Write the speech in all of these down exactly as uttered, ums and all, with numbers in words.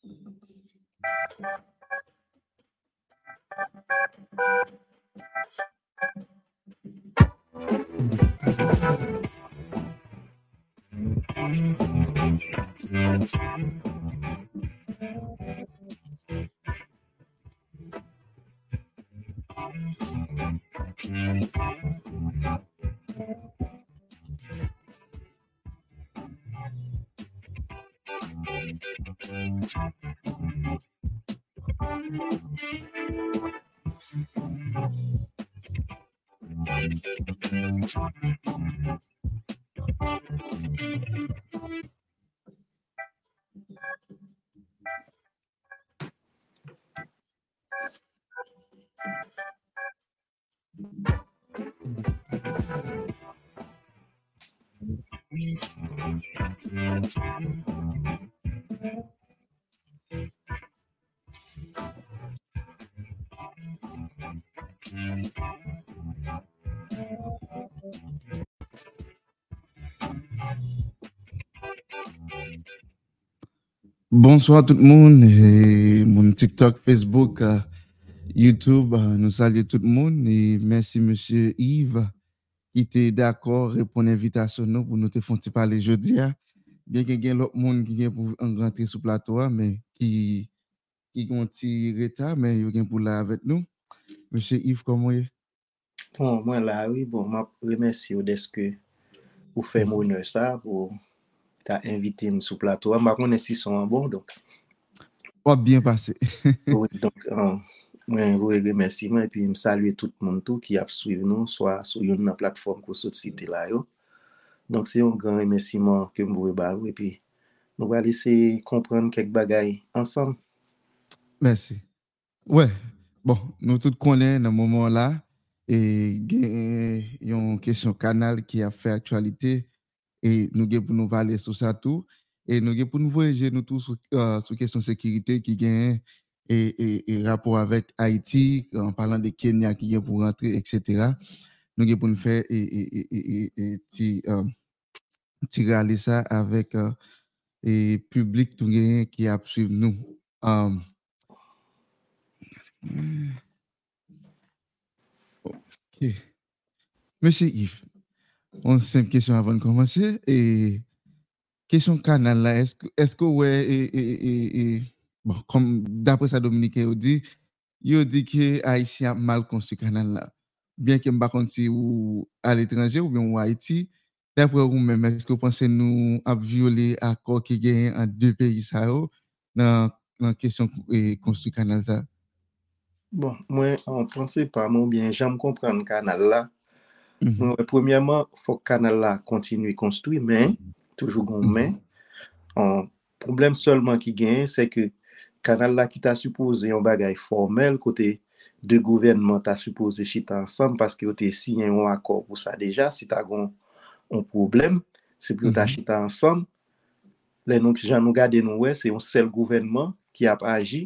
Bonsoir tout le monde, et mon TikTok, Facebook, euh, YouTube, euh, nous saluons tout le monde et merci monsieur Yves qui était d'accord répondre à l'invitation nous pour nous te faire parler jeudi. hein. Bien qu'il y ait l'autre monde qui vient pour rentrer sur le plateau, hein, mais qui qui ont un petit retard, mais il vient pour là avec nous. Monsieur Yves, comment est? Bon, moi là, oui, bon, je remercie de ce que vous faites mon honneur ça pour t'as invité sur le plateau. Je connais si sont bon donc. Oh, bien passé. oui, donc euh, moi vous remercie et puis me saluer tout le monde tout qui a suivi nous soit sur une plateforme pour cette cité là yo. Donc c'est un grand remerciement que me vous ba et puis nous va laisser comprendre quelques bagailles ensemble. Merci. Ouais. Bon, nous tous connaissons dans ce moment-là et il y a une question canal qui a fait actualité et nous avons pour nous parler sur ça tout et nous avons pour nous voyager nous tous sur euh, sur question sécurité qui gagne et, et, et rapport avec Haïti en parlant de Kenya qui est pour rentrer et cetera. Nous avons pour nous faire et et et et, et ti, euh, tirer ça avec euh, et public tout gagne qui a suivi nous. Um, ok. Monsieur Yves, on simple question avant de commencer et question canal là, est-ce que est-ce que ouais et, et, et, et bon comme d'après ça Dominique a dit, il dit que Haïtien a mal construit canal là. Bien que pas contre si ou à l'étranger ou bien ou Haïti, d'après vous même est-ce que vous pensez nous a violé accord qui gagne en deux pays ça dans dans question et construit canal ça? Bon, moi en principe pas moi bien j'aime comprendre canal là. Mm-hmm. Moi, premièrement, faut que canal là continue construire mais toujours gon mais Mm-hmm. un problème seulement qui gagne c'est que canal là qui t'a supposé un bagage formel côté deux gouvernements t'a supposé chita ensemble parce que t'es signé un accord pour ça déjà si t'as un problème c'est pour t'a chita ensemble les nous j'en nous garder nous ouais c'est un seul gouvernement qui a agi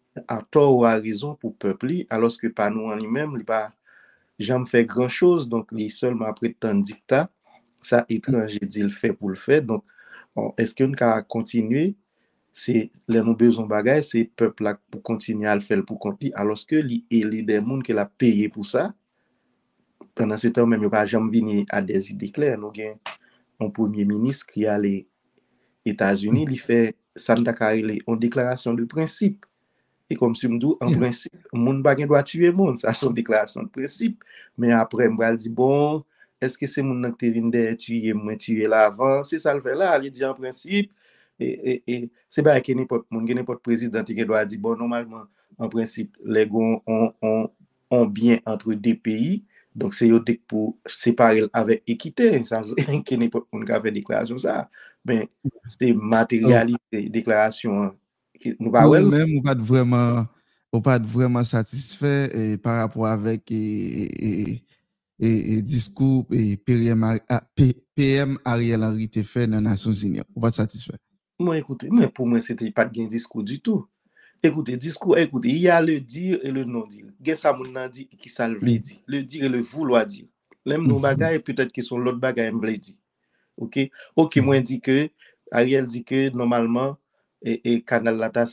à tort ou à raison pour peuple alors que pas nous en lui-même il pas jamais fait grand chose donc il seulement après tant dictat ça étranger dit le fait pour le faire donc on, est-ce qu'on peut continuer c'est les nous besoin bagage c'est peuple là pour continuer à le faire pour continuer alors que li et les des monde qui l'a payé pour ça pendant ce temps même il pas jamais venir à des idées claires nous gain un premier ministre qui allait États-Unis il fait ça une déclaration de principe et comme si me dit en yeah. principe monde pas doit tuer monde ça son déclaration de principe mais après me dit bon est-ce que c'est monde qui vient de tuer moi tuer là avant c'est ça le fait là il dit en principe et et, et c'est pas que n'importe monde n'importe président qui doit dire bon normalement en principe les gon on on on bien entre deux pays donc c'est eux pour séparer avec équité ça que n'importe monde qui a fait déclaration ça ben c'est matérialité oh. déclaration nous pas ouais même on pas vraiment on pas vraiment satisfait et par rapport avec et, et, et, et discours et P M Ariel Henry te fait dans les Nations Unies on pas satisfait moi écoutez mais pour moi c'était pas de discours du tout écoutez discours écoutez il y a le dire et le non dire gen ça moun nan dit qui ça le veut dire le dire et le vouloir dire même nos bagages peut-être qui sont l'autre bagages me veut dire OK OK moi dit que Ariel dit que normalement et, et canal là t'a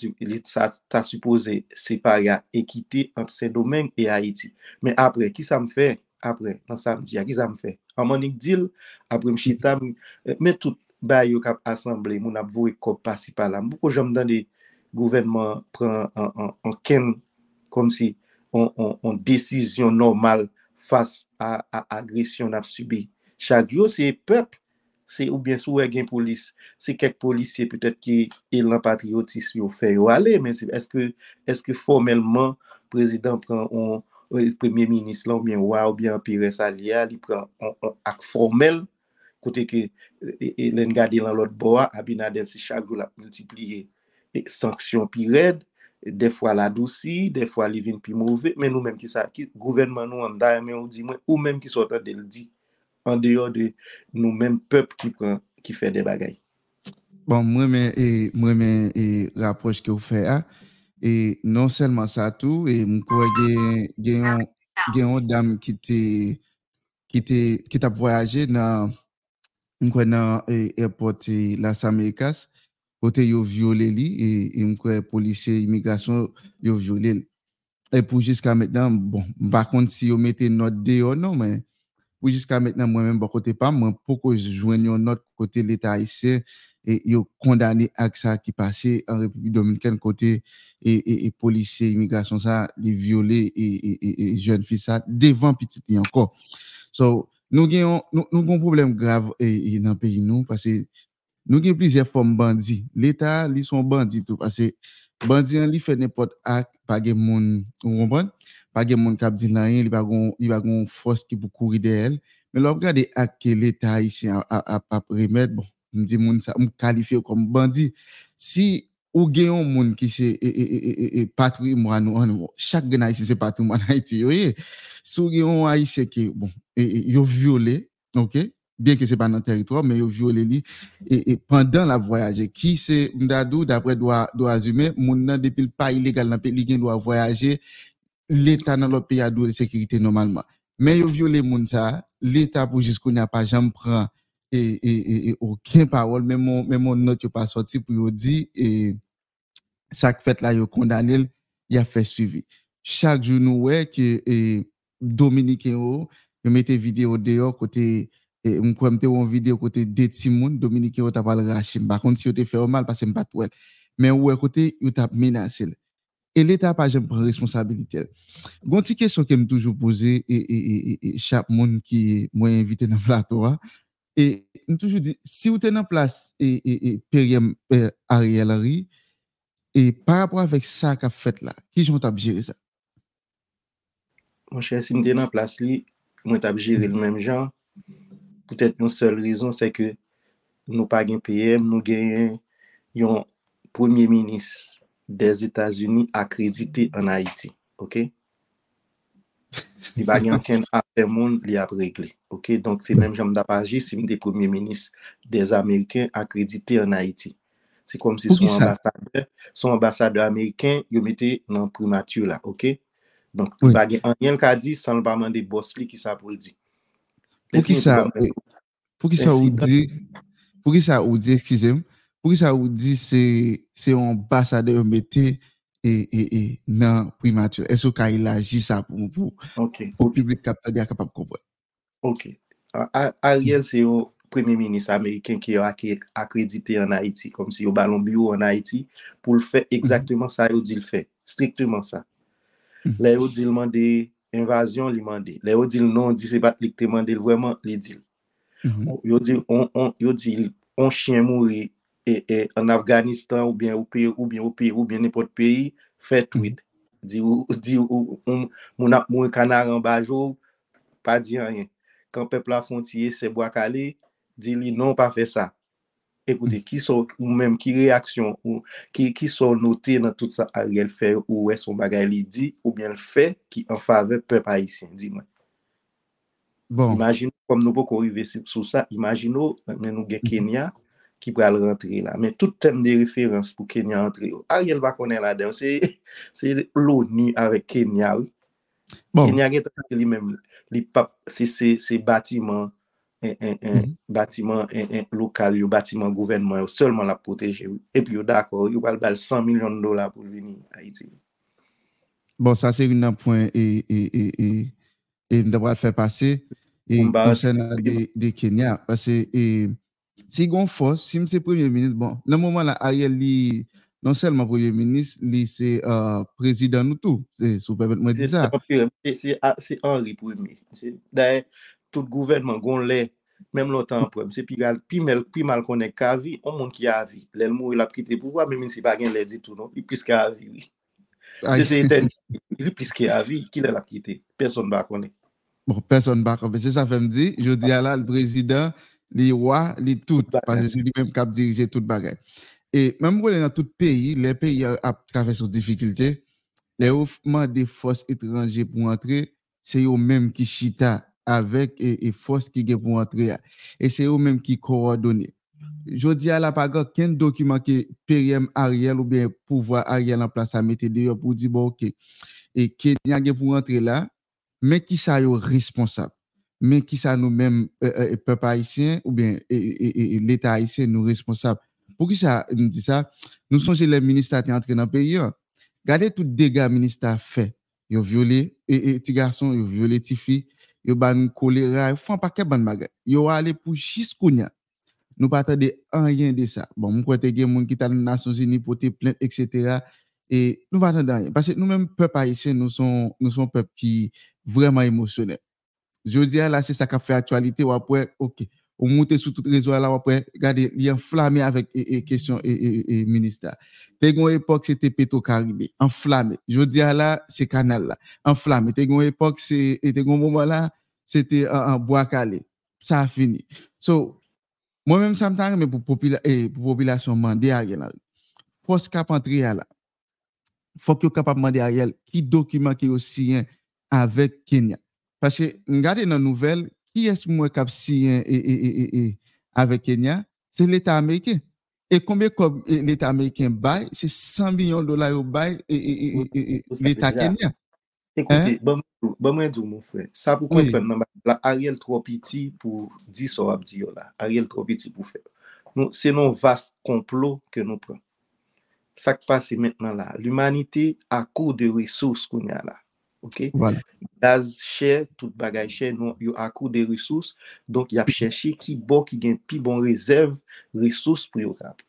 ta supposé séparer à équité entre Saint-Domingue et Haïti. Mais après, qui ça me fait? Après, dans samedi, qui ça me fait? En monique deal, après m'chita, mais tout ba yo k'ap assemblé, moun ap voué kop pasi pa là. Beaucoup j'aime dans des gouvernements prend en, en, en ken comme si on, on, on décision normale face à, à agression n'a subi. Chaque jour, c'est peuple, c'est ou bien sous une police, c'est quelques policiers peut-être qui est l'patriotisme yo fait yo aller, mais est-ce que est-ce que formellement président prend on le premier ministre là ou bien ou bien Pires Salia, il prend un acte formel côté que et l'en garder dans l'autre bois Abinader c'est chaque jour la multiplier et sanctions pires des fois la douci, des fois les vins plus mauvais, mais nous même qui ça qui gouvernement nous en d'ailleurs mais on dit moi ou même qui sont de le dire en dehors de nous même peuple qui prend qui fait des bagailles. Bon, moi mais et moi mais et l'approche que vous faites hein, et non seulement ça tout et me crois gagne gagne dame qui était qui était qui t'a voyagé dans me crois dans airport Las Américas côté yo violé li et me crois policier immigration yo violé et pour jusqu'à maintenant bon par contre si yo mettez note dehors non mais pour jusqu'à maintenant moi-même bon côté pas moi pourquoi je joigne notre côté l'état haïtien et yo condamné à ça qui passait en République dominicaine côté et et, et policier immigration ça les violer et et, et jeune fille ça devant petite et encore so nous gagnons nous nous un problème grave et, et dans le pays nous parce que nous avons plusieurs formes bandits. L'État, ils sont bandits tout parce que bandits, ils font n'importe acte, pas de monde, vous comprenez? Pas de monde qui a dit rien, il va il va une force qui peut courir derrière. Mais là, regardez acte que l'État ici a a a remettre, bon, on dit monde ça, on qualifie comme bandit. Si ou gagne un monde qui c'est et patrimoine chaque gagne ici c'est patrimoine Haïti, oui. Si ou gagne un haïtien qui bon, et yo violé, OK? Bien que c'est pas dans le territoire mais yo violé li et, et pendant la voyage qui c'est m'dadou d'après droit droits humains moun nan depuis le pas illégal dans pays li doit voyager l'état dans l'autre pays a de sécurité normalement mais yo violé moun ça l'état pour jusqu'on n'a pas jamais prend et, et, et, et aucun parole même mon même mon note yo pas sorti pour yo dit et ça que fait là yo condamné il a fait suivi chaque jour nous ouais que et Dominicain yo mettez vidéo dehors côté et on croit une vidéo côté de Timon Dominique yo t'a pas raché par contre si yo te fait mal parce que m'pas tout mais ouais côté yo t'a menacé et l'état pas jamais prend responsabilité gon ti question que me toujours poser et et et chaque monde qui moi invité dans plateau et me toujours dit si vous êtes en place et et et Pierre Ariel Henry et par rapport avec ça qu'a fait là qui j'ont t'a gérer ça mon cher si m'était en place li moi t'a gérer le même genre peut-être une seule raison c'est que nous pas gain P M nous gain un premier ministre des États-Unis accrédité en Haïti OK il va gain aucun affaire monde li a réglé OK donc c'est même j'aime d'apagir si des premier ministre des Américains accrédité en Haïti c'est comme si son ambassadeur son ambassadeur américain il mettait dans primature là OK donc il va gain rien qu'a dit sans pas demander boss li qui ça pour le dire pour qui ça pour qui ça vous dit pour qui ça vous dit excusez-moi pour qui ça vous dit c'est c'est un ambassadeur mettez et et et non primature est-ce qu'il agit ça pour pour okay, pour okay. public capteur capable comprendre OK Ariel c'est le premier ministre américain qui a accrédité en Haïti comme si au ballon bureau en Haïti pour le faire exactement ça il dit le fait strictement ça là il dit demander invasion il demandé là il dit non dit c'est pas il demandé vraiment il dit il dit on on il dit on chien mourir et, et en Afghanistan ou bien au pays ou bien au pays ou bien n'importe pays fait tweet dit dit on mon a mon canard en bas jour pas dit rien quand peuple la frontière c'est bois calé dit li non pas fait ça écoutez qui sont ou même qui réaction ou qui qui sont notés dans tout ça Ariel fait ou est son bagage il dit ou bien le fait qui en faveur peuple haïtien dis-moi bon imagine comme nous pouvons arriver sur ça imaginons nous gain Kenya qui va rentrer là mais tout thème de référence pour Kenya entrer Ariel va connaître là-dedans c'est c'est l'ONU avec Kenya oui bon Kenya est lui-même les c'est c'est c'est bâtiment un, un, un Mhm. bâtiment un, un local, un bâtiment gouvernement, yo seulement la protéger. Et puis, yo d'accord, yo va le cent millions de dollars pour venir à Haïti. Bon, ça, c'est un point et, et, et, et, et nous devons le faire passer et Mba, concernant des, des Kenya. Parce que et, si on force, si c'est Premier ministre, bon, dans le moment là, Ariel, li, non seulement Premier ministre, li, c'est euh, président nous tout. C'est, si vous permettez de me dire c'est ça. c'est c'est Henri premier. D'ailleurs, tout gouvernement, gon lè, même longtemps après, c'est puis puis mal puis mal connaît Kavi, on monde qui a vie. L'elle mourir l'a quitté pouvoir même si pas gain lè dit tout non, il plus qu'à vie. Oui. Aïe. C'est éternel. Il plus qu'à vie, qui l'a quitté. Personne va connaître. Bon, personne ne va c'est ça fait me dire, je dis à là, le président, les rois, les tout, parce que c'est lui-même qui a dirigé toute bagaille. Et même pour dans tout pays, les pays a traversé des difficultés, les offres des forces étrangères pour entrer, c'est eux-mêmes qui chita avec et, et forces qui sont pour entrer. Et c'est eux-mêmes qui coordonnent. Je dis à la pas aucun document que P M Ariel ou bien pouvoir Ariel en place à mettre dehors pour dire, bon, ok, et Kenya pour entrer là, mais qui ça est responsable? Mais qui ça nous-mêmes, euh, euh, peuple haïtien ou bien et, et, et, l'État haïtien nous responsables? Pour qui ça nous dit ça? Nous sommes les ministres qui sont entrés dans le pays. Regardez tout dégâts ministre a fait. Ils ont violé et, et petits garçons, ils ont violé petits filles, ils ont ban choléra, ils font pas qu'un bon bagage. Ils ont allé pour Chiskounia. Nous pas attendre rien de ça. Bon, nous croyons que des gens qui sont dans les Nations Unies pour te plaindre, et cetera. Et nous pas attendre rien. Parce que nous-mêmes, peuple haïtien, nous sommes, nous sommes peuple qui vraiment émotionnel. Je dis là, c'est ça qui a fait actualité. Ou après, ok. On monte sur tout réseau là, après, regardez, il est enflammé avec et, et question et, et, et ministère. T'es une époque, c'était Petro-Caribé, enflammé. Je dis là, c'est Canal là, enflammé. T'es une époque, c'est, et t'es un moment là, c'était en Bois-Calais. Ça a fini. So, moi-même, ça me tarde, mais pour popula eh, pour population mandé Ariel, là, force cap entrer là, faut que capable demander Ariel qui document qui aussi hein, avec Kenya. Parce que regardez dans la nouvelle, qui est-ce moi cap signé et, et, et, et, avec Kenya? C'est l'État américain. Et combien comme l'État américain bail? C'est cent millions de dollars au bail et, et, et, et, et l'État Kenya. Hein? Écoutez, bon, bon, moi, dis, mon frère, ça pour Oui. comprendre, la Ariel trop petit pour dire ça, va dire là. Ariel trop petit pour faire. Nous, c'est un vaste complot que nous prenons. Ça qui passe maintenant là, l'humanité a court de ressources qu'on a là. OK? Voilà. Gaz cher, tout bagage cher, nous, il a court de ressources. Donc, il a cherché qui bon, qui gagne plus bon réserve, ressources pour y cap.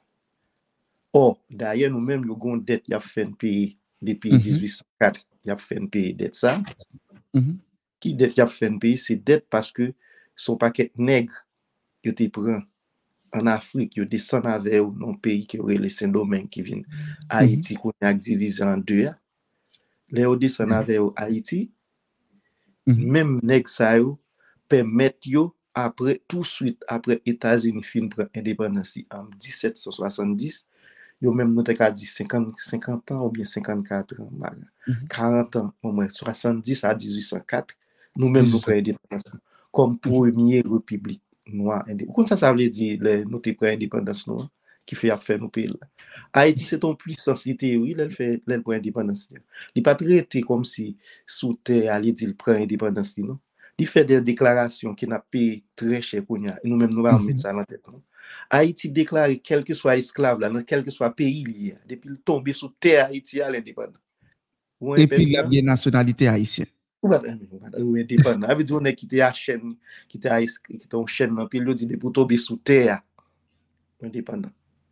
Or, d'ailleurs, nous-mêmes, nous avons une dette, il a fait un pays depuis Mm-hmm. dix-huit cent quatre, il a fait un pays dette ça. Mm-hmm. Qui dette il a fait un pays, c'est dette parce que son paquet nègre, il te prend en Afrique, il descend avec un pays qui aurait les Saint-Domingue qui vient Haïti, qu'on a divisé en deux. Les ils descend avec Haïti, Mm-hmm. même nègre ça permettent yo après tout de suite après États-Unis fin prend indépendance en dix-sept cent soixante-dix, yo même nous t'ai dit cinquante, cinquante ans ou bien cinquante-quatre ans, mm-hmm. quarante ans au moins soixante-dix à dix-huit cent quatre, nous-mêmes nous prenons indépendance comme première république noire. Comment ça ça veut dire les nous t'ai pris indépendance noire qui fait affaire nous pays là. Haïti c'est ton puissance théorie, elle fait elle prend indépendance. Il pas traité comme si sous terre allait dire prend indépendance non. Il fait des déclarations qui n'a payé très cher pour nous. Nous-mêmes, nous allons mettre ça dans la tête. Haïti déclare, quel que soit esclave, là, quel que soit pays lié, depuis le tomber sous terre, Haïti à l'indépendance. Et puis, il y a bien nationalité haïtienne. Ou indépendant. Ça veut dire qu'on a quitté la chaîne, quitté la chaîne, puis il dit pour tomber sous terre, indépendant.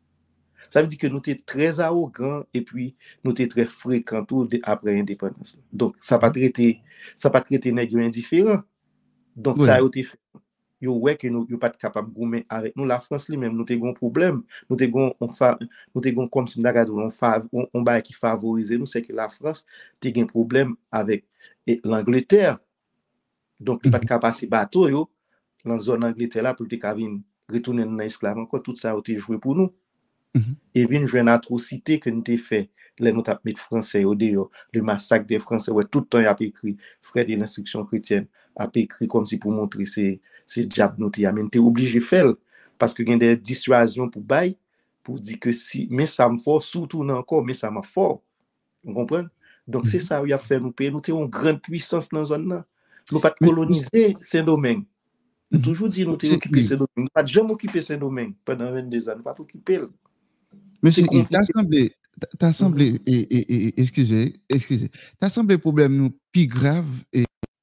Ça veut dire que nous sommes très arrogants et puis nous sommes très fréquents après l'indépendance. Donc, ça n'a pas traité, ça pas traité nègres indifférents. Donc, oui. Ça a été fait. Yo ouais que nous yo pas capable goumer avec nous la France lui même nous t'ai gon problème nous t'ai gon on fa nous t'ai gon comme si on fa on, on ba qui favoriser nous c'est que la France t'ai un problème avec l'Angleterre donc il mm-hmm. pas capable passer bateau yo dans zone Angleterre là pour te venir retourner dans esclave encore tout ça a été joué pour nous mm-hmm. Et vinn jouer une atrocité que nous t'ai fait les nous t'a mis français au dehors le massacre des Français ouais tout le temps il a écrit frère de l'instruction chrétienne a écrit comme si pour montrer c'est c'est diable nous t'y amène t'es obligé faire parce que il y a des dissuasions pour bail pour dire que si mais ça me fort surtout encore mais ça m'a fort vous comprenez donc mm-hmm. C'est ça il a fait nous pays nous t'es une grande puissance dans zone là nous pas coloniser Saint-Domingue Nous toujours dit nous t'es occupé ce domaine. Nous pas jamais occupé ce domaine pendant vingt-deux ans, nous pas occupé. Monsieur Yves, t'as semblé, t'as semblé, mm-hmm. et, et, et, excusez, excusez, t'as semblé problème nous plus grave et,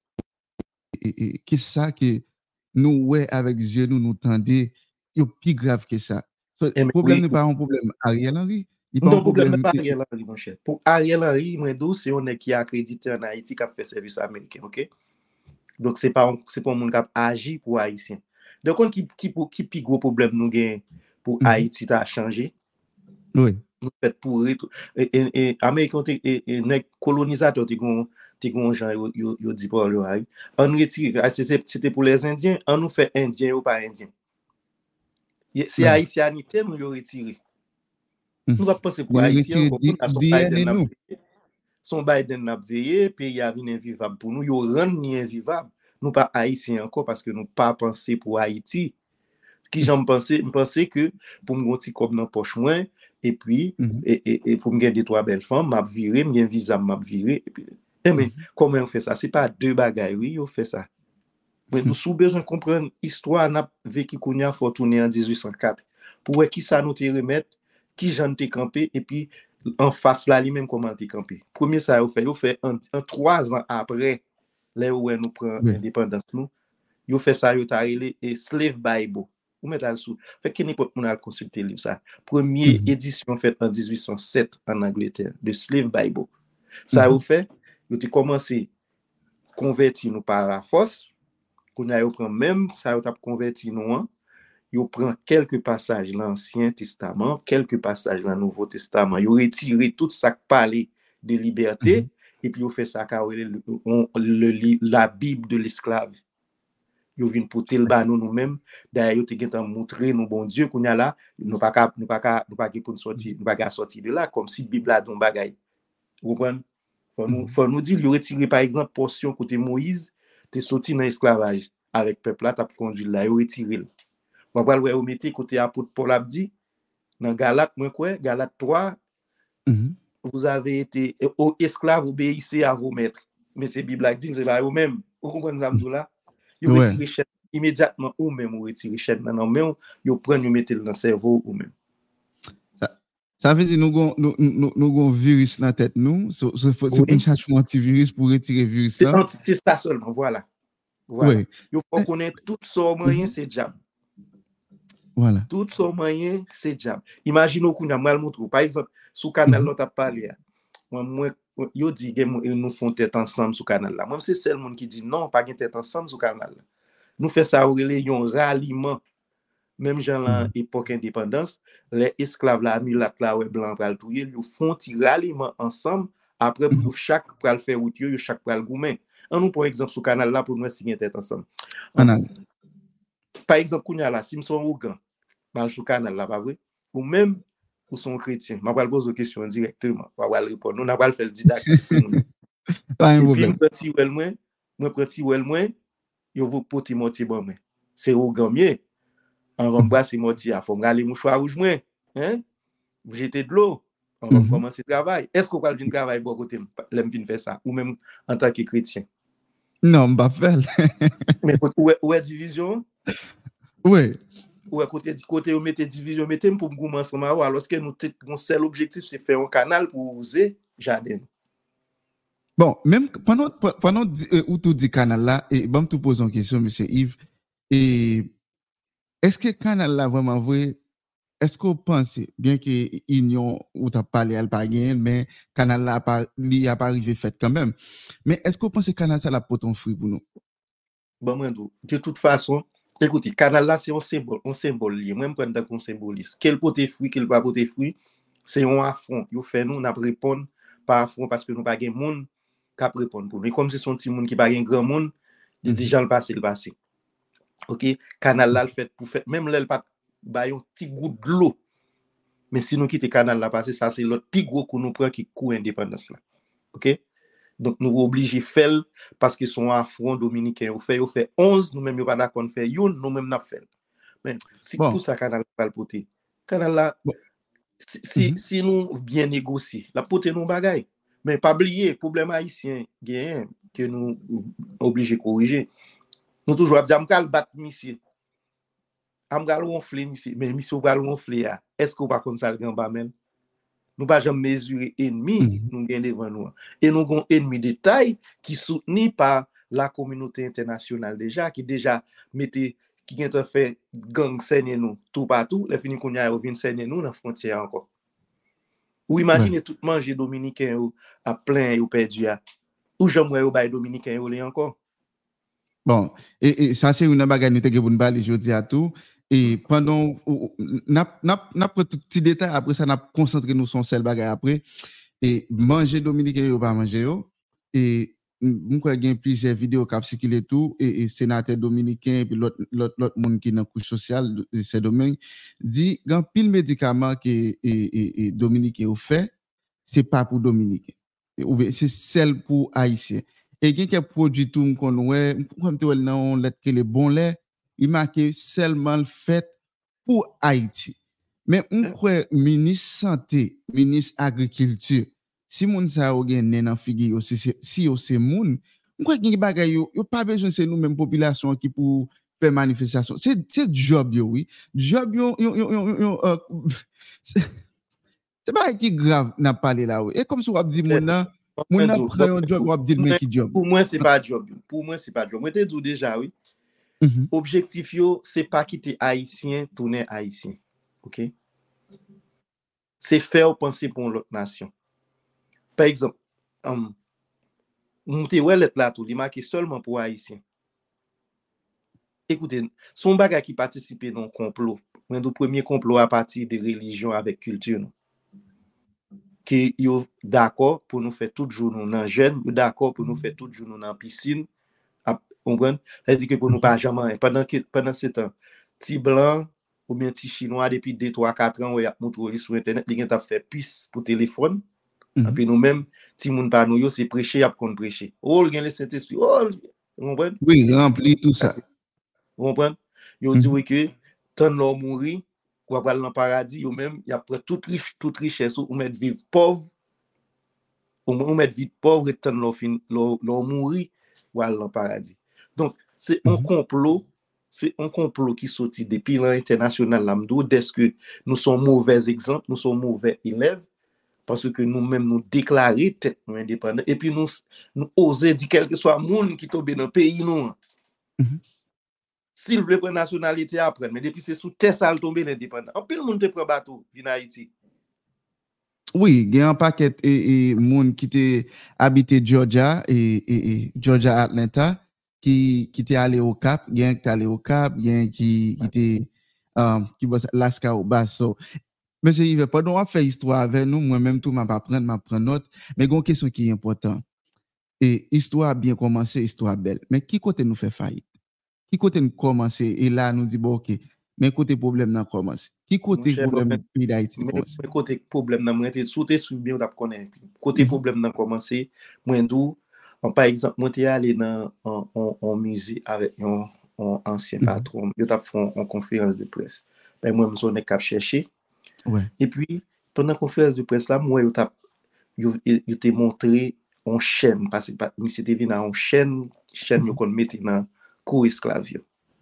et, et que ça que nous ouais avec Dieu nous nous tendez, il plus grave que ça. So, le problème n'est oui, pas un problème Ariel Henry. Non, le problème n'est pas Ariel Henry, mon cher. Pour Ariel Henry, moi d'où c'est on est qui a accrédité en Haïti qui a fait service américain, ok? Donc c'est pas c'est pas un monde qui a agi pour Haïtien. Donc qui qui qui plus gros problème nous gain pour mm-hmm. Haïti a changé. Oui. Nous fait pour et et américain et et colonisateur ti gon ti gon gens yo yo dit pour le Haïti. On retire c'était pour les Indiens, on nous fait Indien ou pas Indien. C'est haïtianité nous yo retiré. Nous va penser pour Haïtien son Biden son Biden n'a veillé pays a vinn invivable pour nous yo rend ni invivable. Nous pas haïtiens encore parce que nous pas penser pour Haïti. Qui j'en penser me penser que pour me gonti comme dans poche moins et puis mm-hmm. et, et, et pour me gagner trois belles femmes m'a viré me visa m'a viré et puis eh mais mm-hmm. comment on fait ça c'est pas deux bagailles oui on fait ça mais nous sous besoin comprendre histoire n'a vécu kounya faut tourner en dix-huit cent quatre pour qui ça nous te remettre qui j'en te campé et puis en face là lui-même comment te campé premier ça on fait on fait en, en trois ans après là où nous prend oui. Indépendance nous yo fait ça yo ta relé et slave bible ou mettre al sous fait que n'importe on a consulter livre ça première mm-hmm. édition faite en dix-huit cent sept en Angleterre de slave bible ça mm-hmm. vous fait yo te commencé convertir nous par la force qu'on a yo prend même ça yo t'a converti nous yo prend quelques passages dans l'Ancien Testament quelques passages dans le Nouveau Testament yo retiré tout ça qui parlait de liberté mm-hmm. et puis yo fait ça le, le, la Bible de l'esclave. Yo vinn pour tel ba nous nous-mêmes d'ailleurs yo te gen tan montrer nous bon Dieu qu'on y a là nous pas cap nous pas cap nous pas pour sortir nous pas sortir de là comme si Bible a don bagay vous comprenez faut nous faut nous dire yo retirer par exemple portion côté Moïse t'es sorti dans esclavage avec peuple là t'a conduit là yo retirer on va voir mettre côté apôtre Paul a dit dans Galate moi quoi Galate trois mm-hmm. vous avez été esclaves obéissez à vos maîtres mais c'est Bible a dit c'est pas eux même vous comprenez ça mm-hmm. là yo ouais. Retire chaîne immédiatement ou même ou retire chaîne non mais yo prend yo mettre dans cerveau ou même ça, ça veut dire nous gon nous nous nous virus dans tête nous so, so, c'est oui. Pour chercher un antivirus pour retirer virus c'est ça c'est ça seulement voilà voilà oui. Yo faut connaître tout son moyen mm-hmm. c'est diable voilà tout son moyen c'est diable imagine qu'on a mal montre par exemple sous canal mm-hmm. t'a parlé moi moi yo dit nous font tête ensemble sur canal là même c'est seul monde qui dit non pas tête ensemble sur canal là nous fait ça au un ralliement même gens là époque indépendance les esclaves là mulat là ouais blanc pral touyer ils font ti ralliement ensemble après pour chaque pral faire route yo chaque pral goumen on nous par exemple sur canal là pour nous signer tête ensemble par exemple kounya là si m'son ougan mal sur canal là pas vrai ou même ou sont chrétiens m'a pas poser question directement va va répondre nous n'a pas faire didactique pas un problème petit wel moins moi petit wel moins yo vous porter moitié bon mais c'est au gamier on va brasser moitié à faut aller mouchoir rouge moins hein jeter de l'eau on va commencer travail est-ce qu'on va venir travailler bon côté l'aime venir faire ça ou même en tant que chrétien non m'pas faire mais où est division oui ou côté côté on mettait division mettez pour goumen ensemble alors que nous mon seul objectif c'est faire un canal pour user jardin bon même pendant pendant où tu dis canal là et bon tu poses une question monsieur Yves et est-ce que canal là vraiment vrai est-ce qu'on pense bien que union ou t'as parlé elle pas gagné mais canal là pas il a pas arrivé fait quand même mais est-ce qu'on pense que canal ça la porte un fruit pour nous bon moi de toute façon écoutez, canal là c'est un symbole, un symbole lié. Moi, je prends un symboliste. Quel porter fruit, quel pas porter fruit, c'est un affront. Yo fait nous, n'a répondre par affront parce que nous pas gain monde qui répondre pour nous. Mais comme c'est son petit monde qui pas gain grand monde, il dit gens le passé le passé. OK, canal là le fait pour faire même là le pas ba un petit goutte de l'eau. Mais si nous quitter canal là passer ça c'est l'autre plus gros que nous prend qui coup indépendance là. OK? Donc nous obligés faire parce que son affront dominicain on fait on fait onze nous même pas d'accord faire une nous même n'a fait mais si bon. Tout ça canal pas le porter canal là bon. si si, mm-hmm. si nous bien négocier la porter nous bagaille mais pas oublier problème haïtien gain que nous obligés corriger Nous toujours dire am kal battre monsieur. Am gal ronfler monsieur, mais monsieur va ronfler. Est-ce qu'on pas comme ça le grand bamel? Nous pas jamais mesurer ennemi Mhm. nous gain devant nous. Et nous avons ennemi de taille qui soutenu par la communauté internationale déjà qui déjà mettait qui vient fait gang saigner nous tout partout, les fini qu'on y a vinn saigner nous dans frontière encore. Ou imaginez Ouais. tout manger dominicain ou à plein ou perdu à. Ou j'aimerais ou bay dominicain ou les encore. Bon, et, et ça c'est une bagarre nous te pour nous parler jeudi à tout. Et pendant n'a n'a n'a pas tout petit détail après ça n'a concentré nous son seul bagarre après et manger dominicain ou pas manger yo et nous quoi gain plusieurs vidéos qui circulé tout et, et sénateur dominicain puis l'autre l'autre l'autre monde qui dans couche sociale c'est domaine dit grand pile médicament que et, et, et dominicain au fait c'est pas pour dominicain ou bien c'est celle pour haïtien et quelqu'un produit tout qu'on ouais comme tu non lettre que les bons lait il marqué seulement fait pour Haïti. Mais on croit ministre santé, ministre agriculture, si moun sa ou gen nan figi si si yo c'est moun, on croit gen bagay yo, yo pas besoin c'est nous même population qui pour faire manifestation. C'est c'est job yo oui. Job yo yo yo yo, yo uh, c'est c'est pas qui grave n'a parlé là oui. Et comme si on dit moun nan moun nan prend un job ou dit men qui job. Pour moi c'est pas job. Pour moi c'est pas job. Moi te dit déjà oui. Mm-hmm. Objectif yo c'est pas quitter haïtien tourner haïtien. OK? C'est faire penser pour l'autre nation. Par exemple, um, monter ouais lettre là tout, il marqué seulement pour haïtien. Écoutez, son bagage qui participe dans complot, un des premiers complots à partir de religion avec culture non. Qui yo d'accord pour nous faire tout jour nous dans jeune, d'accord pour nous faire tout jour nous dans piscine. Comprendre? Ça dit que pour nous pas jamais pendant que pendant ce temps, petit blanc ou bien petit chinois depuis deux trois quatre ans ouais a montré sur internet, il a fait pisse pour téléphone. Mm-hmm. Et puis nous même ti moun pa nou yo c'est prêcher a kon prêcher. Oh, il y a le Saint-Esprit. Oh, vous comprenez? Oui, rempli tout ça. Vous comprenez? Yo dit oui que tant l'homme mourir ou va dans paradis, yo même y a près toute riche toute richesse ou mettre vivre pauvre. Ou mettre vivre pauvre et tant l'homme l'homme mourir ou aller dans paradis. Donc c'est un complot, c'est un complot qui sorti depuis l'international l'amdou dès que nous sommes mauvais exemples, nous sommes mauvais élèves parce que nous-mêmes nous déclarer tête nous indépendants et puis nous nous oser dire quel que soit monde qui tombe dans pays nous. Mm-hmm. S'il veut prendre nationalité après mais depuis c'est sous terre ça tomber indépendant. En pile monde te prend bateau vinn Haïti. Oui, il y a un paquet et, et monde qui était habité Georgia et, et, et Georgia Atlanta qui qui était allé au Cap, il y a qui allé au Cap, il y a qui qui était um, qui bosse Alaska au Basso. Monsieur Yves, pendant on fait histoire avec nous, moi-même tout m'a pas prendre m'a prendre note, mais une question qui est importante. Et histoire bien commencé, histoire belle. Mais qui côté nous fait faillite? Qui côté nous commencer et là nous dit bon OK, mais côté problème n'a commencé. Qui côté problème pays d'Haïti commence? Mais côté problème n'a moi été sauter sur bien on connaître. Côté problème n'a commencé, moi d'où par exemple, moi t'ai allé dans un musée avec un ancien patron, yo t'a fait une conférence de presse. Ben moi me sonne cap chercher. Ouais. Et puis pendant la conférence de presse là, moi yo t'a yo t'ai montré en chaîne parce que monsieur t'ai venu en chaîne, chaîne yo qu'on mettait dans co esclavio.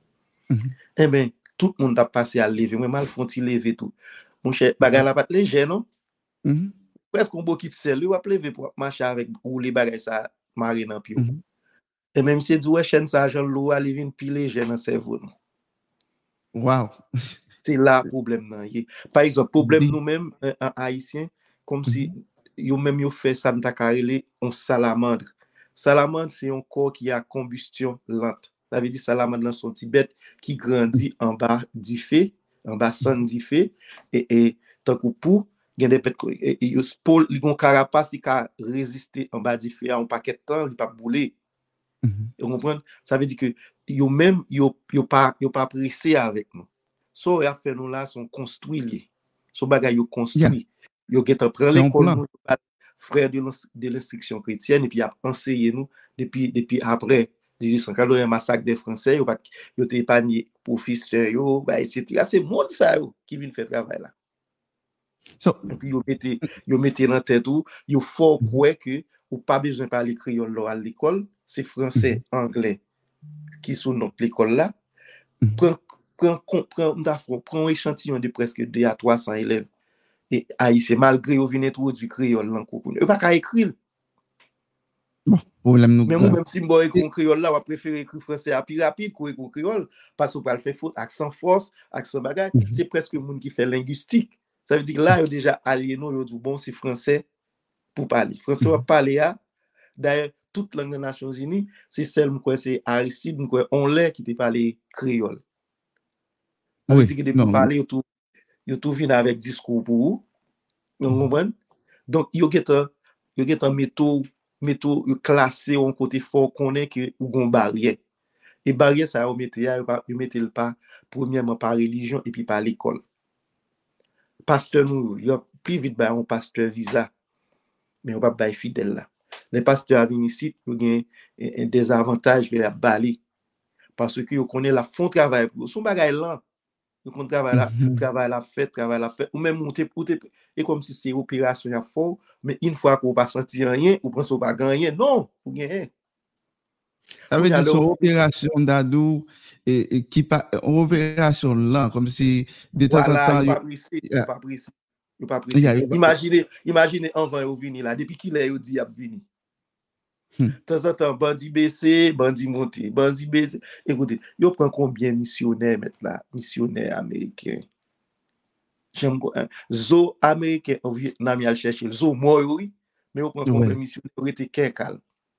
Eh ben tout le monde a passé à lever, moi mal font il lever tout. Mon cher bagarre la pas léger non? Mm-hmm. Presque on beaucoup de sel, ou a lever pour marcher avec ou les bagages ça marrer dans pied. Mm-hmm. Et même si dit ouais chaîne ça Jean l'eau aller vinn pile léger dans cerveau. Wow. C'est là problème nan. Par exemple, problème nous-mêmes en haïtien comme mm-hmm. si yo même yo fait ça dans carrelé on salamandre. Salamandre c'est un corps qui a combustion lente. Ça veut dire salamandre dans son tibet qui grandit en bas du feu, en bas sans du feu et et tant que pour gen des pète et yo spol li gon carapace qui a résister en bas du feu en paquet de temps, il pas bouler. Vous comprenez? Ça veut dire que yo même yo yo pas yo pas pressé avec nous. So ya fait nous là sont construits liés. So bagay yo construit. Yeah. Yo get prend l'école nous frère de de l'instruction chrétienne et puis a enseigné nous depuis depuis après dix-huit cent quatre un massacre des Français yo pas yo t'ai épargné professeur yo bah et cetera. C'est monde ça yo qui vient faire travail là. So, et puis yo mettez yo mettez dans tête tout, yo faut croire que ou pas besoin parler créole à l'école, c'est français, mm-hmm. anglais. qui sont dans l'école là, Mhm. prend prend prend prend un échantillon de presque deux à trois cents élèves et haïtien malgré au vient introduire créole là cours. Eux pas qu'à écrire. Bon, problème nous Mais moi, grave. même si je écris Et- en créole là, je préfère écrire français à plus rapide que écrire en créole parce qu'on peut le faire faute, accent force, accent bagage. Mhm. C'est presque le monde qui fait linguistique. Ça veut dire que là, il y a déjà aliéné, il dit bon, c'est français pour parler. Français va Mhm. parler à. D'ailleurs, toute langue des Nations Unies, c'est celle, quoi, c'est Aristide, quoi, on l'a qui te parle créole. Ça veut Oui, dire que depuis non. parler, il tout, il tout vient avec discours pour vous. Vous Mhm. comprenez? Donc, il y a un méthode, méthode classé en côté fort qu'on est que ou gon barrière. Et barrière ça vous mettez vous mettez le pas premièrement par religion et puis par l'école. Pasteur nous, il y a plus vite ba un pasteur visa, mais on pas ba fidèle là. Les pasteurs à venir ici, ils ont des avantages que la bali parce que vous connaissez la fond travail pour son bagay lent. Vous connaissez travail là, Mhm. travail la fête, travail la fête ou même monter pour et comme si c'est opération à fort, mais une fois qu'on pas sentir rien, ou pense qu'on pas gagner, non, vous gagnez. Ça Qu'on veut y a dire son leur opération d'ado et, et qui pas une opération là, comme si de temps en voilà, temps, il il pas pressé, y il a- pas pressé. Il pas il y pressé. a- il y a- Imaginez, imaginez avant vous venir là, depuis qu'il est il dit a venir. Hmm. De temps en temps, bandit baissé, bandit monté, bandit baissé. Écoutez, il prend combien de missionnaires maintenant, missionnaires américains. J'aime quoi. Zo américain au Vietnam, il a cherché le zo mort, oui, mais on prend combien de Ouais. missionnaires, il était calme.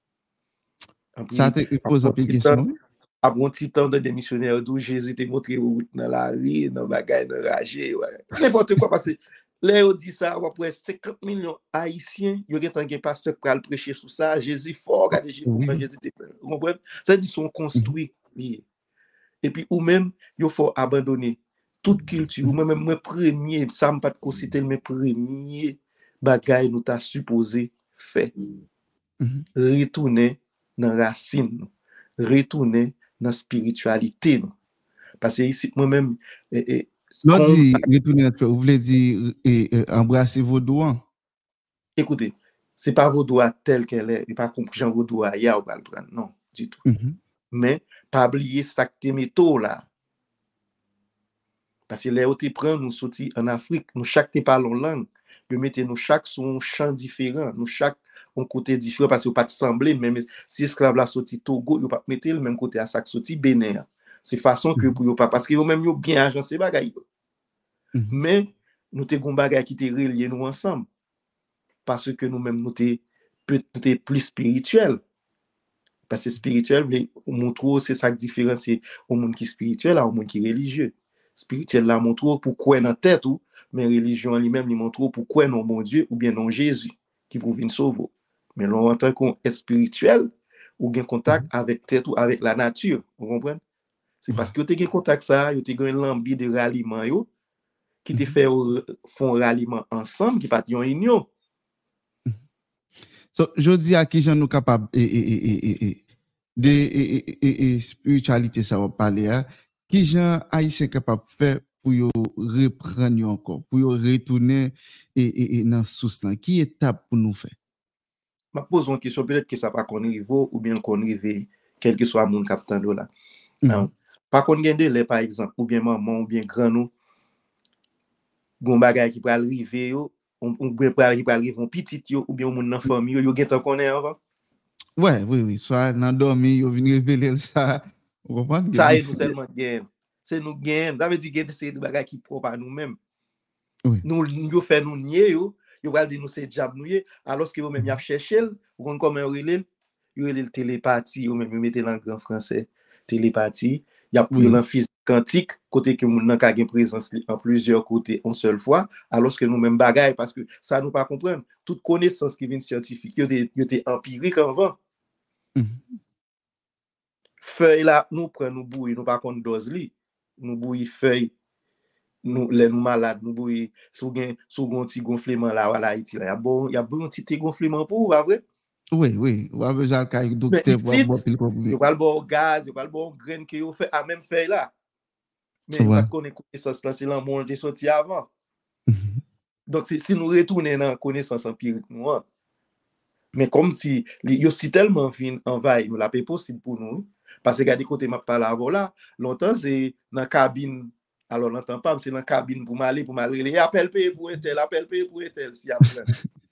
Ça Après, te pose après un un peu de petit temps, questions. après un petit temps de démissionnaire d'où Jésus te montré route dans la rue, dans bagaille, dans ragé, ouais. N'importe quoi, parce que là, on dit ça, après cinquante millions haïtiens, il y a un pasteur qui a prêcher sur ça, Jésus fort, regardez Jésus, comment Oui. Jésus te vous comprenez? Ça dit, sont Mhm. construits. Et puis, ou même, il faut abandonner toute culture, ou même, moi, premier, ça me pas de citer, mes premiers bagaille, nous t'a supposé faire. Mhm. Retourner dans la racine, retourner dans la spiritualité. Parce que ici, moi-même, et, et, L'autre quand, dit, retourner notre vous voulez dire et, et, embrasser vos doigts. écoutez, ce n'est pas vos doigts tels qu'elle est, et pas comme Jean vos doigts, il y a ou pas le prendre, non, du tout. Mhm. Mais, pas oublier ça que t'es métaux là. Parce que là où tu prends, nous sortis en Afrique, nous chaque te parlons langue, nous mettons nous chaque son chant différent, nous chaque un côté différent parce que pas de sembler, même si esclave la sorti Togo, il pas mettre le même côté à ça sorti Bénin. C'est façon que pour pas parce que eux même yo bien agencé bagaille. Mhm. Mais nous te gon bagaille qui te relié nous ensemble parce que nous même nous te peut-être plus spirituel. Parce que spirituel, montrer c'est ça qui différencie au monde qui est spirituel à au monde qui est religieux. Spirituel là montre pourquoi dans tête ou mais religion en lui-même lui montre pourquoi non bon Dieu ou bien non Jésus qui pour venir sauver. Mais là en tant qu'on est spirituel ou gain contact avec tête ou avec la nature, vous comprenez? C'est parce que tu as gain contact ça, tu as gain l'envie de ralliement yo qui te fait font ralliement ensemble qui pas une union. So, je dis à qui j'en nous capable et, et, et, et, et, de et, et, et, spiritualité ça va parler à qui j'en haïtien capable faire pour yo reprendre encore pour yo retourner et, et, et dans source là qui étape pour nous faire Je pose une question peut-être que ça va qu'on arrive ou bien qu'on arrive quel que soit mon capitaine là. mm-hmm. Par contre gen de lè par exemple ou bien maman ou bien grand nous gon bagay qui pral rive yo ou bien pral qui pral rive on petit yo ou bien moun nan famille yo yo gen tan connaît avant. Ouais, oui, oui. Soit dans dormi, yo vient révéler ça. Vous comprenez? Ça est nous seulement gain. C'est nous gain. Ça veut dire que c'est des bagages qui propre à nous-mêmes. Oui. Nous yo fait nous nier yo, yo va dire nous c'est diable nous alors que vous même y a cherché, ou kon comme un relé, yo relé télépathie ou même mettez en grand français, télépathie. Il y a oui. la physique quantique côté que moun nan ka gen présence en plusieurs côtés en seule fois alors que nous même bagaille parce que ça nous pas comprendre toute connaissance qui vient scientifique yo était empirique avant. Mm-hmm. Feuille là nous prend nous bouille nous pas contre dose li nous bouille feuille nous les nous malades nous bouille sous gain sous gon petit gonflement là voilà Haïti là y a bon y a bon petit gonflement pour pas vrai. Oui, oui, ou a besoin ka Mais docteur pour ici boire pile comprimé. yo pas le bon gaz yo pas le bon graine que yo fait à même feuille là. Mais ouais. pas connaître connaissance là c'est l'amour qui sorti avant. Mm-hmm. Donc si nous retourner dans connaissance empirique nous mais comme si yo si tellement fin envahi nous la pas possible pour nous Parce que regardez côté m'a parlé avant là, longtemps c'est dans cabine. Alors l'entend pas, c'est dans cabine pour m'aller pour m'aller. Il appelle payé pour un tel, appelle payé pour un tel si après.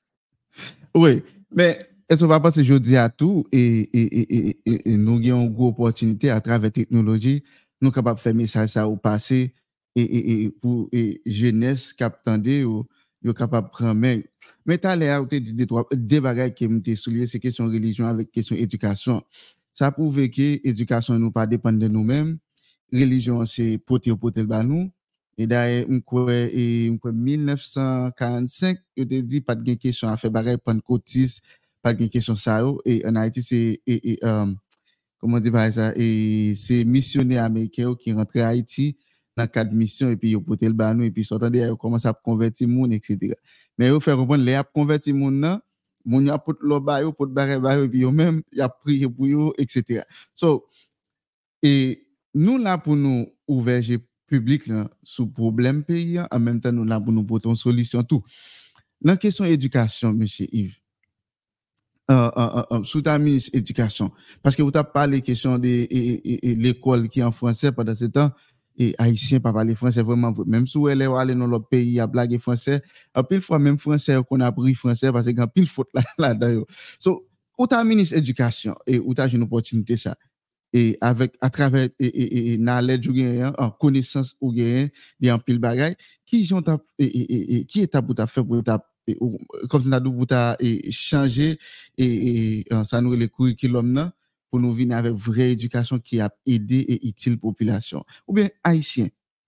Oui, mais est-ce qu'on va passer jeudi à tout et, et, et, et, et nous avons une grosse opportunité à travers la technologie, nous sommes capables de faire message ça au passé et, et, et pour et jeunesse qui attendait ou yo capable de prendre mais mais tu as l'air de dit des trois des bagages qui m'étaient soulié c'est question religion avec question éducation. Ça prouve que éducation nous pas dépend de nous-mêmes, religion c'est porter porter ba nous. Et d'ailleurs, en mille neuf cent quarante-cinq, je te dis pas de question à faire pareil Pentecôtiste, pas de question ça. Et en Haïti, c'est, et, et, um, comment dire ça, et c'est missionnaires américains qui rentrent à Haïti dans quatre missions et puis ils portent le banou et puis sortant ils commencent à convertir le monde, et cetera. Mais ils font comprendre, les a converti le monde, mon y a porté le banou, porté le banou et puis eux même, ils a prié pour eux, et cetera. So, et nous là pour nous ouvrir public là, sous problème pays, en même temps nous là pour nous porter une solution tout. Dans la question éducation, monsieur Yves, euh, euh, euh, sous ta ministre éducation, parce que vous avez parlé question de l'école qui est en français pendant ce temps, et haïtien pas parler français vraiment, même si elle est allé dans l'autre pays à blaguer français, en pile fois même français qu'on a appris français parce qu'il y a pile faute là, là dedans. So, où ta ministre éducation et où tu as une opportunité ça et avec à travers et et et knowledge ou gain en connaissance ou gain des en pile bagaille qui sont et, et, et qui étape pour ta faire pour ta comme ça pour ta changer et, et ça nous les curriculum là pour nous venir avec vraie éducation qui a aidé et utile population ou bien haïtien.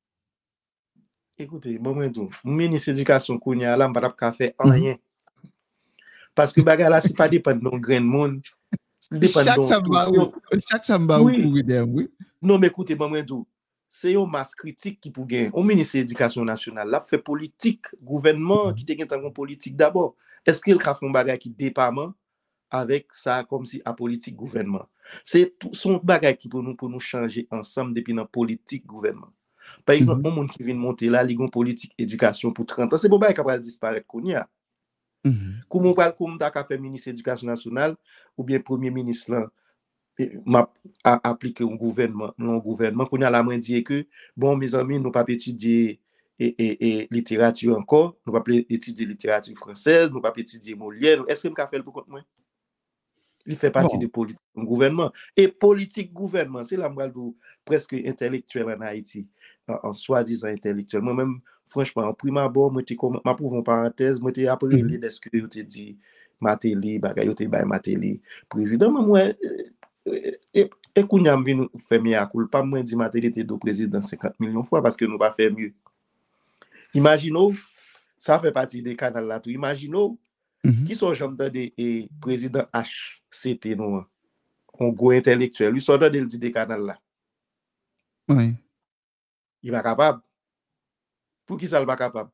Écoutez, bon moi tout, ministre éducation kounya là m'pa pas faire rien. Parce que bagay là c'est pas dépend de grain de monde. Chaque samba ou chaque samba ou courir derrière oui. Non mais écoutez bon moi tout. C'est une masse critique qui pour gagner. Au ministre de l'Éducation nationale, là, fait politique, gouvernement qui te gagne en politique d'abord. Est-ce qu'il a fait un bagage qui dépend avec ça comme si à politique gouvernement? C'est tout son bagage qui pour nous pour nous changer ensemble depuis dans politique gouvernement. Par exemple, mm-hmm. un monde qui vient monter là, il y a une politique éducation pour trente ans, c'est bon bagage qui va disparaître qu'on y a. Comment on parle comme t'as fait ministre de l'Éducation nationale ou bien premier ministre là m'a appliqué un gouvernement non gouvernement qu'on a la main dit que bon mes amis nous pas étudier et, et, et littérature encore nous pas étudier littérature française nous pas étudier Molière est-ce que me fait pour compte moi il fait partie bon. de politique gouvernement et politique gouvernement c'est la moelle presque intellectuel en Haïti en, en soi-disant intellectuel moi même franchement en prime abord moi t'ai comme ma pour une parenthèse moi t'ai après mm-hmm. les ce que je te dit Matéli bagay yo te bay Matéli président moi et et qu'on a envie nous faire mieux à culpa moi dit Matéli était do président cinquante millions fois parce que nous pas faire mieux. Imaginons ça fait partie des canaux là tout imaginons mm-hmm. qui sont jambes de et président H C T nous un gros intellectuel lui sort de le dit des canaux là. Oui. Il va capable. Pour qui ça le pas capable?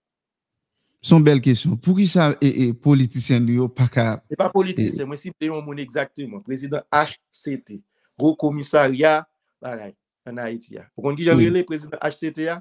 Son belle question. Pour qui ça et, et politicien lui pas capable? C'est pas politicien, moi si c'est un monde exactement. Président H C T, gros commissariat pareil en Haïti. Vous connaissez qui j'ai le président H C T a?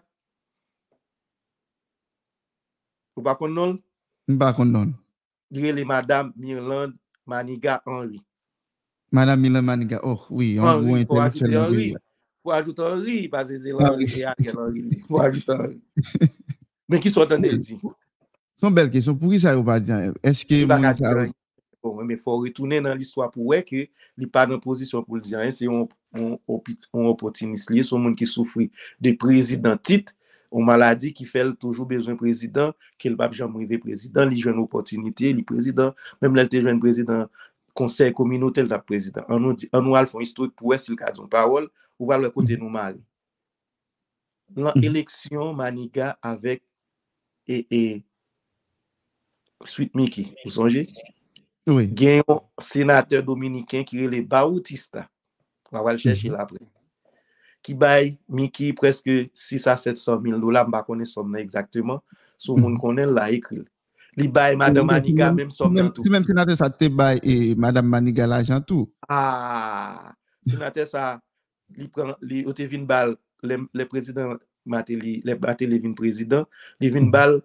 Vous pas connaissez? Pas connaissez. Il est madame Mirland Maniga Henry. Madame Mirland Maniga. Oh oui, en gros intellectuel Henry. Faut ajouter Henry parce que c'est Henry et Ariel Henry. Faut ajouter Henry. Mais qui soit donné dit? Son belle question. Pour qui ça vous pas dire? Est-ce que mon ça bon mais faut retourner dans l'histoire pour voir que il pas dans position pour le dire c'est un on opportuniste lié son monde qui souffre de présidentite une maladie qui fait toujours besoin président qu'il pas jamais arriver président il joue une opportunité le président même là il jeune président conseil communautaire le président on nous dit on nous a fait historique pour est-ce qu'il a une parole ou va le côté nous mari l'élection Maniga avec et et Sweet Mickey vous songez? Oui. Il y a un sénateur dominicain qui est le Bautista. On va le chercher là après. Qui baille Mickey presque six à sept cent mille dollars. Je ne connais pas exactement. Si on connaît là, écrit. Il baille Madame Maniga, même somme dans tout. Si même sénateur, ça te baille et Madame Maniga l'argent tout. Ah, sénateur, ça, il prend, il te vient balle, le président Matéli, le Matéli vient président, il vient balle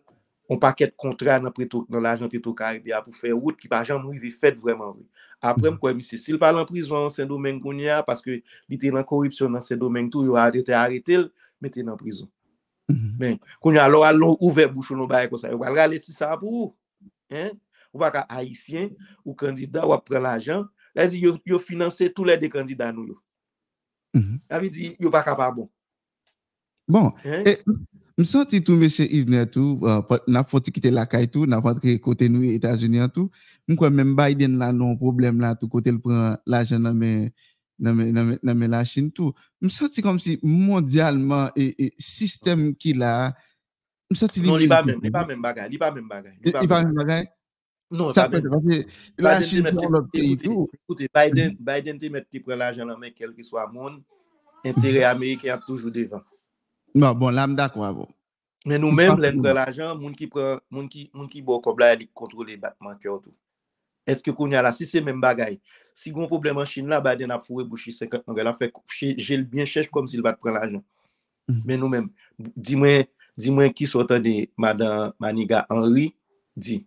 on paquet de contrat dans Petro dans l'argent Petro-Caribéa pour faire route qui pas jamais arrivé fait vraiment vrai. Après quoi monsieur s'il parle en prison Saint-Domingue Kounia parce que il était dans corruption dans Saint-Domingue tout il a arrêté arrêté mettez dans prison. Mais Kounia alors allons ouvert bouche nous bail comme ça. On va regarder si ça pour hein ou pas haïtien ou candidat ou prendre l'argent là dit yo, yo financer tous les deux candidats nous yo. Ça veut dire yo pas capable bon. Bon, hein? Et me senti tout monsieur Yves tout n'a faut quitter la caille tout n'a pas côté nous États-Unis tout me quoi même Biden là non problème là tout côté il prend l'argent dans mais dans mais dans mais la Chine tout me senti comme si mondialement et, et système qu'il a me senti non il pas même il pas même bagaille il pas même bagaille il pas même bagaille non ça peut parce que la Chine dans l'autre pays tout écoutez Biden Biden te met prend l'argent dans mais quel que soit monde intérêt américain toujours devant. Non, bon, là, d'accord. Bon. Mais nous-mêmes, l'on prend l'argent, moun qui prend, moun qui, moun qui bon comme là, il contrôle les battements cœur tout. Est-ce que qu'on y a là, si c'est même bagaille, si on problème en Chine là, Biden a fourré boucher cinquante millions, il a fait, j'ai bien cherché comme s'il va prendre l'argent. Mm-hmm. Mais nous-mêmes, dis-moi, dis-moi qui sont de Madame Maniga Henry, dit.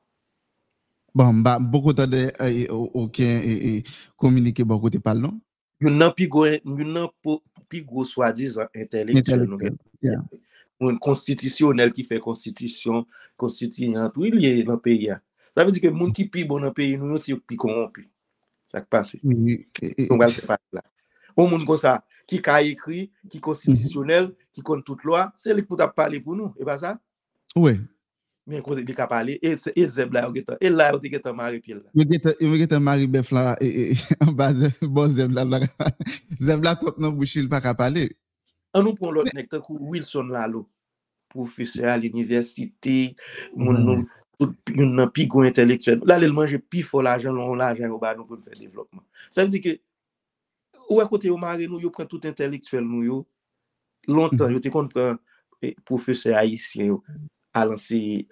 Bon, bah, beaucoup de, euh, aucun, et, et, communiqué beaucoup de parle, non? Il y a un plus gros soi-disant intellectuel. Yeah. Un constitutionnel qui fait constitution, constituant tout il est dans le pays. Ça veut dire que les gens qui sont bon dans le pays, nous aussi, plus corrompus. Ça qui passe. Oui. On va le faire là. Au monde comme ça, qui a écrit, qui est constitutionnel, mm-hmm. qui compte toute loi, c'est lui qui peut parler pour nous. Et pas ça? Oui. Mais quand il a parlé, et Zeb là, et là, il a Marie Piel. Il a Marie Bef là, et en bas de bon Zeb là, Zeb là, tout non bouche, il pas qu'à parler. On nous prend l'autre nèg tant Wilson là, professeur à l'université, mon un pigo intellectuel. Là, il mange plus fort l'argent, l'argent au bas nous pour faire développement. Ça veut dire que ou à côté au mari nous, yo prend tout intellectuel nous yo. Longtemps, yo te comprend professeur haïtien à lancer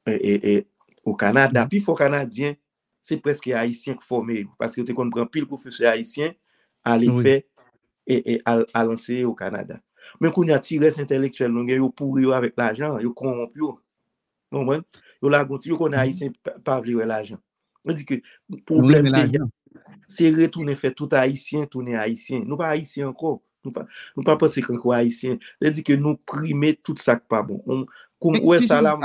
au Canada, puis fort canadien, c'est presque haïtien formé parce que tu comprends pile professeur haïtien à les faire et, et à, à lancer au Canada. Mais quand on a tiré cet intellectuel, on a pourri avec l'argent, on corrompu. Non, moi, on a gonti, on a haïtien pas vouloir l'argent. On dit que le problème c'est retourner faire tout haïtien, tourner haïtien. Nous pas haïtien encore. Nous pas nous pas penser qu'on est haïtien. Ça dit que nous primer tout ça pas bon. On comme ouais ça là.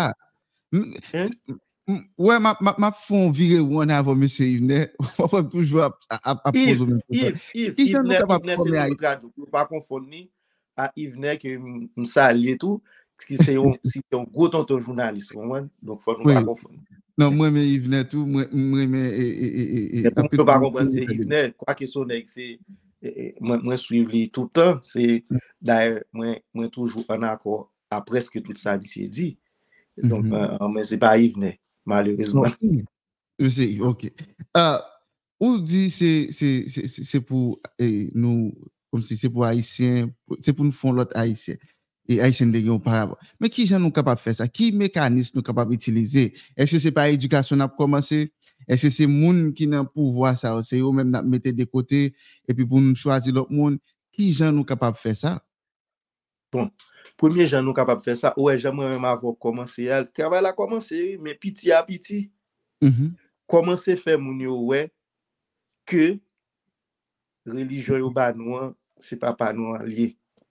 Ouais, ma ma ma font virer one avant monsieur Yves. On va toujours à à poser même Yves Yves Yves Yves c'est pas confondre à Yves que me saluer tout qui c'est un c'est un gros tonton journaliste donc faut nous pas confondre. Non moi mais Yves tout moi moi mais et et on peut pas comprendre c'est Yves quoi que son c'est moi moi suivre lui tout le temps c'est d'ailleurs moi moi toujours en accord à presque tout ça qui dit donc mais c'est pas Yves malheureusement. C'est OK. Euh, on dit c'est c'est c'est c'est pour eh, nous comme si c'est pour haïtiens, c'est pour nous font l'autre haïtien et haïtien de auparavant. Mais qui gens nous capable faire ça? Qui mécanisme nous capable utiliser? Est-ce que c'est pas éducation n'a commencé? Est-ce que c'est monde qui n'a pouvoir ça c'est eux même n'a mettre de côté et puis pour nous choisir l'autre monde? Qui gens nous capable faire ça? Bon. Premier gens nous capable faire ça ouais j'aimerais même avoir commencé elle travail a commencé mais petit à petit mm-hmm. Commencer faire moun yo ouais que religion yo ba nous c'est pas pas nous lié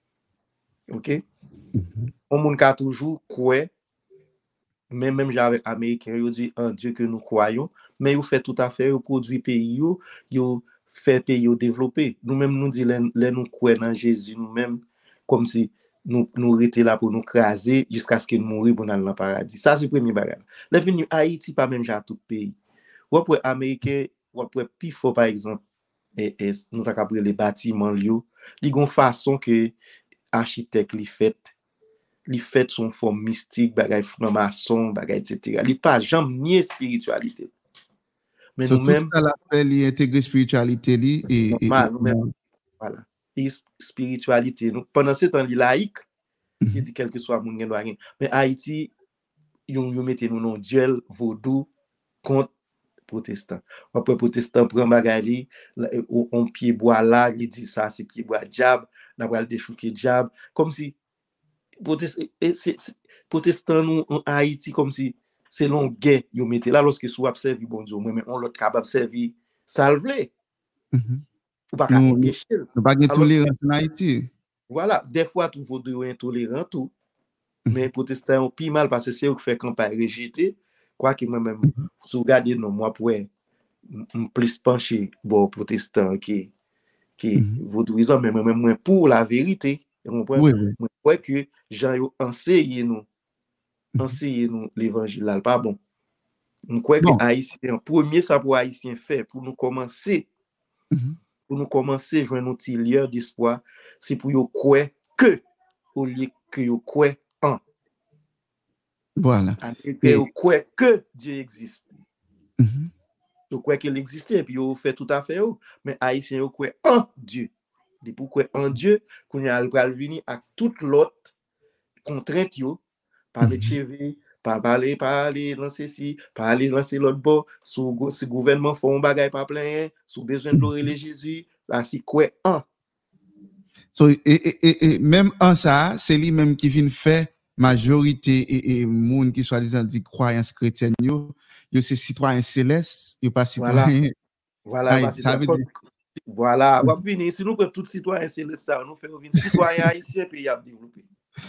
OK mm-hmm. On moun ka toujours croire mais même j'avais américain yo dit en Dieu que nous croyons mais yo fait tout à fait yo produit pays yo yo fait pays yo développer nous même nous dit les nous croire dans Jésus nous même comme si nous nous rester là pour nous craser jusqu'à ce que nous mourir pour aller dans le paradis. Ça c'est premier bagage. Les venu Haïti pas même genre tout pays. Ou pour américain, ou pour plus fort par exemple et, et nous t'a capé les bâtiments lieu, li gon façon que architecte li fait, li fait son forme mystique, bagay franc-maçon, bagay et cetera. Li pas jamais nier spiritualité. Mais so, nous-mêmes ça la fait li intégrer spiritualité li et, et, et nous-mêmes voilà. Et spiritualité nous pendant ce temps laïque mm-hmm. qui dit quel que soit moun gen doit gen mais Haïti yon yon mette nous non duel vaudou contre protestant après protestant prend bagali on pied bois là il dit ça c'est pied bois diable n'a pas le déchouquer diable comme si protestant protestant nous en Haïti comme si c'est long guerre yo mettez là lorsque sou observe bon Dieu moi mais on l'autre capable servir salvé Mhm. ou pas Nous, nous, empêcher nous pas de alors tolérance en Haïti. voilà des fois tout vaut de intolérant tout mais Mhm. protestant ont pire mal parce que c'est eux qui fait campagne rejeté quoi que moi même Mhm. sous regarder non moi pour plus pencher bon protestant qui qui Mhm. vaudouisant mais même moins pour la vérité vous comprenez Oui, oui. moi crois que Jean yo enseigné nous Mhm. enseigné nous l'évangile là pas bon je crois que Bon. haïtien premier ça pour haïtien fait pour nous commencer Mhm. pour nous commencer joindre notre lueur d'espoir c'est pour yo croire que au lieu que yo croire en Voilà. américain Et yo croire que Dieu existe mhm. yo croire qu'il existe et puis yo fait tout à fait yo. Mais haïtien yo croire en Dieu de pourquoi en Dieu qu'on y a le venir à toute l'autre contrainte yo pas mettre Mhm. cheveux pas parler parler lancer ci parler lancer l'autre bord sous ce gouvernement font un bagage pas plein sous besoin de l'oreille Jésus là si quoi en So, et, et, et, et même en ça, c'est lui même qui vient faire majorité et, et monde qui soi-disant dit croyance chrétienne, yo, yo c'est citoyen céleste, yo pas voilà citoyen. voilà Ah, ma ça veut citoyen dire. voilà on va venir si nous prenons tous citoyens c'est ça nous faisons venir citoyens haïtiens pays à développer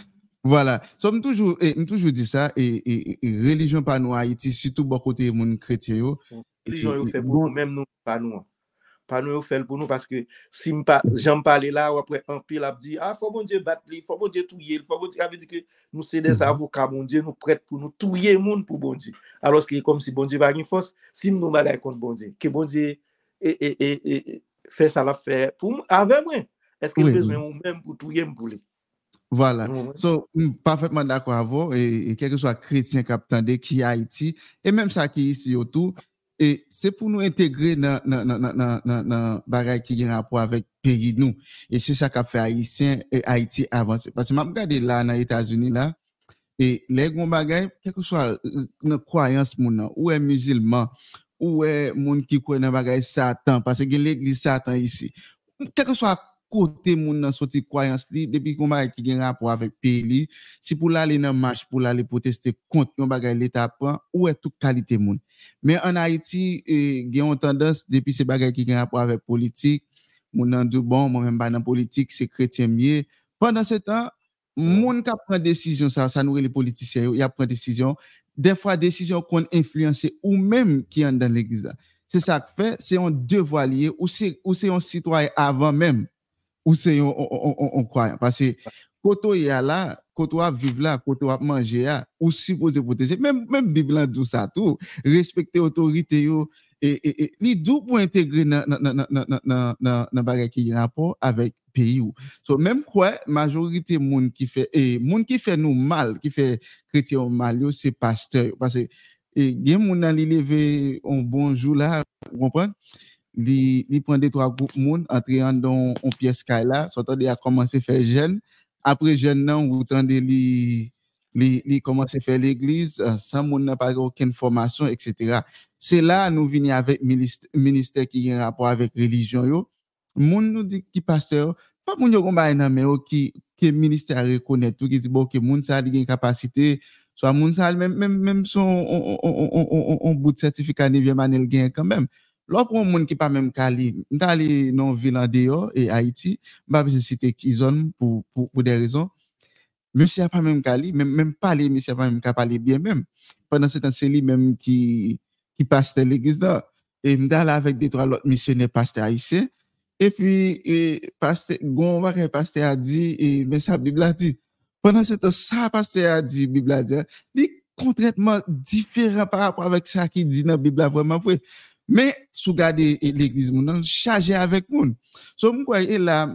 Voilà. So, me toujours, et, me toujours dit ça, et, et, et religion pas nous Haïti, surtout bon côté monde chrétien, yo, religion yo et, et, fait pour bon, nous même nous pas nous pas nous fait pour nous parce que si m'pa j'en parler là ou après un pile a dit ah faut bon Dieu battre lui faut bon Dieu touyer faut bon Dieu ça veut dire que nous c'est des avocats bon Dieu nous prêts pour nous touyer monde pour bon Dieu alors que comme si bon Dieu pas une force si nous bagaille contre bon Dieu que bon Dieu et et et, et fait ça la faire pour avec moi est-ce qu'il oui, besoin oui. ou même pour touyer pour lui Voilà. mm-hmm. So, parfaitement d'accord avec vous, et, et quel que soit chrétien captant qui est Haïti, et même ça qui est ici autour, et c'est pour nous intégrer dans dans dans dans dans dans bagage qui a rapport avec pays nous, et c'est ça qu'a fait Haïtien et Haïti avancer. Parce que m'a regardé là dans les États-Unis là, et les gros bagages, quel que soit une croyance moun, ou est musulman, ou est moun qui croit dans bagage Satan, parce que l'église Satan ici, quel que soit côté moun nan sorti croyance li depuis qu'on bagay qui gen rapport avec pays li si pour l'aller dans marche pour l'aller protester contre un bagay l'état prend ou est toute qualité moun mais en Haïti eh, gen une tendance depuis ces bagay qui gen rapport avec politique moun nan dit bon moi même pas dans politique c'est chrétien mieux pendant ce temps moun qui prend décision ça ça nous les politiciens il a prend décision des fois décision qu'on influencer ou même qui est dans l'église c'est ça que fait c'est un devoir lié ou c'est ou c'est un citoyen avant même ou c'est on, on, on, on croit parce que quand on est là quand on vivre là quand on manger là ou supposé protéger même même Bible dit ça tout respecter autorité yo et et et li dou pour intégrer dans dans dans dans dans dans dans bagage qui rapport avec pays ou so même quoi majorité monde qui fait et monde qui fait nous mal qui fait chrétien mal yo c'est pasteur parce que et gen moun nan li lever un bon jour là vous comprenez li li prend deux trois groupes monde entrer dans une pièce là s'entendait à commencer faire jeune après jeune nan ou tendez li li li commencer faire l'église sans monde n'a pas aucune formation etc. C'est là nous venir avec ministère ministère qui a rapport avec religion yo monde nous dit qui pasteur pas moun yo combat nan mais qui que ministère reconnaît tout qui dit bon que monde ça a une capacité soit moun ça même même même son on on on on on bout de certificat neuvième année le gain quand même. L'autre pour monde qui pas même cali, m'tali non ville en dehors et Haïti, m'a besoin citer qui zone pour pour pour des raisons. Monsieur a pas même cali, même même parler monsieur a pas même parler bien même. Pendant ce temps c'est lui même qui qui pasteur l'église là et m'dala avec des trois autres missionnaires pasteurs haïtiens et puis et pasteur gon va que pasteur a dit et mais ça Bible a dit. Pendant ce temps ça pasteur a dit Bible a dit, il complètement différent par rapport avec ça qui dit dans Bible vraiment vrai. Mais sous garder l'église moun chargé avec moun so m'kwa et là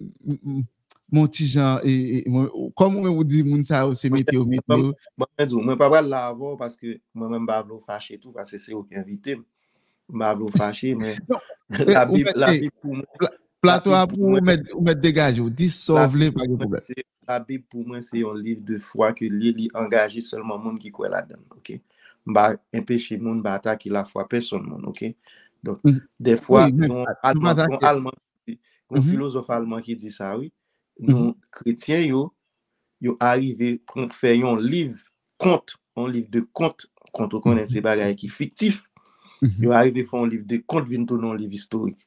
mon petit Jean et comme on vous dit moun ça c'est météo météo moi moi pas là avant parce que moi même pas vouloir fâcher tout parce que c'est eux qui invité pas vouloir fâcher mais la Bible la Bible pour moi plateau pour mettre mettre dégager dissolver pas de problème la Bible pour moi c'est un livre de foi que li engagé seulement monde qui croit là-dedans OK ba empêcher monde ba attaquer la foi personne monde OK donc mm. des fois oui, on allemand on allemand un philosophe allemand qui dit ça oui nous mm -hmm. chrétiens yo yo arrivé pour faire un livre conte, un livre de conte, quand on connaît ces bagages qui fictif, yo arrivé faire un livre de conte vient tourner un livre historique.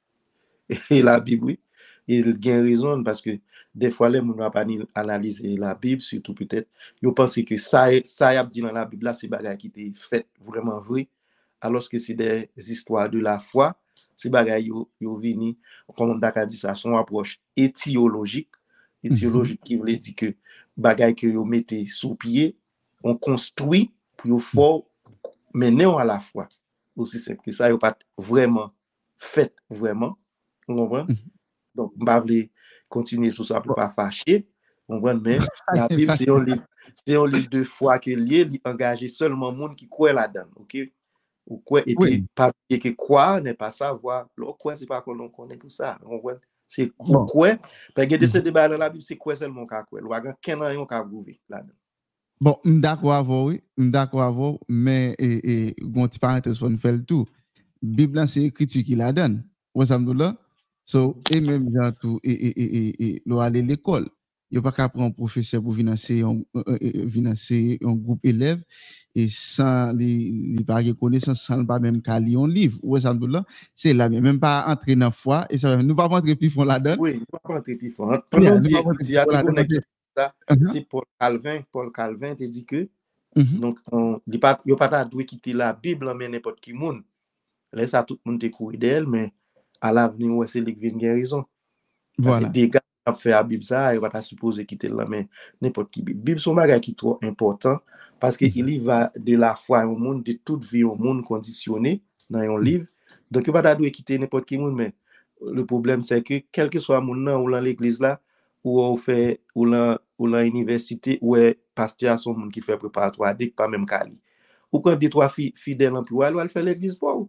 Et la Bible, oui, il gagne raison parce que des fois, les gens ne pas analyser la Bible, surtout peut-être, ils pensent que ça, ça y a dit dans la Bible, là, c'est bagages qui étaient fait vraiment vrai, alors que c'est des histoires de la foi, c'est bagages qui viennent, comme on a dit ça, son approche étiologique, étiologique qui veut dire que bagages que vous mettez sous pied, on construit pour fort mener à la foi. Aussi simple que ça, il pas vraiment fait vraiment. Vous comprenez? Donc, je ne vais pas continuer sur ça pour ne pas fâcher. Vous comprenez? Mais la Bible, c'est un livre, c'est un livre de foi qui est lié, engagé seulement le monde qui croit là-dedans. OK? Ou quoi, et puis, oui. Pas que croire n'est pas savoir. Le quoi, c'est pas qu'on connaît tout ça. Vous comprenez? C'est bon. Quoi? Parce que de ce débat dans la Bible, c'est quoi seulement qu'on croit. Le wagon, qu'un an, on a gouvé là-dedans. Bon, d'accord avec oui, d'accord avec mais et et gon ti parenthèse faut nous faire le tout. Bible c'est écriture qui la donne. Vous savez là? So et même dans tout et et et et lo aller l'école. Il pas qu'à prendre un professeur pour financer un financer un groupe élève et sans les les pas connaissance sans pas même qu'à lire un livre. Vous savez là? C'est là même pas entrer dans foi et ça nous pas rentrer plus fond là-dedans. Oui, nous pas rentrer plus fond. Pendant dit il y a tout ça, c'est Paul Calvin, Paul Calvin te dit que mm-hmm. Donc on il pas il pas doit quitter la Bible mais n'importe qui monde. Laisse ça tout le monde te courir d'elle mais à l'avenir ouais c'est lui qui vient guérison. Voilà. Parce que des gars qui fait la Bible ça, il va pas supposer quitter la mais n'importe qui Bible. Bible son bagage qui est trop important parce que mm-hmm. il y va de la foi au monde de toute vie au monde conditionné dans un livre. Donc il va pas doit quitter n'importe qui monde mais le problème c'est que quel que soit mon nom ou dans l'église là ou on fait ou dans ou dans l'université ou est pasteur son monde qui fait préparatoire dès pas même cali ou quand des trois fidèles emploi elle va faire l'église pour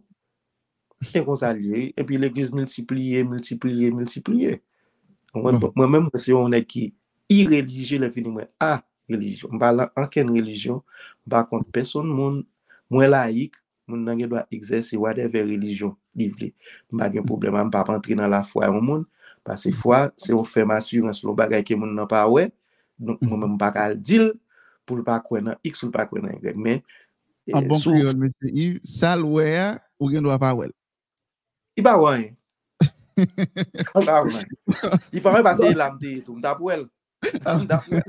et comme ça lié et puis l'église multiplier multiplier multiplier bon. Moi même c'est on est qui irréligieux le fini moi ah religion pas en quelle religion pas contre personne monde moi laïque mon nan doit exercer whatever religion livre pas de problème on pas entrer dans la foi au monde parce que foi c'est on fait assurance le bagage que mon nan pas ouais donc moi même pas ka dire pour pas croire dans X ou pas croire dans Y mais en bon créole monsieur Yves ça ouais ou gen doit pas ouais il pas ouais il paraît passer l'amté tout d'après d'après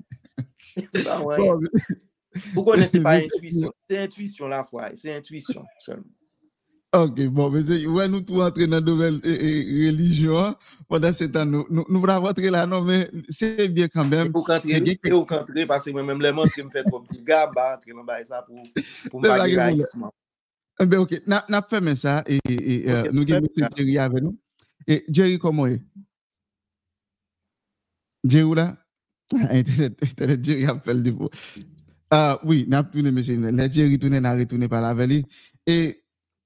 vous connaissez pas intuition c'est intuition la foi c'est intuition seulement. Ok, bon, mais c'est, ouais, nous tous entrer dans la nouvelle religion, pendant ce temps, nous, nous, nous allons rentrer là, non, mais c'est bien quand même. Pour rentrer, et au rentrer, parce que même les montres qui me fait trop de gars, bah, entrer dans ça pour, pour me faire raïssement. Eh bien, ok, n'a, n'a fait ça, et, et, et okay, nous avons M. Jerry avec nous. Et Jerry, comment est? Jerry, là? Internet, Internet, Jerry a fait le dépôt. Ah, oui, n'a plus de monsieur, les Jerry tourné, n'a retourné par la vallée. Et,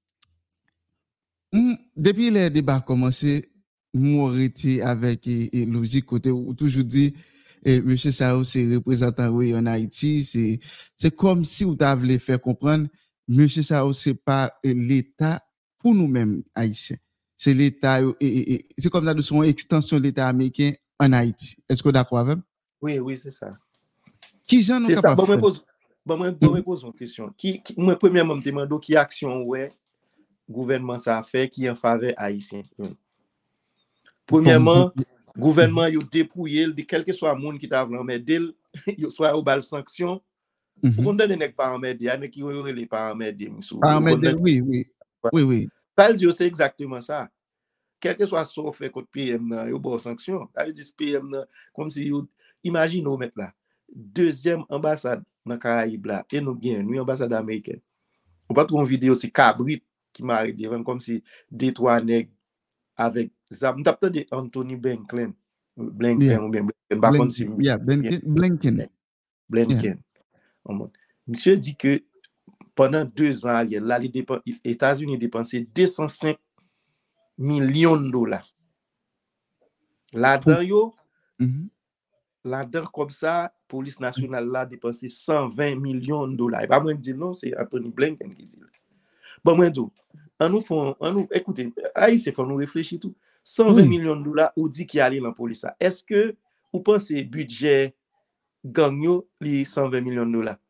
Mm, depuis les débats commencé, moi arrêté avec et, et logique côté où toujours dit et monsieur Sao c'est représentant oui en Haïti, c'est c'est comme si vous t'avez faire comprendre monsieur Sao c'est pas l'état pour nous-mêmes haïtiens. C'est l'état et, et, et c'est comme ça de son extension de l'état américain en Haïti. Est-ce que vous d'accord avec? Oui, oui, c'est ça. Qui j'en c'est ça. Bon, me pose bon me mm-hmm. pose une question. Qui, qui moi premièrement me demande qui action ouais gouvernement ça a fait qui en faveur haïtien. Premièrement, bon, gouvernement yo dépouillé de quel que soit monde qui t'a vraiment d'elle, yo soit au bal sanction. Pour qu'on donne nèg pas en média, mais qui aurait les pas en média. Pas en média, oui, oui. Oui, oui. Ça dit c'est exactement ça. Quel que soit ce fait contre P M nan, yo bon sanction. Ça veut dire P M nan comme si yo imagine nous mettre là. Deuxième ambassade dans Caraïbes là et nous gagne, nous ambassade américaine. On pas trouver une vidéo c'est Cabrit qui m'a arrêté comme si des trois nègres avec zam t'as de Anthony Blinken Blinken yeah. ou bien Blinken par contre si yeah, Blinken Blinken Blinken yeah. Monsieur dit que pendant deux ans là les dépenses États-Unis dépensé deux cent cinq millions de dollars là-dedans yo mm-hmm. là-dedans comme ça police nationale là dépensé cent vingt millions de dollars et pas moi dire non c'est Anthony Blinken qui dit. Bon, moi, tout. On nous font, on nous, écoutez, Haïti, faut nous réfléchir tout. cent vingt oui. millions de dollars, ou dit qu'il y a allé dans la police. Est-ce que, vous pensez, budget gang yo li cent vingt millions de dollars.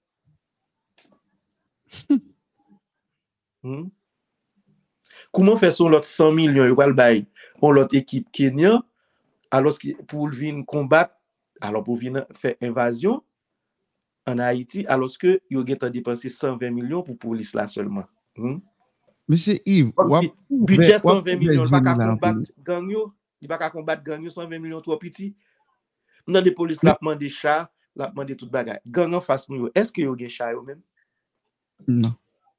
hmm? Comment faire son l'autre cent millions yo pral bay on l'autre équipe Kenya alors que pour venir combattre alors pour venir faire invasion en Haïti alors que yo gen dépensé cent vingt millions pour police là seulement. Hmm? Monsieur Yves, wap budget wap cent vingt ouvert millions, pas Jimmy qu'à là en combattre pays. gang yo, il pas qu'à combattre gang yo cent vingt millions trop petit. Dans des polices Mais- la demande des chats, la demande tout bagay. Gang en face nous, est-ce que yo gen chat yo même? Non.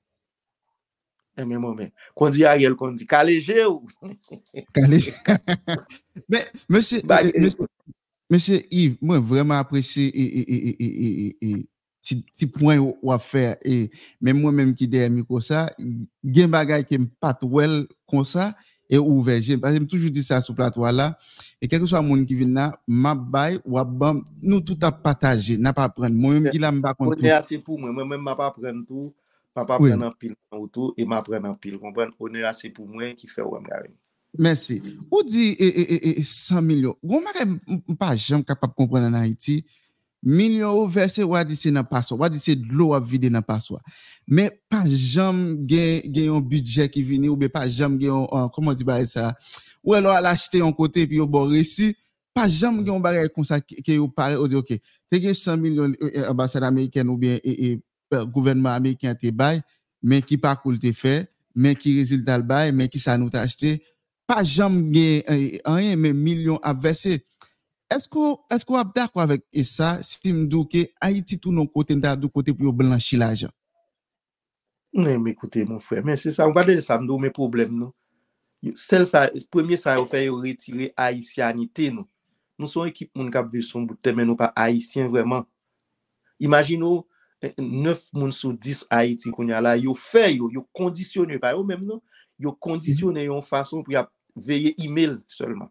Eh mais moi même. Qu'on dit Ariel qu'on dit calégé ou Calé- Mais monsieur, euh, bagay. monsieur, monsieur Yves, moi vraiment apprécié et et et et et et petit petit point ou à faire et même moi même qui derrière micro ça, gen bagay qui me pas well comme ça et ouvert. J'aime parce que j'aime toujours dit ça sur plateau là et quel que soit monde qui vient là, m'a bay ou a bam, nous tout à partager, n'a pas prendre. Moi même qui là me pas On contre est tout. assez pour moi, moi même m'a pas prendre tout, pas pas Oui. prendre en pile autour et m'a prendre en pile. Comprendre? On est assez pour moi qui fait ouais m'gare. Merci. Ou dit eh, eh, eh, eh, cent millions. Gon bagay m- pas jamais capable comprendre en Haïti. Millions versé ou a dit c'est dans passoire, ou a dit c'est de l'eau à vider dans passoire. Mais pas jamais gen gen un budget qui vient ou bien pas jamais gen un comment dit ba ça. Ou alors à l'acheter en côté puis au bon réussi, pas jamais gen un bagay comme ça qui qui ou parle ou dit OK, tu gen cent millions euh, ambassade américaine ou bien et, et, euh, gouvernement américain te bail, mais qui pas cool te fait, mais qui résultat le bail, mais qui ça nous t'a acheté. Pas jamais gen euh, rien mais millions à verser. Est-ce que est-ce qu'on est d'accord avec ça si me dis que Haïti tout non côté n'a de côté pour blanchir l'argent? Mais mais écoutez mon frère, mais c'est ça, on va dire ça me mes problèmes non. Celle ça premier ça on fait retirer haïtianité nous. Nous sommes équipe moun k'ap vivre son bout de terre mais nous pas haïtiens vraiment. Imaginez neuf moun sur dix Haïti qu'on y a là, yo fait yo, yo conditionné pas yo même non, yo conditionné une façon pour y a veiller email seulement.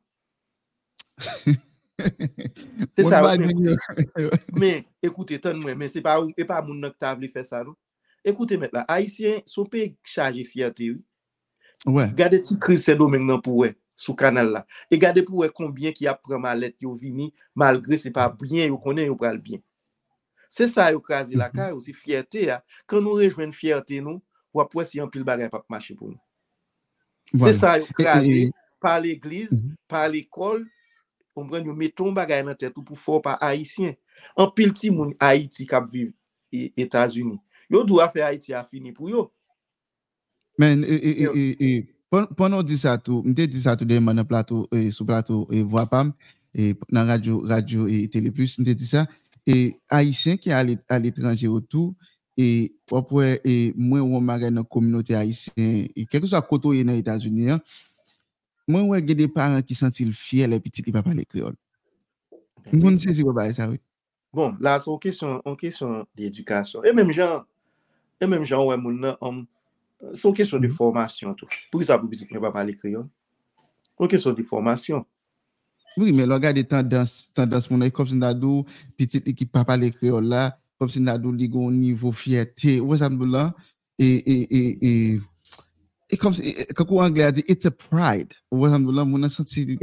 C'est ça, mais écoutez, mais écoutez, moi, mais c'est pas et pas moun qui t'a voulu faire ça non. Écoutez maintenant, haïtien son pays chargé fierté. Ouais. Gardez petit crise c'est domaine pour ouais sous canal là. Et gardez pour ouais combien qui a prend mallette yo vini malgré c'est pas bien yo connaît yo pral bien. C'est ça yo crasé la caille aussi fierté hein. Quand nous rejoignons fierté nous, ou après si un pile bagay pas marcher pour nous. Voilà. C'est ça yo crasé Et, et, par l'église, mm-hmm. par l'école, on prend yo mettons bagay dans tête pour fort par haïtien. En pile ti moun Haïti qui vivre États-Unis. Yo doit faire Haïti a fini pour yo. Men, et, et, et, et, pendant dit ça tout, m'te dit ça tout de dans plateau et sur plateau et voix pam et dans radio radio et télé plus, m'te dit ça et haïtien qui à l'étranger autour et après et moi on m'a dans communauté haïtienne et quelque soit côté dans les États-Unis moi ouais des parents qui sentent fiers les petits qui pas parler créole. M'on sait si va ça oui. Bon, là c'est une question en question d'éducation et même gens et même gens ouais moun um, c'est une question de formation tout. Pour ça pour petit ne pas parler créole. Une question de formation. Oui, mais regardez tendance tendance mon comme si n'adou petit qui pas parler créole là, comme si n'adou li gon niveau fierté, ou ça là et et et et et comme si quand on anglais a dit it's a pride. Ou ça là mon senti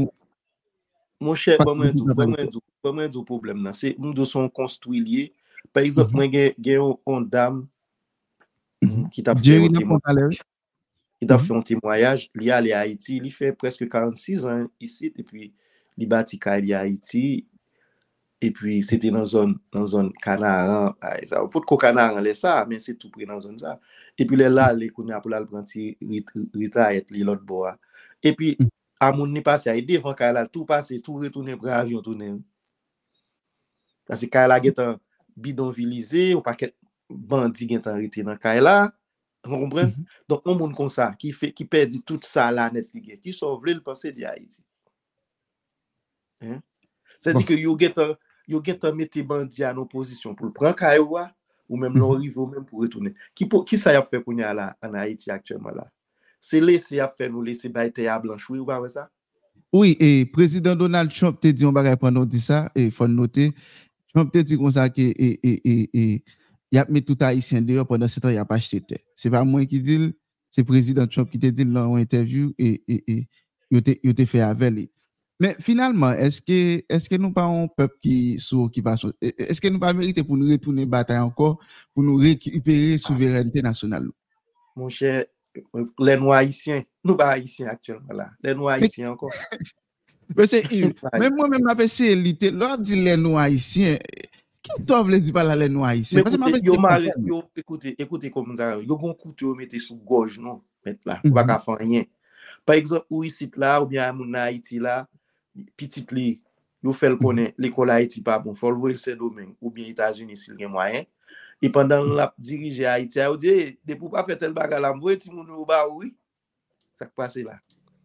mon cher bon moi tout bon moi tout bon moi tout problème là c'est nous sont construits par exemple moi j'ai une dame qui t'a fait un témoignage qui t'a fait un témoignage il y a à Haïti il fait presque quarante-six ans ici et puis il bâti à Haïti et puis c'était dans zone dans zone Canaran ça pour de Canaran les ça mais c'est tout près dans zone ça et puis là les connait pour la prendre retraite l'autre bois et puis à mon ni passé à devant Kaila tout passer tout retourner pour avion tourner parce que Kaila est un bidonvillisé ou paquet bandit qui est arrêté dans Kaila vous comprenez donc on monde comme ça qui fait qui perd tout ça là net qui sauve le passer de Haïti hein c'est dit que yo get yo get mettre bandit en opposition pour prendre Kaila ou même l'arriver ou même pour retourner qui qui ça y a fait qu'on y a là en Haïti actuellement là c'est laisser à faire nous laisser bailler à blanche oui ou pas ça. Oui, et président Donald Trump te dit on va pendant dit ça et faut noter Trump te dit comme ça que et et et et il a mis tout haïtien dehors pendant ce temps il a pas acheté terre. C'est pas moi qui dis, c'est président Trump qui te dit dans une interview et et et il te il te fait avec lui. Mais finalement, est-ce que, est-ce que nous pas un peuple qui, sous occupation, est-ce que nous pas mérité pour nous retourner bataille encore, pour nous récupérer souveraineté nationale? Mon cher, les Noirs haïtiens, nous pas haïtiens actuellement là, les Noirs Mais, haïtiens encore. mais c'est Yves, même moi-même, ma c'est l'ité, l'on dit les Noirs haïtiens, qui doivent le dire par là les Noirs haïtiens? Mais Parce que ma écoutez, c'est yo mal, comprendre. yo, écoutez, écoutez comme ça, yo bon couteau yo mettez sous gorge non, mettre là, ou Mhm. pas faire rien. Par exemple, ou ici là, ou bien à mon Haïti là, petit li, yo fait le connaître, l'école Haïti pas bon, faut le voir le Saint-Domingue, ou bien États-Unis s'il y a moyen. Et pendant la diriger Haïti, on dit, de pour pas faire tel bagage là, m'voye ti moun ou ba oui, ça qui passe là.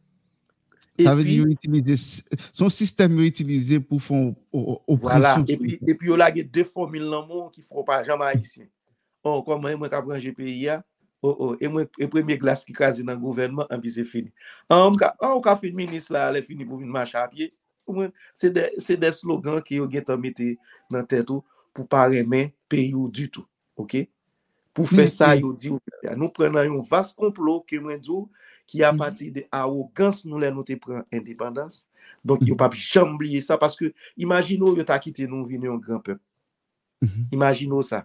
Et Ça veut puis, dire utiliser son système utilisé pour faire oppression. voilà, et puis, et puis, on a deux formules dans le monde qui ne font pas jamais haïtien. Oh, comment moi, quand je G P I, oh, oh, et moi, et premier glace qui crase dans le gouvernement, et puis c'est fini. On a fait ministre là, elle est fini pour venir marcher à pied. C'est des, c'est des slogans qui ont été mis dans la tête pour ne pas remettre pays du tout. OK? Pour faire ça, ils dit, nous prenons un vaste complot qui qui à partir de l'arrogance nous les nous prend indépendance. Donc, il ne faut pas jamais oublier ça parce que imaginez, vous avez quitté nous, venir un grand peuple. Imaginez ça.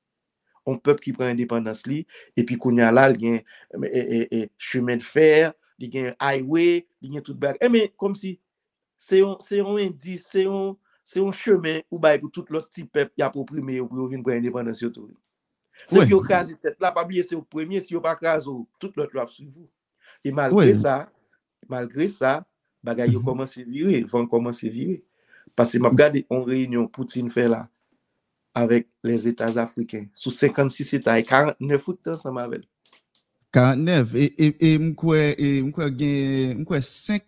Un peuple qui prend indépendance li, et puis qu'on y a là, il y a un chemin de fer, il y a un highway, il y a tout bac. Mais comme si c'est un, c'est un indice, c'est un, c'est un chemin où bah, pour tout l'autre petit peuple qui a opprimé pour venir prendre indépendance surtout. C'est ouais. Qui au crase tête là, pas oublier c'est au premier, si vous pas crase tout l'autre va suivre vous. Et malgré ouais. ça, malgré ça, bagay yo mm-hmm. commence à virer, vont commencer à virer. Parce que m'a regardé en réunion Poutine fait là avec les États africains sous cinquante-six États et quarante-neuf août ensemble avec. quarante-neuf et et et m'kwe et m'kwe gen m'kwe cinq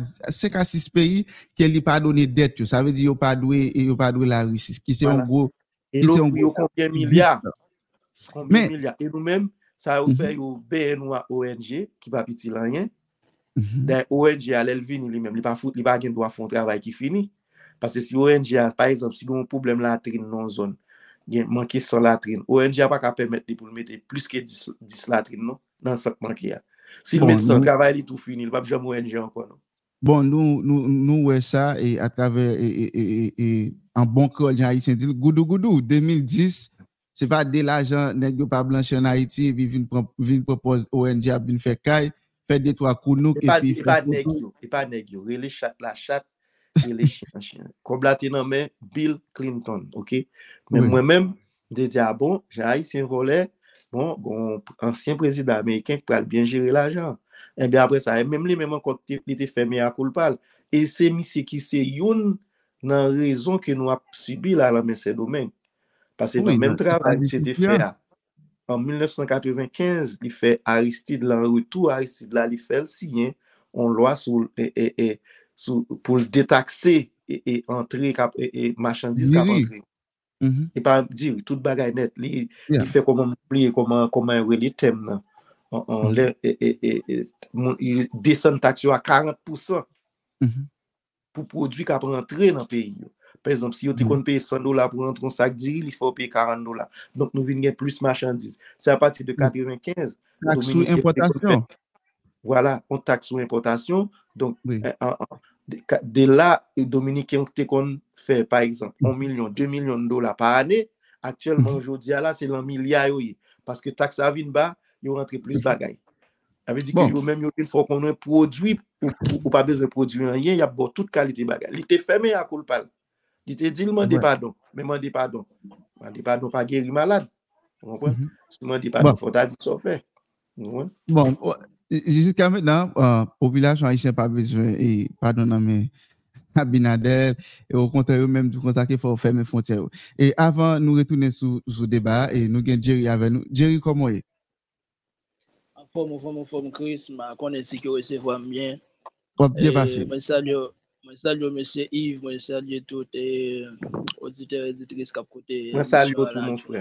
à six pays qui li pas donné dette, ça veut dire yo pas doué et yo pas doué la Russie qui c'est voilà. en gros et qui c'est en gros combien de milliards combien mais, de milliards et nous-mêmes ça a mm-hmm. fait au B N O N G qui pas petit rien. Mm-hmm. Dans O N G à l'Elvin lui-même, il pas il pas gain droit faire un travail qui fini parce que si O N G a, par exemple si il y a un problème latrine dans zone, il y a manqué sans latrine, O N G a pas qu'à permettre pour mettre plus que dix, dix latrines non dans ce manqué. Si bon, le médecin nous, travail est tout fini, il va pas jamais O N G encore non. Bon, nous nous nous ouais ça et à travers et et et, et en bon col haïtien dit goudou goudou deux mille dix c'est pas de l'argent nèg yo pas blanchi en Haïti puis vinn vinn propose O N G a vinn faire caille fait des trois coups et puis pas nèg yo et pas nèg yo relé chat la chat et les chiens chiens comme là t'es dans main Bill Clinton, OK, mais oui. Moi-même de dire ah bon j'ai haïtien volé bon bon ancien président américain qui peut bien gérer l'argent et bien après ça même lui même encore il était fermé à culpable et c'est monsieur qui c'est une dans raison que nous a subi là dans ces domaines parce que oui, le même travail qui c'était fait en dix-neuf cent quatre-vingt-quinze il fait Aristide là en retour Aristide là il fait le signer en loi sur et, et, et sur, pour détaxer et, et entrer et, et marchandises qui entrer. Mm-hmm. Et pas dire toute bagaille net il yeah. il fait comment oublier comment comment les thèmes on, on mm-hmm. et, et, et, il descend taxe à quarante pour cent mm-hmm. pour produits qui rentrer dans le pays. Par exemple, si vous mm-hmm. paye cent dollars pour rentrer un sac d'huile, il faut payer quarante dollars. Donc nous venons plus marchandises. C'est à partir de quatre-vingt-quinze. Taxe sur importation. Voilà, on taxe sur importation. Donc oui. euh, de, de là, Dominique on fait par exemple un million, deux millions de dollars par année. Actuellement, mm-hmm. aujourd'hui, là, c'est un milliard. Oui, parce que taxe à vin bas, il rentre plus de bagaille. Ça veut dire bon. Que même il faut qu'on ait un produit ou, ou, ou pas besoin de produire rien, il y a bon, toute qualité de bagaille. Il était fermé à culpable. Il te dit, demandez ouais. pardon, mais demandez pardon. Demandez pardon, pas guérir malade. Vous comprenez? Si vous demandez pardon, il faut dire ça fait. Bon, jusqu'à maintenant, la euh, population haïtienne n'a pas besoin et pardon, mais Abinader, et au contraire, même du contraire qu'il faut fermer les frontières. Et avant, nous retourner sur le débat et nous avons Jerry avec nous. Jerry, comment est-ce? En forme, en forme, en forme, Chris, je connais si que recevoir bien. Bien passé. Je salue, je salue M. Yves, je salue tous les auditeurs et auditrices qui ont côté. Je salue tout mon frère.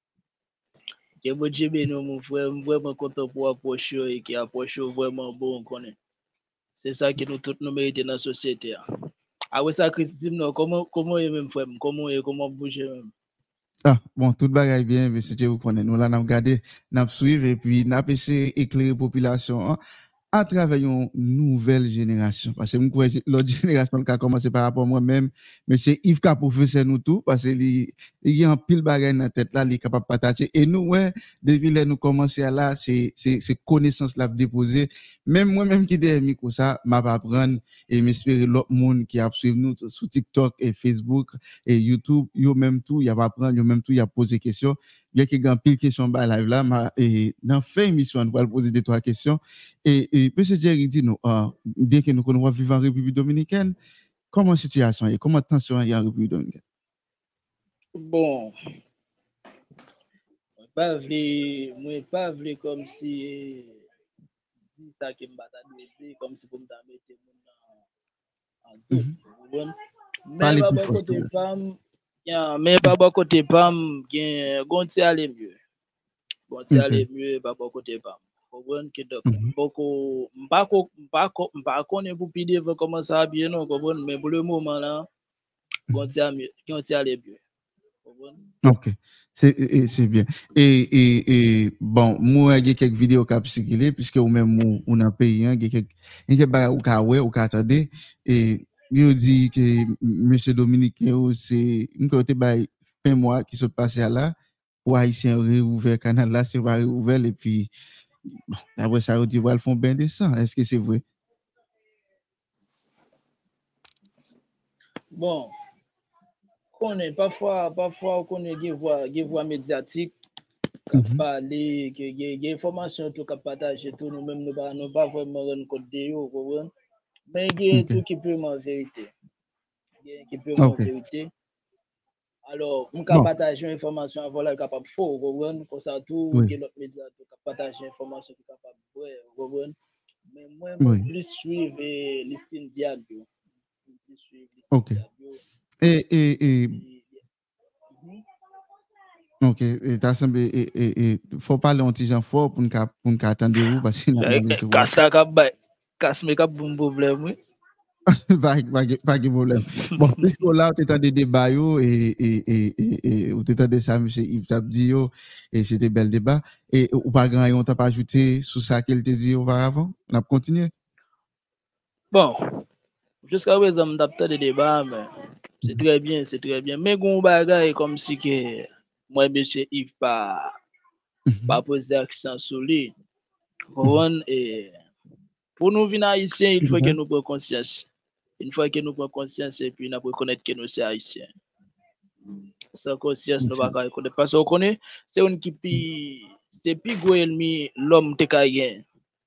Je vous dis bien, mon frère, je suis vraiment content pour approcher et qui approche vraiment bon. C'est ça que nous tous nous méritons dans la société. Ah oui, ça, Chris, dis-moi, comment comment est même frère, comment est comment bouger même. Ah, bon, tout bagaille bien, monsieur, vous connaissez. Nous là, nous regardé, nous suivre et puis nous essayé d'éclairer la population. Hein. à travers une nouvelle génération. Parce que moi, l'autre génération qui a commencé par rapport à moi-même, M. Yves qui a professeur nous tout, parce qu'il y a un pile bagage dans la tête là, il est capable de partager. Et nous, ouais, depuis que nous commençons à là, c'est, c'est, c'est connaissance là déposer. Même moi-même qui derrière micro ça, m'a pas apprendre et m'espérer l'autre monde qui a suivi nous sur TikTok et Facebook et YouTube, yo même tout, il y a pas apprendre, yo même tout, il y a poser questions. Il y a quelqu'un pile question dans live là, ma, et dans fin émission, on va poser deux trois questions. Et, et M. Jerry dit nous, uh, bien que nous connaissons vivre en République Dominicaine, comment la situation est, comment la tension est en République Dominicaine? Bon, pas vle, moi pas vle comme si dit ça que m'bata dire comme si pour me mettre en doute. Mais pas bon côté femme, mais pas bon côté femme, gen gonti aller mieux. Gonti aller mieux pas bon côté femme. Comprendre que donc beaucoup pas pas pas connaît pour pide comment ça bien non comprendre mais pour le moment là gonti aller gonti aller mieux. Ok, c'est, c'est bien. Et, et, et bon, moi, il y a quelques vidéos qui ont circulé, puisque ou même, on a payé, il y a quelques, il y a quelques, ou ka ouais, ou ka attendé, et, il dit que M. Dominique, c'est, une côté, bah, fin mois qui se passe là, pour Haïtien réouvert canal là, c'est pas réouvert, et puis, bon, après ça, on dit, voilà, ils font bien de ça. Est-ce que c'est vrai? Bon. On est parfois parfois on connaît des voix des voix médiatiques qui parler que des informations tout qui partager tout nous même nous pas nous pas vraiment rendre compte de yo comprendre mais il y a tout qui peut en vérité il y a qui peut en vérité alors on peut partager une information avant là capable faux comprendre comme ça tout que l'autre média tout qui partager information qui capable vrai comprendre mais moi plus suivre listing diable plus suivre listing diable et et et ok, et t'as semblé, et, et, et, faut parler un petit gens fort pour nous, pour nous attendre vous, parce que nous avons casse la cabaye, casse mes cap pour problème, oui. Pas, pas, pas de problème. Bon, puisque là, tu étais des débats, et, et, et, et, et, tu étais de ça, M. Yves Tabdi, et c'était bel débat, et, ou pas grand, on t'a pas ajouté sur ça qu'il te dit auparavant, on a continué. Bon, jusqu'à présent, on a peut-être des débats, mais c'est très bien, c'est très bien. Mais on bagaille comme si que moi, M. Yves, pas, pas poser accent sur lui. Et pour nous venir haïtiens, il faut que nous prenions conscience. Une fois que nous prenons conscience et puis nous reconnaître que nous sommes haïtiens. Sans conscience, nous ne pouvons pas reconnaître. Parce qu'on connaît, c'est un qui c'est plus gros ennemi l'homme te gagne.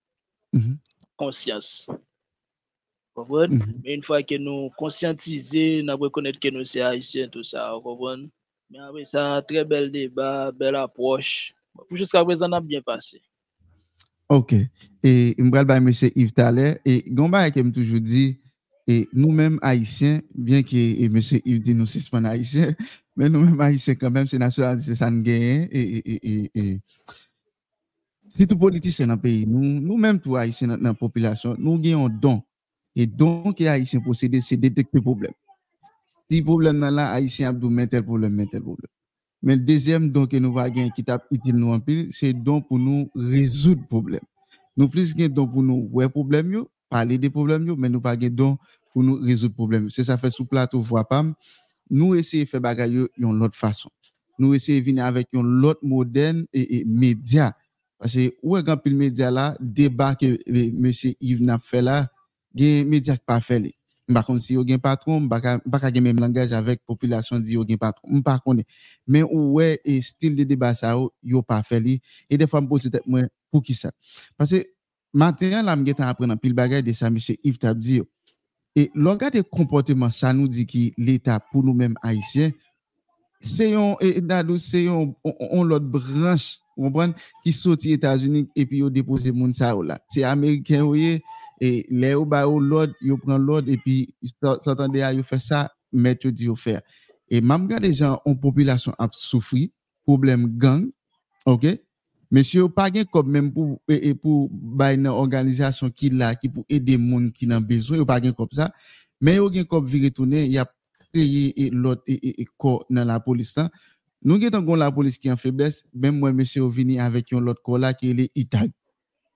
Conscience. Mm-hmm. Mais une fois que nous conscientisons, nous reconnaître que nous sommes haïtiens, tout ça, vous mais après ça, très bel débat, belle approche. Jusqu'à présent, on a bien passé. Ok. Et je vais M. Yves Thaler. Et Gomba, qui me toujours dit, et nous-mêmes haïtiens, bien que M. Yves dit nous c'est pas haïtiens, mais nous-mêmes haïtiens quand même, c'est national, c'est ça nous gagne. Et, et, et, et, si tout politicien dans le pays, nous, nous-mêmes, tout haïtiens dans la population, nous gagnons un don. Et donc, les haïtiens possédent, c'est détecter le problème. Si le problème est là, haïtien abdou met tel problème, met tel problème. Mais le deuxième don que nous va gagner qui t'a utile nous en pile, c'est don pour nous résoudre le problème. Nous plus gain don pour nous ouais problème yo, parler des problèmes yo, mais nous pas gain don pour nous résoudre problème. C'est ça fait sous plateau voix pam. Nous essayer faire bagaille yo une autre façon. Nous essayer venir avec une autre moderne et, et média parce que ouais grand pile média là débat que monsieur Yves n'a fait là, gain média pas fait li. Par contre si yo gain patron, pas pas gain même langage avec population dit yo gain patron, pas connaît. Mais ouais et style de débat ça yo pas fait li et des fois me pose tête moi pour qui ça? Parce que maintenant là m'geta apprendre pile bagaille de ça monsieur Yves Tabdi. Et le regard de comportement ça nous dit que l'état pour nous-mêmes haïtiens c'est un et c'est on on l'autre branche comprendre qui sorti États-Unis et puis yo déposer moun ça là. C'est américain oui et les ou ba l'autre yo prend l'autre et puis s'entendait à yo faire ça mettre dit yo faire. Et même quand les gens en population a souffri problème gang, OK? Monsieur pas gain comme même pour et pour ba une organisation qui là qui pour aider monde qui n'a besoin, pas gain comme ça, mais yo gain comme virer tourner, il y a créé l'autre et corps dans la police là. Nous gain la police qui en faiblesse, même moi monsieur vini avec un l'autre corps là qui est I T A G.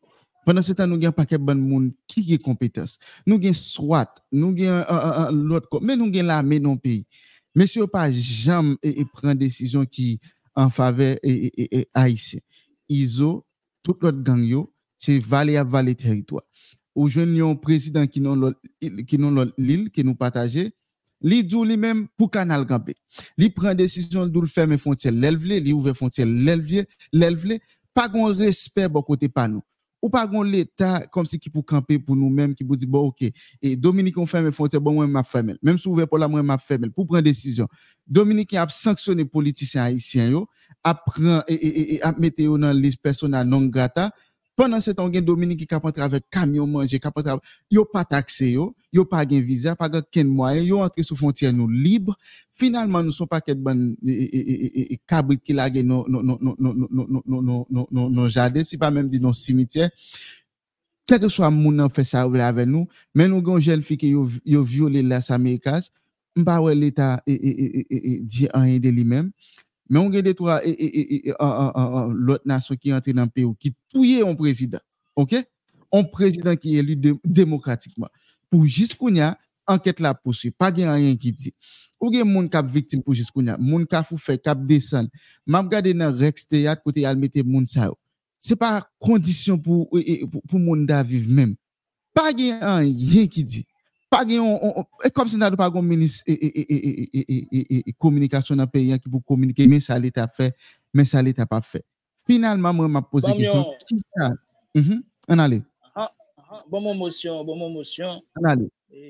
Pendant ce temps, nous avons un paquet de monde qui a compétences. Nous avons SWAT, nous avons l'autre, mais nous avons l'armée dans le pays. Mais si on pas jamais et, et prend décision qui en faveur et, et, et haïtien. I S O, tout l'autre gang yo, c'est valet à valet territoire. Ou jeune un président qui non qui non l'île qui nous partager, li dou li même pour canal campé. Li prend décision d'où le fermer frontière l'elvle, li ouvre frontière l'elvle, l'elvle, pas gon respect bon côté pas nous. Ou pas gon l'état comme si qui pour camper pour nous-mêmes qui pour dire bon OK et Dominique on ferme frontière bon moi m'a fermer même si ouvert pour la moi m'a fermer pour prendre décision. Dominique a sanctionné politiciens haïtiens yo, a prend et et et a mettre dans liste persona non grata. Pendant ce temps, il y a Dominique qui capable avec camion manger, capable yo pas taxé yo, yo pas gain visa, pas gain moyen, yo entrer sur frontière nous libre. Finalement, nous sommes pas qu'être ban et cabrit qui la gain non non non non non non non non non non jardin, c'est pas même dit non cimetière. Quel que soit moun fait ça avec nous, mais nous gon jeune fille qui yo yo violé les Américains, m'pa ouais l'état et dit rien de lui-même. Mais on a des trois et, et, et, l'autre nation qui entre dans le pays qui touille un président. OK? Un président qui est élu de, démocratiquement. Pour jusqu'à enquête la poursuit. Pas de rien qui dit. Ou gen moun kap victime pour jusqu'à moun ka fou fait kap descend. M'a regardé dans Rex Théâtre côté al mette moun sa yo. C'est pas condition pour pour, pour moun da vivre même. Pas de rien qui dit. Pas comme si nous n'avons pas de ministre et, et, et, et, et, et communication dans le pays qui pour communiquer, mais ça l'État fait, mais ça l'État pas fait. Finalement, moi, m'a posé la question. Qui ça? Mm-hmm. On allait. Ah, ah, bon motion, bon motion. On allait.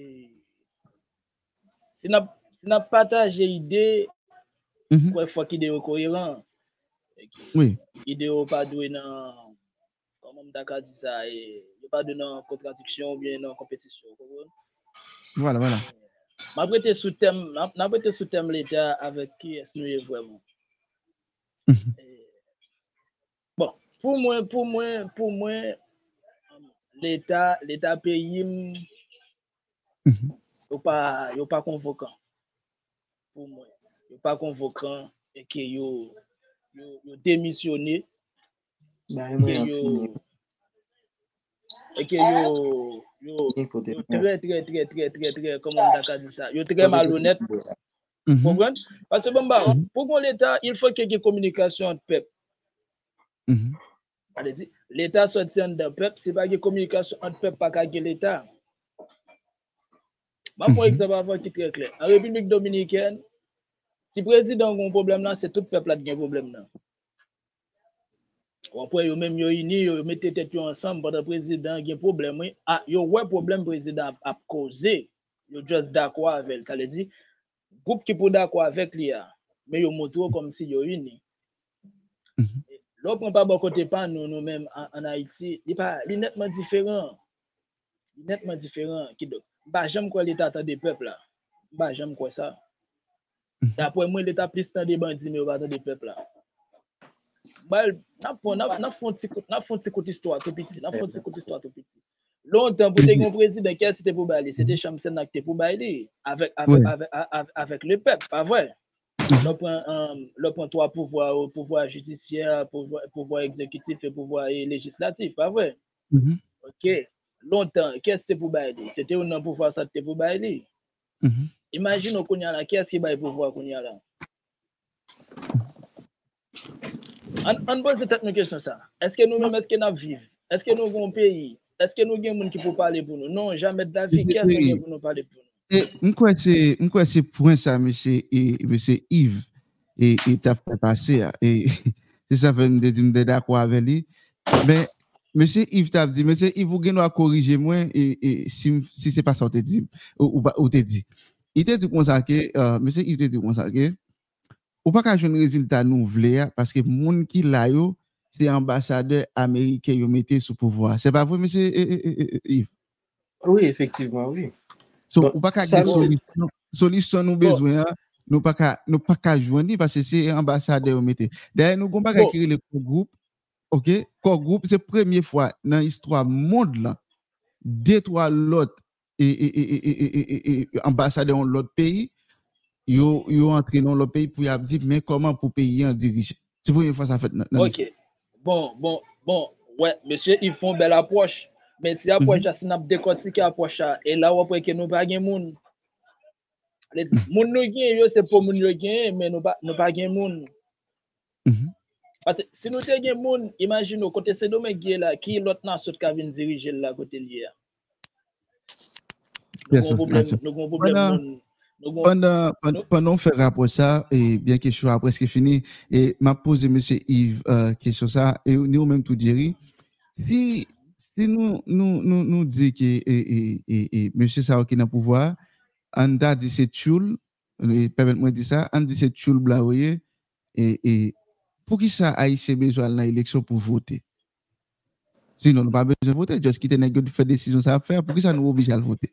Si nous si n'a partagé l'idée, mm-hmm. quoi faut qu'il est cohérent. Oui. Idée pas doué dans comment Dakar dit ça et pas de dans contradiction ou bien dans compétition. Voilà, voilà. M'a prêté sous thème, n'a prêté sous thème l'État avec qui est-ce nous est vraiment. Mm-hmm. Bon, pour moi, pour moi, pour moi, l'État, l'État pays, mm-hmm. yo pas, yo pas convoquant. Pour moi, yo pas convoquant et que yo, yo, yo démissionné. Bah, que yo, et que yo, yo, yo très, très, très, très, très, très, comment on a dit ça, yo très malhonnête. Vous Mm-hmm. comprenez? Parce que bon, bah, mm-hmm. pour l'État, il faut qu'il y ait une communication entre peuple. Mm-hmm. Allez, dit, l'État sorti de peuple, c'est pas une communication entre peuple, pas qu'avec l'État. Moi, pour exemple, avant qui est très clair, en République dominicaine, si le président a un problème là, c'est tout le peuple qui a un problème là. Après, yo même yo uni, yo mettez tête ensemble, pendant le président a un problème, oui. Ah, yo ouais problème président a causé, yo juste d'accord avec, ça veut dire groupe qui pour d'accord avec lui, mais yo montre comme si yo uni. L'on prend pas bon côté pas nous nous même en, en Haïti, il pas nettement différent. Nettement différent qui donc bah j'aime quoi l'état des peuples là. Bah j'aime quoi ça. D'après moi l'état plus temps des bandits mais pas des peuples là. Bah n'a pas n'a n'a font petit n'a font petit côté histoire tout petit, n'a font petit côté histoire tout petit. Longtemps pour un président qui c'était pour bailler, c'était Chamsen qui était pour bailler avec avec, ouais. avec avec avec le peuple, pas vrai. Le point um, le point trois pouvoir pouvoir judiciaire, pouvoir pouvoir exécutif et pouvoir législatif, pas vrai. Mm-hmm. OK. Longtemps, qu'est-ce que c'était pour bailler? C'était un pouvoir ça c'était pour bailler. Mm-hmm. Imagine qu'on y a là, qu'est-ce qui baille pouvoir qu'on y a là? On on pose cette question ça. Est-ce que nous-mêmes est-ce que nous vivons? Est-ce que nous avons un pays? Est-ce que nous avons des gens qui peuvent parler pour nous? Non, jamais de la vie. Qu'est-ce qui pour nous parler pour nous? Et m'kwa c'est m'kwa c'est point ça monsieur et monsieur Yves et et t'a fait passer et c'est ça fait me dire me d'accord avec lui mais monsieur Yves t'a dit monsieur Yves vous doit corriger moi et, et si si c'est pas ça on te dit ou ou te dit il t'a dit comme ça que euh, monsieur Yves t'a dit comme ça que ou pas qu'à jouer un résultat nous voulait parce que monde qui là yo c'est ambassadeur américain yo mettez sous pouvoir c'est pas vrai monsieur Yves? Oui effectivement oui. So, bon, ou pas qu'à des solutions, solutions nous besoin, bon. nous pas qu'à nous pas qu'à joindre parce que c'est ambassadeur au métier. D'ailleurs nous on pas qu'à créer le groupe, OK? Le groupe c'est première fois dans l'histoire monde là, deux trois l'autre et et et et et, et ambassadeur dans l'autre pays, yo yo entré dans l'autre pays pour y dire mais comment pour pays en diriger. C'est première fois ça fait. OK. Bon bon bon ouais, monsieur, ils font belle approche. Mais si approche, Mhm. si nous décortiqué approche, et là, après que nous pas de monde. Moun nous gagne, c'est pour moun nous gagne, mais nous pas nous pas gagne monde. Mhm. Parce que si nous te gagne monde, imagine au côté c'est domaine là, qui l'autre nation qui vient diriger là côté lié. Nous avons un problème, nous avons un problème monde. Pendant, pendant, pendant faire rapport ça, et bien que je sois presque fini, et m'a posé M. Yves euh, question ça, et nous même tout dire, si, si nous, nous, nous, nous dit que et, et, et, et, M. Sao qui est dans le pouvoir, on a dit c'est Tchoul, permettez-moi de dire ça, on dit c'est Tchoul Blaouye, et, et pour qui ça Haïtien besoin dans l'élection pour voter? Sinon, nous pas besoin de voter, juste quitter les gars de faire décision ça à faire, pour qui ça nous oblige à le voter?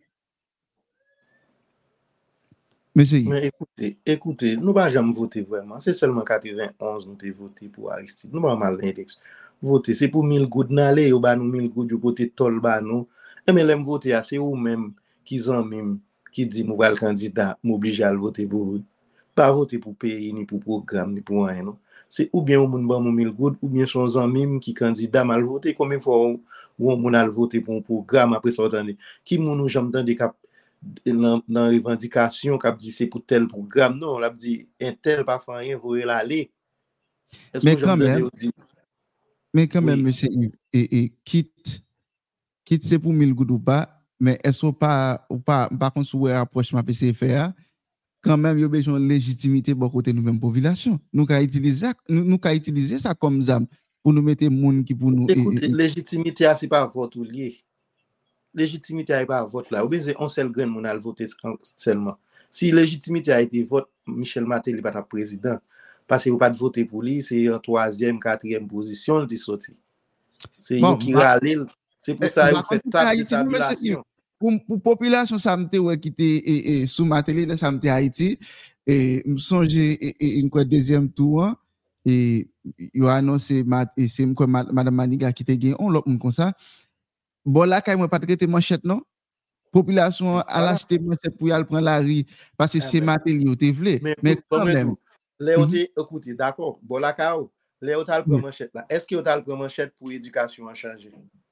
Monsieur Yves. Mais écoutez, écoutez, nous pas jamais voter vraiment. C'est seulement quatre-vingt-onze nous avons voté pour Aristide. Nous pas mal l'index. Voter, c'est pour mille gouttes n'aller, ou ba nous mille gouttes, ou voter tol ba nous. Et mais l'aime voter, c'est ou même qui en même, qui dit nous va le candidat, m'oblige à le voter pour vous. Pas voter pour pays, ni pour programme, ni pour rien, non. C'est ou bien au moun ba mou mille gouttes, ou bien son zanmim qui candidat mal voté. Combien de fois ou on moun a voté pour un programme après ça, attendez. Qui moun nous j'entends des cap dans la revendication qui dit c'est pour tel programme, non, on a dit un tel pas faire rien, vous l'aller. Mais quand même, mais quand même, monsieur Yves, et, et quitte, quitte c'est pour mille gouttes ou pas, mais est-ce que pas, ou pas, par contre, sous approche ma P C F A, quand même, il y a besoin de légitimité pour côté nous même population. Nous qu'à utiliser, nous, nous qu'à utiliser ça comme zam pour nous mettre monde qui pour nous. Écoutez, et, et, légitimité, c'est pas vote ou lié. Légitimité n'est pas vote là. Ou bien c'est un seul grain mon a voté seulement. Si légitimité a été vote, Michel Maté n'est pas ta président. Parce que vous pas de voter pour lui, c'est en troisième, quatrième position de sorti. C'est bon, qui bah, râle. C'est pour ça que vous faites ta tabulation. Pour la population, ça me dit qui était sous ma télé, ça me dit Haïti. Et je me songe une deuxième tour. Et il a annoncé, c'est Mme Maniga qui était gagné, on l'a comme ça. Bon, là, quand même, pas traiter manchette, non? Population a l'acheter manchette pour y aller prendre la rue parce que c'est matériel qui voulait. Mais, mais quand même. Léo, écoutez, d'accord. Bon, là, quand Léo, tu as le manchette là. Est-ce que tu as le manchette pour l'éducation à changer?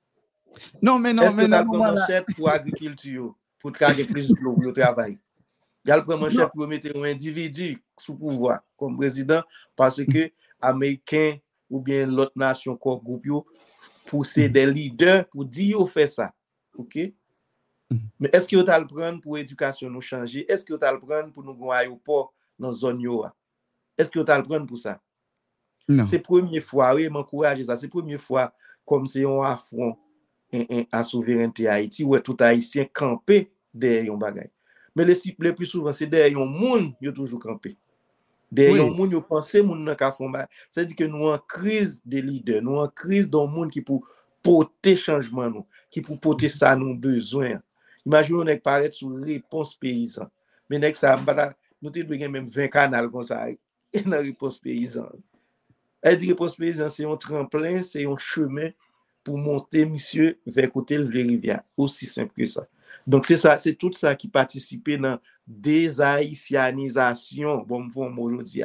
Non, mais non, Est-ce mais que tu as non. le manchette pour l'agriculture, pour te plus de l'eau pour le travail? Il y a le manchette pour mettre un individu sous pouvoir comme président parce que Américains ou bien l'autre nation, quoi, groupe, pousser des leaders pour dire au fait ça. OK? Mm-hmm. Mais est-ce que vous allez le prendre pour l'éducation nous changer? Est-ce que vous allez le prendre pour nous avoir un aéroport dans la zone yo? Est-ce que vous allez le prendre pour ça? Non. C'est la première fois, oui, m'encourage ça. C'est la première fois comme c'est un affront à souveraineté Haïti où tout haïtien campé derrière un bagage. Mais le, le plus souvent c'est derrière un monde yo toujours campé. Derrière un monde yo penser moun nan ka fon ba. C'est-à-dire que nous en crise des leaders, nous en crise d'un monde qui pour porter changement nous, qui pour porter ça nous besoin. Imaginez on est paraître sous réponse paysan. Mais nek ça nous te doit même vingt canaux comme ça et dans réponse paysan. Elle dit réponse paysan c'est un tremplin, c'est un chemin pour monter monsieur vers côté le rivière, aussi simple que ça. Donc c'est ça, c'est tout ça qui participait dans déshaïtianisation, bon aujourd'hui,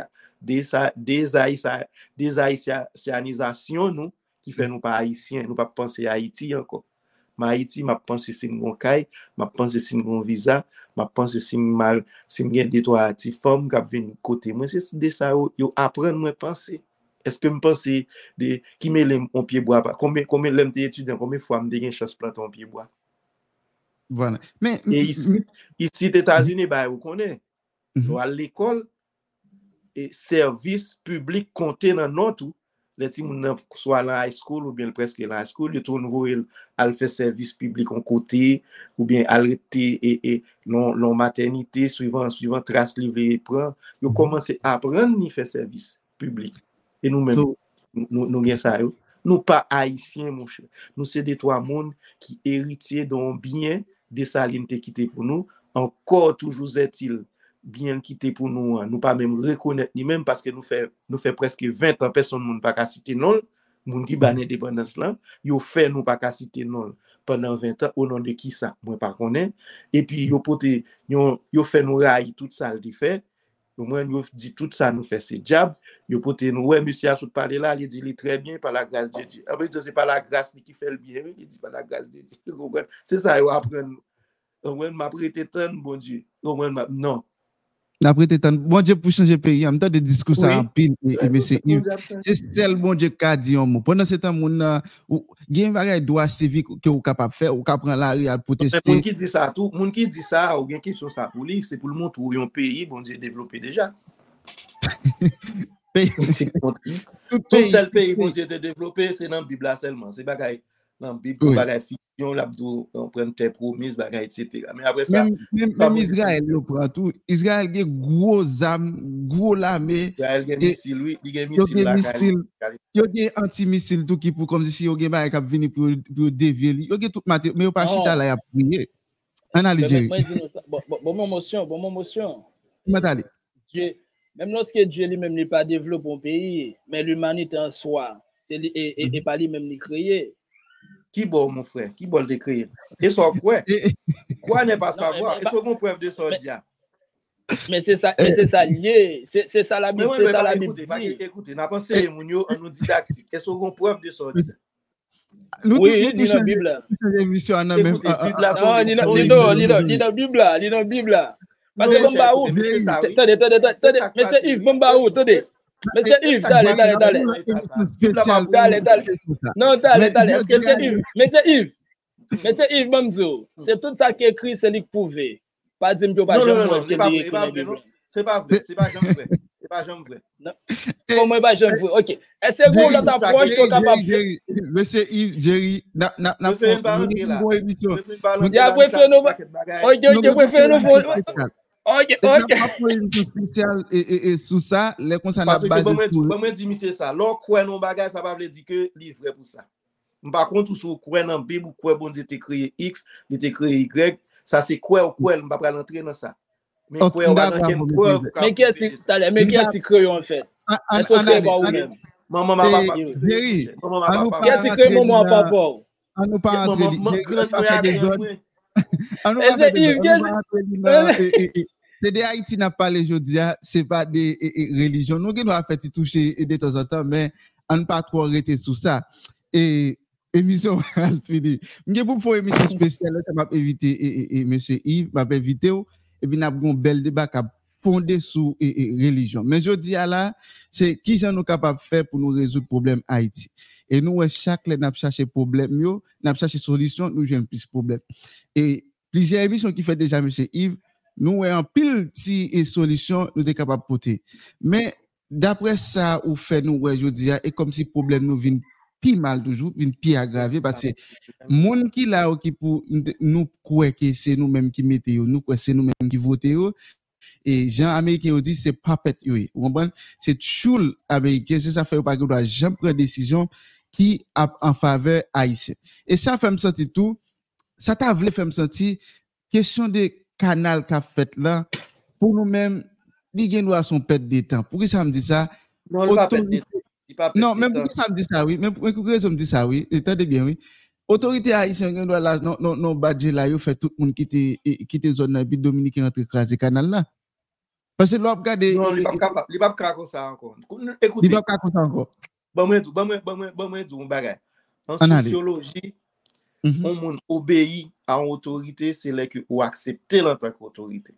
déshaïtianisation nous qui fait nous pas haïtiens, nous pas penser à Haïti encore. Mais Haïti m'a pensé c'est mon caille, m'a pensé c'est mon visa, m'a pensé c'est mal, c'est bien des trois petites femmes qui viennent côté moi, c'est de ça yo apprendre moi penser. Est-ce que je pense de qui met les en pied bois combien combien l'aime étudiant combien fois me dégaine chance planter en pied bois. Voilà. Mais et ici ici aux États-Unis bah vous connaissez. Mm-hmm. À l'école et service public compté dans notre les petits moun soit dans high school ou bien presque dans high school il tourne nouveau à faire service public en côté ou bien arrêter et et non non maternité suivant suivant trace livré prend yo mm-hmm. commencer à apprendre ni faire service public. Et nous-mêmes, so, nous, nous, nous, ça, nous pas haïtiens, mon cher. Nous, c'est des trois mondes qui héritiers d'un bien des salines quitté pour nous. Encore, toujours est-il bien quitté pour nous. Nous pas même reconnaître ni même parce que nous fait, nous fait presque vingt ans, personne ne pas citer non. Moun qui ban indépendance là, yo fait nous pas citer non pendant vingt ans au nom de qui ça? Moi pas connais. Et puis yo pote yo yo fait nous railler tout ça le fait. Au moins, nous dit tout ça, nous fait c'est diable. Yo pote nous, ouais, monsieur a parlé là, il dit il est très bien par la grâce de Dieu. Après, c'est pas la grâce qui fait le bien, il dit par la grâce de Dieu. C'est ça, il va apprendre. Au moins, m'a prêté tant, bon Dieu. Au moins, non. D'après t'es bon Dieu pour changer pays, en même temps de discours ça en pile et monsieur Yves. C'est seul bon Dieu qui a dit un mot. Pendant ce temps mon ou gain bagay droit civique que ou capable faire ou capable prendre la rue à protester. Moun qui dit ça tout, moun qui dit ça ou bien question ça pour lui, c'est pour le montrer où un pays bon Dieu développé déjà. Tout seul pays bon Dieu développé, c'est dans la Bible seulement, c'est bagay dans la Bible bagay fiction l'abdou on prend tes promesses bagay et cetera. Mais après ça même même, même Israël le prend tout. Israël a gros armes, gros l'armée. Israël a missile, oui, il a missile là. Yo gen anti-missile tout qui pour comme si yo gen ba k'ap venir pour pour dévier. Yo gen tout matériel mais yo pas chita là y a prier. En Algérie. Bon bon motion, bon motion. Matali. Dieu même lorsque Dieu lui-même n'est pas développé un pays, mais l'humanité en soi, c'est et, et, et pas lui-même ni créé. Qui bon mon frère, qui bon le créer. Et ça quoi? Quoi n'est pas savoir? Est-ce qu'on preuve de ça dia? Mais c'est ça, mais c'est ça lié, c'est c'est ça la Bible, c'est ça la Bible. Écoutez, écoutez, n'a pensé mon yo en nous didactique. Est-ce qu'on preuve de ça dia? Oui, ni dans la Bible. Émission en même. Non, ni dans ni dans ni dans ni dans Bible, ni dans Bible. Parce que Bombaou, attendez, attendez, attendez, monsieur Yves Bombaou, attendez. Monsieur Yves, allez, allez, allez. Allez, allez. Non, allez, allez. Est-ce que monsieur Yves, monsieur Yves, monsieur Yves Mamzo, c'est tout ça qui est écrit, c'est lui prouvé. Pas dire que pas jamais vrai. C'est pas vrai, c'est pas jamais vrai. C'est pas jamais vrai. Comment pas jamais vrai? OK. Est-ce que vous l'autre approche qu'on capable monsieur Yves Jerry, na na na fait une émission. Il a préféré nous. OK, OK, préféré nous. OK, OK. Spécial et et sous ça, les concernant parce que bon moi moi dit monsieur ça, l'or quoi non bagage ça pas veut dire que livre pour ça. Par contre sous quoi dans Bible ou quoi bon Dieu t'a créé X, il t'a créé Y, ça c'est quoi ou quoi, on va pas rentrer dans ça. Mais quoi on va dans quelle preuve? Mais qu'est-ce mais qu'est-ce qui créé en fait? Est-ce que pas ou même? Maman maman papa. Jerry, qu'est-ce qui créé maman papa? On nous pas entrer. C'est des Haïti n'a pas les aujourd'hui, c'est pas des religions. Nous qui nous a fait toucher de temps en temps, mais on ne pas trop arrêter sur ça. Et émission fini. M'gé pour faire émission spéciale, ça m'a évité et, et monsieur Yves m'a invité et puis n'a un bel débat qui fondé sur religion. Mais je dis à là, c'est qui j'en nous capable faire pour nous résoudre problème Haïti. Et nous chaque n'a chercher problème yo, n'a chercher solution, nous j'ai plus problème. Et plusieurs émissions qui fait déjà monsieur Yves nous avons pile de solutions nous sommes capables de porter. Mais d'après ça, ou fait nous, je dis, et comme si le problème nous vient plus mal toujours, vient plus aggravé, parce que les gens qui là, qui pour nous croient que c'est nous-mêmes qui mettons, nous croient que c'est nous-mêmes qui votons, et Jean Américain dit c'est pas pète, vous comprenez? C'est choule américain, c'est ça fait pas que doit jamais prendre décision qui a en faveur haïtien. Et ça fait me sentir tout, ça t'a voulu faire me sentir question de canal qu'a fait là pour nous-mêmes li gen doit son pète de temps. Pourquoi ça me dit ça? Non, il pas pète de temps. Non, même pourquoi ça me dit ça oui, même pourquoi ça me dit ça oui, attendez bien oui. Autorité haïtienne gen doit là non non non badge là yo fait tout le monde quitter quitter zone là puis Dominique rentre craser canal là. Parce que l'on regarde non, il pas capable, il pas capable comme ça encore. Écoutez. Il pas capable comme ça encore. Bon moi tout, bon moi bon moi bon moi tout bagay. En sociologie, Mm-hmm. on moun obéit à une autorité, c'est là que ou accepter en tant qu'autorité.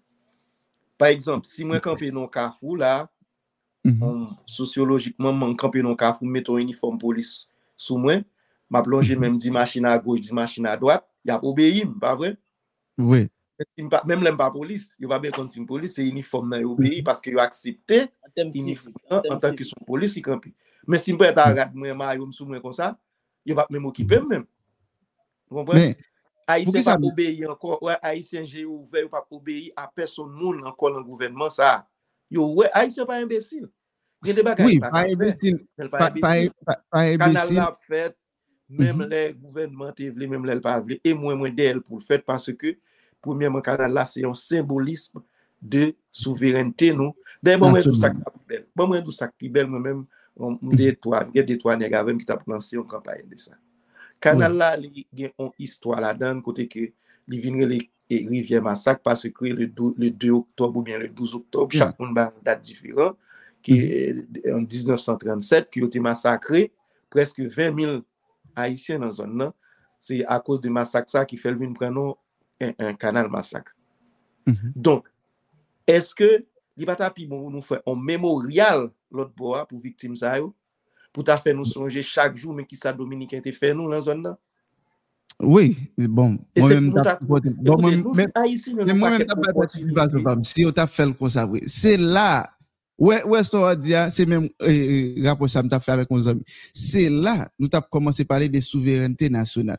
Par exemple, si moi camper dans Carrefour là, mm-hmm. sociologiquement moi camper dans Carrefour mettre un uniforme police sous moi, m'a plongé même dix machines à gauche, dix machines à droite, il a obéi, pas vrai? Oui. Même l'aime pas police, il va bien continuer police, c'est uniforme là obéi parce que il a accepté uniforme en tant que son police il campe. Mais si me ta regarde moi maillot sous moi comme ça, il va même occuper même. Vous comprenez? Haïtien pas obéir encore, ouais, Haïtien j'ai ouvert pas obéir à personne monde encore dans le gouvernement ça. Yo ouais, Haïtien pas imbécile. Il y a des bagages oui, pas imbécile. Pas pas imbécile. Canal fait même les gouvernements te vle même les pas vle et moins moins d'elle pour le fait parce que premièrement canal là c'est un symbolisme de souveraineté nous. D'ailleurs moi tout ça qui belle. Bon moi tout ça qui belle moi même on des trois, il y a des trois nègres qui t'a lancé une campagne de ça. Canal là il y a une histoire là-dedans côté que il vient les et Rivière Massacre parce que le, le deux octobre ou bien le douze octobre, Yeah. chaque monde a une date différente, qui est en dix-neuf cent trente-sept, qui a été massacré, presque vingt mille Haïtiens dans la zone là. C'est à cause de massacre ça qui fait le vin prendre un, un canal massacre. Mm-hmm. Donc, est-ce que il va taper bon nous faire un mémorial l'autre bois pour victimes ça yo, pour ta faire nous songer chaque jour mais qui ça Dominicain te fait nous dans la zone là? Oui, bon, moi-même bon moi-même Haïtien mais moi-même pas participation si on t'a fait le comme ça oui. C'est là ouais ouais ça dit c'est même euh, rapport ça m't'a fait avec nos amis. C'est là nous t'a commencé à parler de souveraineté nationale.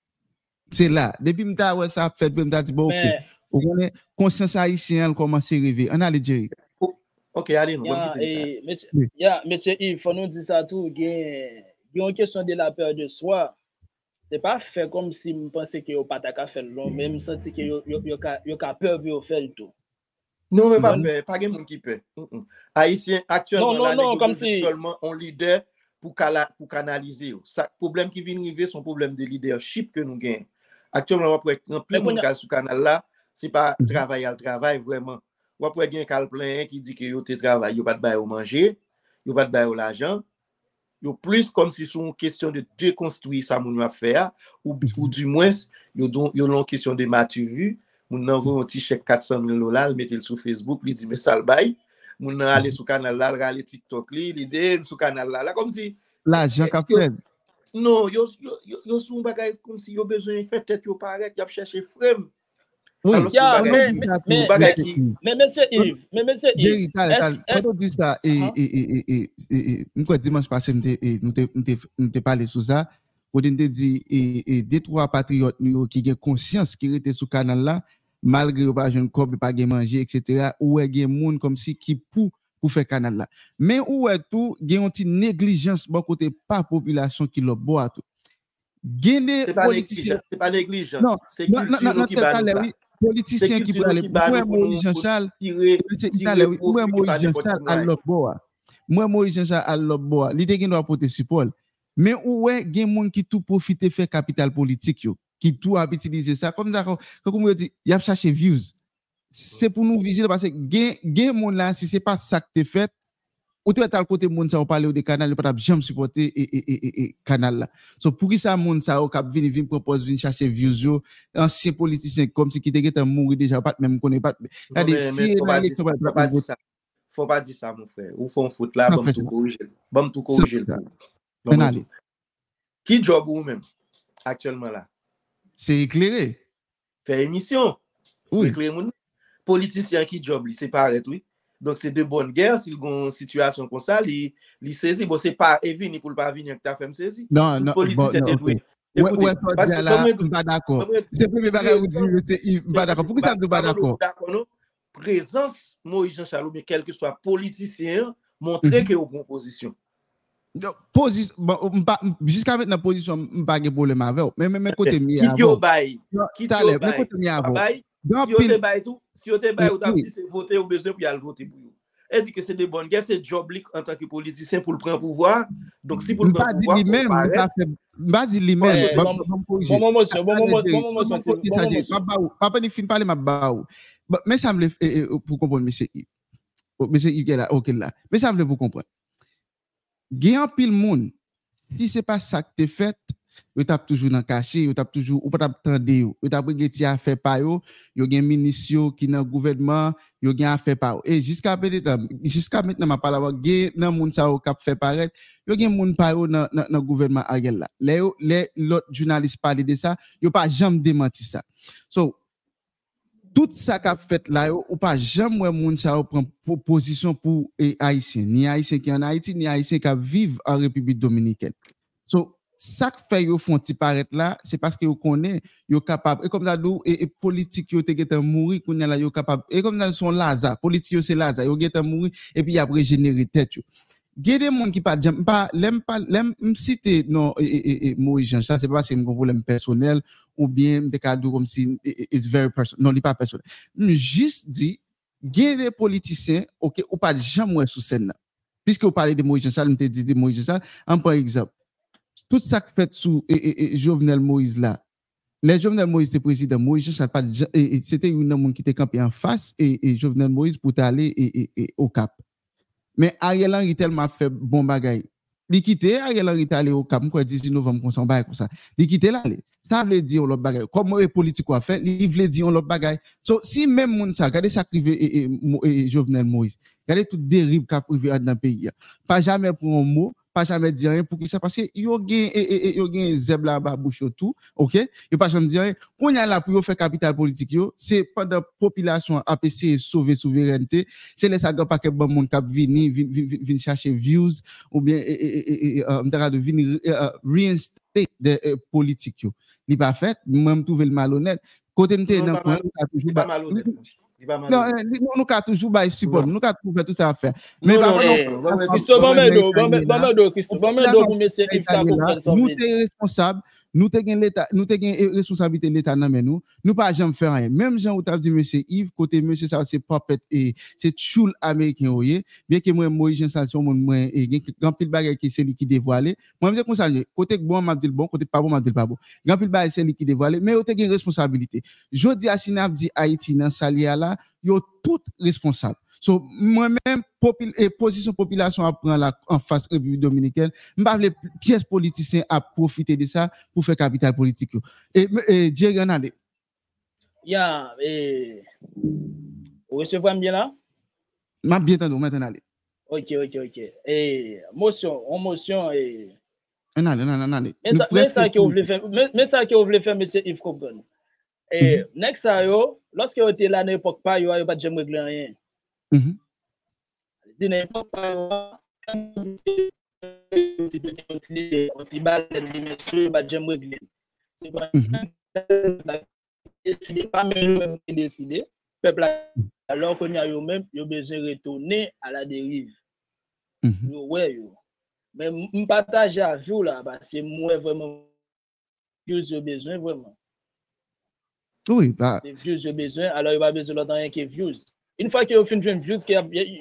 C'est là depuis m't'a ouais ça fait m't'a dit bon OK. On connaît conscience haïtienne commence à rêver. On allait dire. OK, allez nous yeah, et, monsieur, oui. yeah, monsieur Yves, faut nous dire ça tout, il y a une question de la peur de soi. C'est pas fait comme si je pensais que yo pas ta faire long, même senti que yo yo yo yo ka peur de faire le tout. Non mais pas peur, pas quelqu'un qui peur. Haïtien actuellement non, non, là non, comme si actuellement on leader pour cala, pour canaliser. Ça problème qui vient arriver son problème de leadership que nous gagnons. Actuellement on peut être plus monde cal sur canal là, c'est pas mm-hmm. travail à travail vraiment. On peut gagner cal plein qui dit que yo te travail, yo pas de bail au manger, yo pas de bail au l'argent. Yo plus comme si c'est une question de déconstruire ça moun a faire ou, mm-hmm. ou du moins yo don yo une question de mature vue moun envoie un petit chèque quatre cent mille dollars mettre sur Facebook lui dit mais ça le bail moun aller sur canal là aller TikTok li li dit sur canal là là comme si l'argent qu'a fait non yo yo yo son bagay comme si yo besoin faire tête yo paraît y a chercher frame. Oui, yeah, mais, mais, mais, mais, qui... mais monsieur Yves, mais monsieur Yves, quand on dit ça, et, uh-huh. et, et, et, et, et, et, dimanche passé, nous t'ai parlé sur ça, on t'a dit, et, et deux, trois patriotes qui ont conscience qui étaient sur le canal là, malgré qu'ils n'ont pas de corps, pas de manger, et cetera, ou il y a des gens comme si qui pour pour faire canal là. Mais où est tout, il y a une négligence, bon côté pas population qui le boit tout. C'est pas négligence, c'est pas négligence. Non, c'est culture qui bat ça. Politicien qui peut aller moi Moïse Jean-Charles moi Moïse Jean-Charles à l'Obboa moi Moïse Jean-Charles à l'Obboa l'idée qui doit porter support mais où est gen monde qui tout profiter faire capital politique yo qui tout a utiliser ça comme ça comme on dit il a chercher views c'est pour nous vigiler parce que gen gen monde là si c'est pas ça que tu fait ou tu es à côté monde ça on parler de canal pas jamais supporter et et et et canal là so pour qui ça monde ça au cap venir venir propose venir chercher views yo ancien politicien comme si qui était mourir déjà pas même connaît pas regardez si faut pas dire ça faut pas dire ça mon frère ou font faute là bon tout corriger bon tout corriger le qui job ou même actuellement là c'est éclairé faire émission oui éclairer mon politicien qui job c'est pareil oui. Donc c'est de bonne guerre s'il y a une situation comme ça il il saisit bon c'est pas évini pour pas venir que tu as fait me saisir non non politicien bon, okay. ouais ouais parce que là pas d'accord c'est premier bagage vous dire c'est pas d'accord pourquoi ça ne pas d'accord présence Moïse Jean-Charles mais quel que soit politicien montrer que au position position jusqu'à maintenant position pas de problème avec mais mais côté mi qui yo bail qui yo mais côté mi avant si on te bail tout si on te bail ou dit c'est voter au besoin pour y aller voter pour vous elle dit que c'est de bonne guerre c'est job en tant que politicien pour le prendre pouvoir donc si pour le prendre pouvoir même pas dit lui même bon moment monsieur bon moment bon moment monsieur papa ni fin parler ma baou mais ça me pour comprendre monsieur monsieur Yves là OK là mais ça me pour comprendre gain pile monde si c'est pas ça que tu fait yo t'a toujours dans caché yo t'a toujours ou pas attendre yo yo t'a brigeti a fait pa yo yo gen ministre qui dans gouvernement yo gen a fait pa et jusqu'à peut-être jusqu'à maintenant m'a parler gen nan moun sa yo k'ap fait paraître yo gen moun pa yo dans dans gouvernement Ariel là les les l'autre journaliste parler de ça yo pas jamais démenti ça so tout ça qu'a fait là ou pas jamais moun sa yo prend position pour haïtien ni haïtien qui en Haïti ni haïtien qui vivent en République dominicaine so ça que fait yo font ti paraître là c'est parce que yo connaît yo capable et comme ça dou et, et politique yo te gete mourir kounya là yo capable et comme ça son Lazare politique yo c'est Lazare yo gete mourir et puis après régénérer tête yo gè des monde qui pas pas l'aime pas l'aime citer non et, et, et Moïse Jean ça c'est pas parce que un problème personnel ou bien des cadeaux comme si it's very personal non il pas personnel juste dit gè des politiciens OK ou pas jamais sous scène puisque vous parlez de Moïse Jean ça me te dit de Moïse Jean ça en par exemple tout ça que fait sous et, et, et Jovenel Moïse là les Jovenel Moïse était président, Moïse ça pas et c'était une monde qui était campé en face et, et Jovenel Moïse pour aller et, et, et, au Cap. Mais Ariel Henry tellement fait bon bagaille. Li quitté Ariel Henry allé au Cap quoi dix-huit novembre comme ça bail comme ça. Li quitté là. Ça veut dire l'autre bagaille. Comme les politiques a fait, li veut dire l'autre bagaille. So si même moun ça, regardez ça privé et, et, et Jovenel Moïse. Regardez toute dérive qu'a privé dans le pays. Pas jamais pour un mot, pas jamais dire rien pour qui ça parce que yo gen yo gen zeb là bas bouche tout, OK? Yo pas jamais dire rien. Qu'on y a là pour faire capital politique yo, c'est pendant population a essayer sauver souveraineté, c'est les ça grand paquet bon monde qui vini vinn chercher views ou bien et et m'ta de venir réinstaller des politiques yo. Li pas fait, même trouver le malhonnête. Côté n'était dans point toujours pas malhonnête. Non, nous nous toujours bail support, nous ka trouver tout ça à faire. Mais pas non, Christophe Mamedo, Mamedo, Christophe Mamedo pour monsieur Yves ta comprendre ça. Nous t'es responsable, nous t'es gen l'état, nous t'es gen responsabilité l'état nan men nous, nous pas jamais faire rien. Même Jean ou t'a dit monsieur Yves côté monsieur ça c'est puppet et c'est choul américain oyé, bien que moi Moïse Jean Salson moi moi et gen grand pile bagay qui c'est lui qui dévoilé. Moi me comme ça côté bon m'a dit bon, côté pas bon m'a dit pas bon. Grand pile bagay c'est lui qui dévoilé, mais ou t'es gen responsabilité. Jodi a sinap dit Haïti dans salia là, yo tout responsable. So moi-même popul et position population à prendre là en face République dominicaine, m'pa les pièces politiciens à profiter de ça pour faire capital politique. Et et Jerry en aller. Ya et vous recevez bien là? M'a bien entendu maintenant aller. OK OK OK. Et motion, on motion et non non non non. Mais ça que vous voulez faire mais ça que vous voulez faire monsieur Yves Cobgon. Et next ça yo, lorsque vous étiez là à l'époque pas yo pas jamais régler rien. Mhm. C'est n'importe quoi. C'est de on balle les messieurs pas jamais régler. C'est pas c'est pas même qui décider. Peuple alors qu'on y a yo même yo besoin retourner à la dérive. Mhm. Yo ouais yo. Mais me partager à vous là parce que moi vraiment j'ai besoin vraiment. Oui, bah c'est views j'ai besoin alors il va besoin l'autre rien que views. Une fois que vous finissez une views qui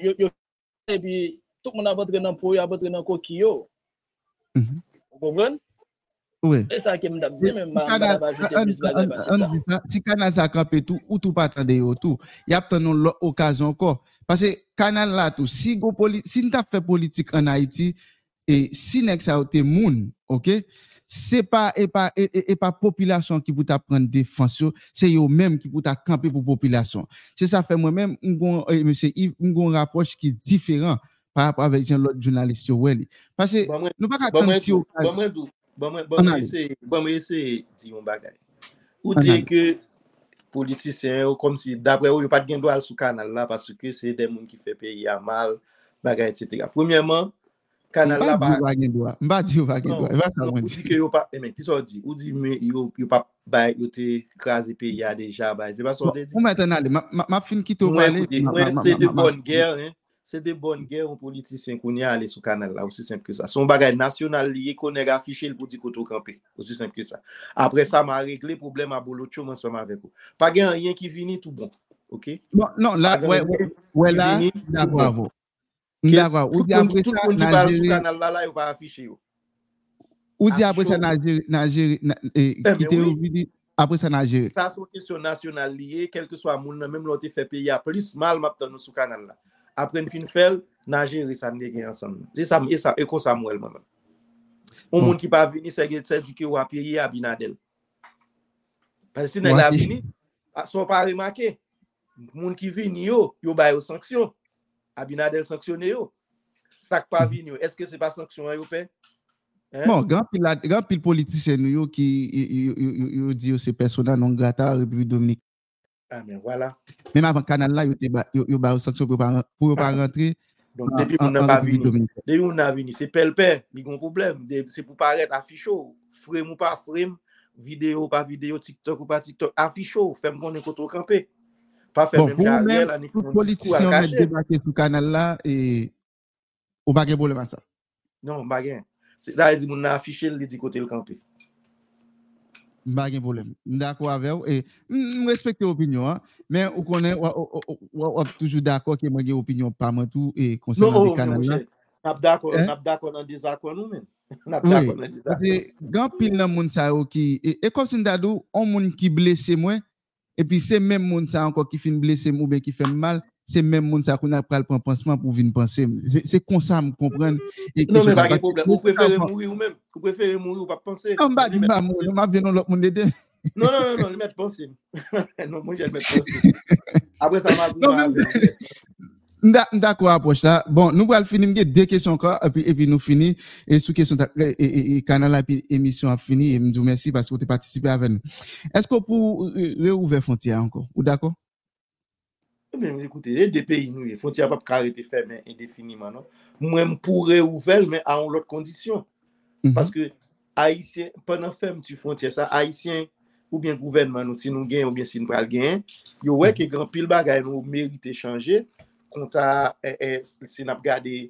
et puis tout le monde a rentré dans pour y a rentré dans coquillot. Mhm. Vous comprenez? Oui. C'est ça que me dit même pas ajouter plus bagage parce que ça. Si canal ça campé tout ou tout pas attendre tout, il y a peut-être une occasion encore parce que canal là tout si go politique si n'ta fait politique en Haïti et si nek ça été moun, OK? C'est pas et pas et, et pas population qui pour ta prendre défense, c'est eux même qui pour ta camper pour population. C'est ça fait moi même m'gon monsieur Yves m'gon rapproche qui est différent par rapport avec l'autre journaliste Welly parce que nous pas attendre si bon moi bon moi bon moi c'est bon moi c'est dit on bagay. Ou dire que politiciens comme si d'après eux pas de gain droit sur canal là parce que c'est des monde qui fait payer à mal bagay et cetera. Premièrement canal là pas gain droit m'pa di va gain droit va ça on dit que yo pas mais qui ça dit ou dit mais yo yo pas ba yo te craser pays a déjà ba c'est pas ça dit on maintenant ma ma fin qui to parler c'est de bonne guerre hein c'est de bonne guerre aux politiciens qu'on y aller sur canal là aussi simple que ça son bagage national lié qu'on est affiché pour dire qu'on camper aussi simple que ça après ça m'a réglé problème à Bolocho ensemble avec vous pas gain rien qui vini tout bon OK non non là ouais ouais là bravo d'accord ou dit après ça Nigeria canal là là il pas affiché ou dit après ça Nigeria et quitter après ça Nigeria ça c'est une question nationale liée quel que soit monde même l'autre fait payer plus mal maintenant nous sur canal là après une fin faire Nigeria ça n'est ensemble c'est ça et ça et comme ça moi même on monde qui pas venir c'est dit que ou a payer Abinadel parce que si n'a venir sont pas remarqué monde qui vient yo yo ba yo sanction Abinadel sanctionné yo ça pas venir est-ce que c'est pas sanction yo fait bon grand pile grand pile politicien yo qui yo dit c'est persona non grata République Dominicaine. Ah mais voilà. Même avant canal là, yo yo ba sanction pour pas pour pas rentrer. Donc depuis on n'a pas venu. Depuis on a venu, c'est pelpé, il y a un problème, c'est pour paraître afficho, frame ou pas frame, vidéo pas vidéo, TikTok ou pas TikTok, afficho, fait me connait côté camper. Pas faire même carrière là ni politicien mettre débarquer sur canal là et ou pas de problème à ça. Non, pas gain. C'est là il dit on a affiché il dit côté le camper. Pas de problème. D'accord avec vous et je respecte l'opinion hein, mais on connaît on toujours d'accord que moi j'ai opinion pas moi tout et concernant des canaux là. On d'accord, on d'accord dans désaccord nous même. Oui, parce que grand pile dans monde ça qui et, et comme si ndadou on monde qui blessé moi et puis c'est même monde ça encore qui fin blessé ou bien qui fait mal, c'est même monde ça qu'on a pris le prendre pansement pour venir penser. C'est c'est comme ça me comprendre et non mais pas de problème, vous préférez mourir ou même, vous préférez mourir ou pas penser. Non bah bah mourir, m'a bien l'autre monde aider. Non non non non, le mettre penser. Non, moi je le mettre penser. Après ça m'a D'accord, approche ça. Bon, nous allons finir deux questions encore, et puis, et puis nous finissons. Et sous question, et, et, et canal, et émission a fini, et nous merci parce que vous avez participé avec nous. Est-ce que pour réouvrir frontière encore? Ou d'accord? Mais écoutez, des pays, nous, les frontières ne peuvent pas être fermées indéfiniment, non? Moi, je pourrais ouvrir, mais à une autre condition. Mm-hmm. Parce que, Haïtiens, pendant ferme tu frontière, ça, Haïtiens, ou bien gouvernement, nous, si nous gagnons, ou bien si nous ne gagnons pas, il y a que grand pile bagay nous mérite changer. Quand si nous regardons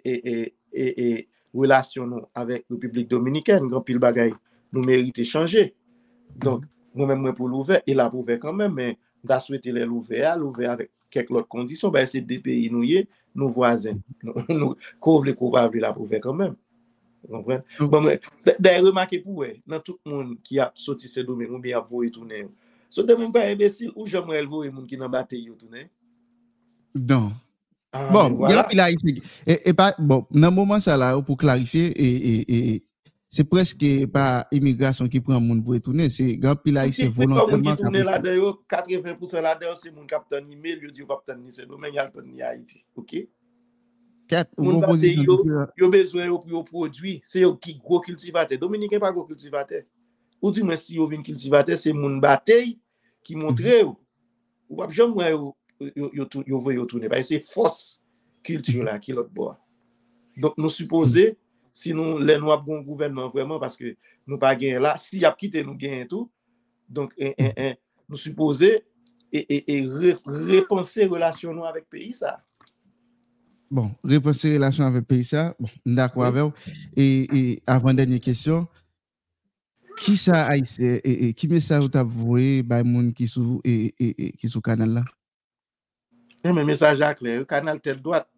les relations avec la République dominicaine, grand pile bagay nous mérite changer. Donc, moi-même, moi pour l'ouvrir, il a ouvert quand même, mais d'à souhaiter l'ouvrir, l'ouvrir avec quelques autres conditions, ben c'est des pays nous, nos voisins, nous, nous, couvre les coupables, il a ouvert quand même. Vous comprenez? Bon, mais, d'ailleurs, remarquez pour vous, dans tout le monde qui a sorti ce domaine, ou bien a voulu tourner, ce domaine pas imbécile, ou j'aimerais le voir, les gens qui n'ont pas bataille, tourner. Non. Ah, bon, voilà. Il a, et, et pas, bon, dans le moment, ça là, pour clarifier, et, et, et c'est presque pas immigration qui prend monde pour retourner, c'est grand pile haïtien volontairement. Qui tourne là-dedans, quatre-vingts pour cent là-dedans, c'est mon capitaine email, il dit capitaine ni c'est domaine, il a le ni Haïti. OK? Quatre mon bataille yo, yo besoin yo pour produit, c'est yo qui gros cultivateur. Dominicain pas gros cultivateur. Ou du moins si yo vinn cultivateur, c'est mon bataille qui montre ou pas jamais moi yo yo yo voyez tourner parce que c'est force culture là qui l'autre bois. Donc nous supposer si nous les noirs bon gouvernement vraiment parce que nous pas gagner là, si y a quitté nous gagner tout. Donc eh, eh, eh, nous supposer et et, et repenser relation nous avec pays ça. Bon, repenser relation avec pays ça. Bon, d'accord avec vous. Et, et avant dernière question, qui ça haïtien et, et qui message vous avoué by moun qui sous et, et, et qui sous canal là? Mais message à clair, canal tête droite.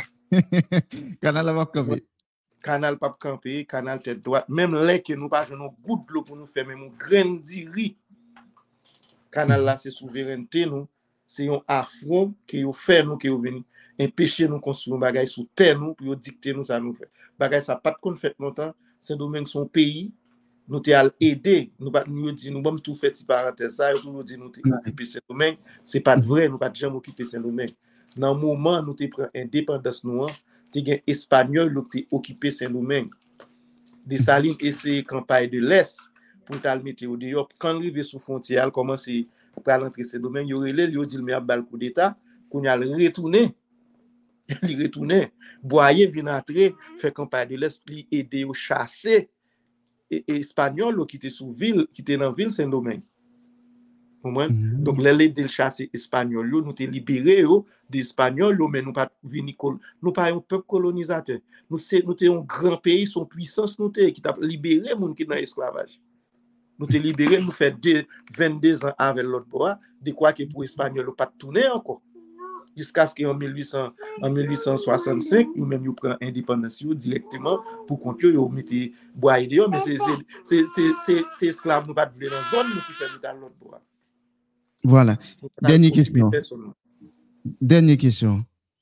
Canal va camper. Canal pas camper, canal tête droite. Même les que nous pas nous goutte l'eau pour nous faire même grain de riz. Canal là c'est souveraineté nous, c'est un affront que yo fait nous que yo vinn empêcher nous construire bagay sous terre nous pour dicter nous ça nous fait. Bagay ça pas de kon fait longtemps, c'est domaine son pays. Nous t'ai aider, nous pas nous dit nous bon tout fait petit parenthèse ça, nous dit nous t'ai occuper ce domaine, c'est pas vrai, nous pas jamais occuper ce domaine. Dans le moment nous t'ai prend indépendance nous, t'ai gain espagnol nous t'ai occupé ce domaine. Des salines et ces campagnes de l'est pour t'al mettre au dehors quand arriver sous frontière commencer pour l'entrer ce domaine, yo relé yo dit le meilleur bal coup d'état qu'on y a retourner. Il retourner, Boyer vient entrer, fait campagne de l'est, aider au chasser et espagnol qui était sous ville, qui était dans ville Saint-Domingue. Mm-hmm. Donc les de chasser espagnol, nous t'es libéré des espagnols, mais nous pas venir nous pas un peuple colonisateur. Nous c'est nous t'es un grand pays, son puissance nous t'es qui t'a libéré moun qui dans esclavage. Nous t'es libéré, nous fait vingt-deux ans avec l'autre bois, de quoi que pour espagnol pas tourner encore. Jusqu'à ce qu'en mille huit cents, en mille huit cent soixante-cinq, ou même ils prennent indépendance directement pour qu'on ils mettent bois et dehors, mais c'est c'est c'est c'est esclave nous pas de dans zone nous qui fait dans l'autre bois. Voilà. Dernière question. Dernière question.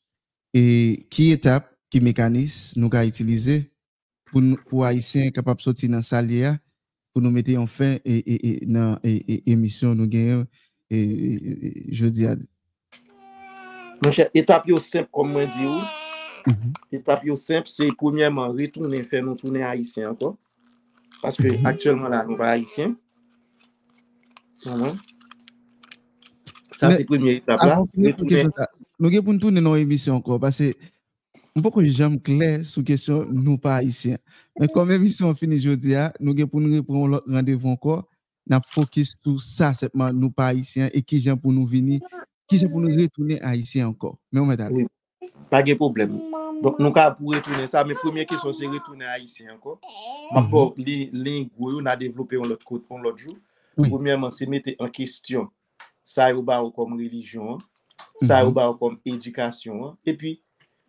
Et qui étape, qui mécanisme nous avons utilisé pour pour haïtiens capables de sortir dans salia pour nous mettre en fin et et et dans émission nous gagnons et je dis à mon cher, étape yo simple comme moi dit ou. Mm-hmm. Étape yo simple c'est premièrement retourner faire nous tourner haïtien encore parce que mm-hmm. actuellement là nous pas haïtien. Mm-hmm. Ça mais, c'est première étape là. Nous avons pour tourner nos émissions encore parce que on peut que j'aime clair sur question nous pas haïtiens. Mais comme émission finie aujourd'hui, nous avons pour nous répondre l'autre rendez-vous encore, n'a focus sur ça seulement nous pas haïtiens et qui j'aime pour nous venir qui c'est pour nous retourner haïtien encore. Mais on va oui. Pas de problème. Donc nous avons pour retourner ça, mais première question c'est retourner haïtien encore. Mm-hmm. les les on a développé on l'autre côté on l'autre jour. Oui. Premièrement, c'est mettre en question ça ou ba comme religion, ça ou ba comme éducation et puis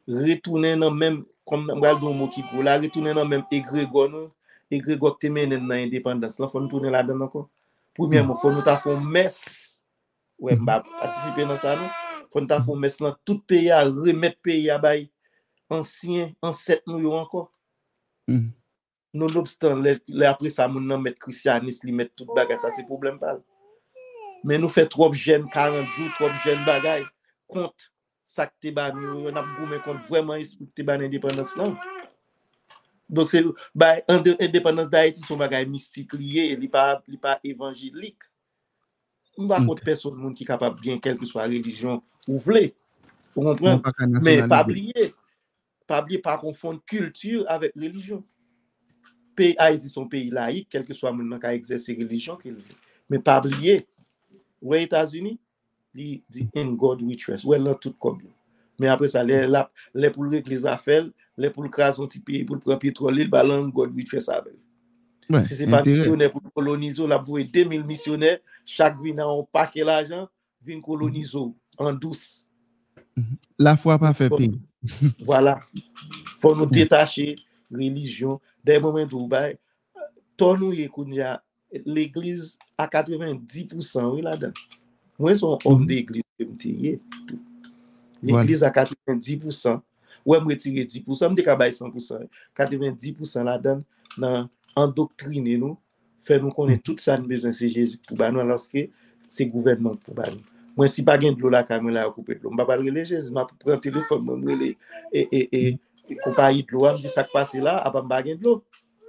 retourner dans même comme on va dire mot qui pour la retourner dans même égrégore nous égrégore qui mène dans indépendance là faut nous tourner là-dedans encore premièrement faut nous ta faire messe ouais m'a participer dans ça nous faut nous ta faire messe dans tout pays à remettre pays à bail ancien ancêtre nous encore mm. non obstant les après ça moun nan mettre christianisme li mettre tout bagage ça c'est problème pas mais nous fait trop jeune quarante jours trop jeune bagage compte ça que ba nous on a goumé contre vraiment respecter ba indépendance là donc c'est ba indépendance d'Haïti son bagage mystique lié il pas il pas évangélique on va contre personne monde qui capable bien quelle que soit religion ou vle vous comprenez mais pas oublier pas oublier pas confondre culture avec religion pays Haïti son pays laïque quel que soit monde qui exercer religion qu'il veut mais pas oublier aux États-Unis il dit in God we trust ouais là tout comme mais après ça les là les pour régler les affaires les pour craser un petit pays pour prendre pétrole il balance God we trust avec ouais, si c'est pas missionnaire pour coloniser la vous deux mille missionnaires chaque vient un paquet l'argent vient coloniser en douce la foi pas fait pays voilà faut nous détacher religion des moments où bail tournou yekounya l'église à quatre-vingt-dix pour cent oui là-dedans moi son homme d'église l'église voilà. À quatre-vingt-dix pour cent ouais me retirer dix pour cent me décabaye cent pour cent quatre-vingt-dix pour cent là-dedans dans endoctriner nous faire nous connaître tout ça nous besoin c'est Jésus pour ba nous lorsque c'est gouvernement pour ba nous moi si pas gain de l'eau là quand là couper de l'eau me pas parler Jésus m'a prendre téléphone me relé et et et compagnie de l'eau me dit ça qui passe là a pas gain de l'eau.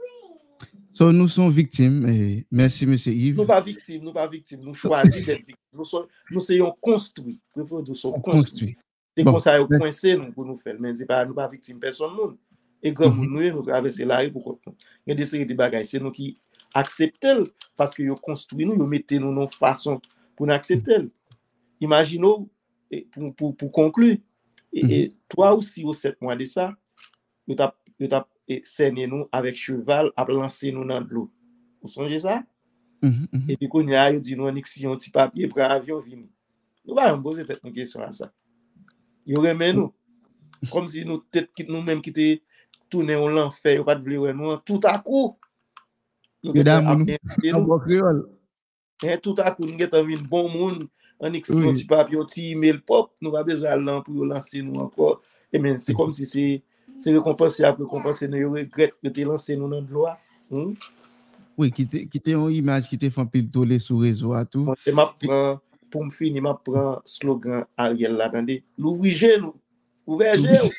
So, nous sommes victimes. Et merci, monsieur Yves. Nous pas victimes, nous pas victimes. Nous choisissons d'être victimes. Nous sommes, nous sommes construits. Nous sommes construits. C'est bon. Comme ça, nous coincés nous pour nous faire. Mais nous pas, nous pas victimes personne nous. Et comme mm-hmm. nous, nous traversons la rue pour nous. Il y a des séries de bagages. C'est nous qui acceptons parce que nous construisons, nous mettons nous nos façons pour nous accepter. Mm-hmm. Imaginons, pour, pour, pour conclure, et, mm-hmm. et toi aussi, au sept mois de ça, nous t'as et saigner nous avec cheval à lancer nous dans de l'eau. Vous songez ça? Mm-hmm. Et puis qu'on y a, il dit nous annexion petit papier pour avion vini. Nous va nous poser une question à ça. Il remet nous comme si nous tête nous même qui était tourner en l'enfer, pas de vouloir nous tout à coup. Nous nous créole. Et tout à coup nous get un bon monde annexion petit papier petit email pop, nous pas besoin de pour lancer nous encore. Et mais c'est comme si c'est c'est récompensé après récompensé nous regrette que tu lancé nous dans de l'eau. Hmm? Oui, qui était qui était une image qui était fait pile toller sur réseau à tout. Et m'a prend pour me finir m'a prend slogan Ariel là attendez, l'ouvrir genou. Ouvert genou.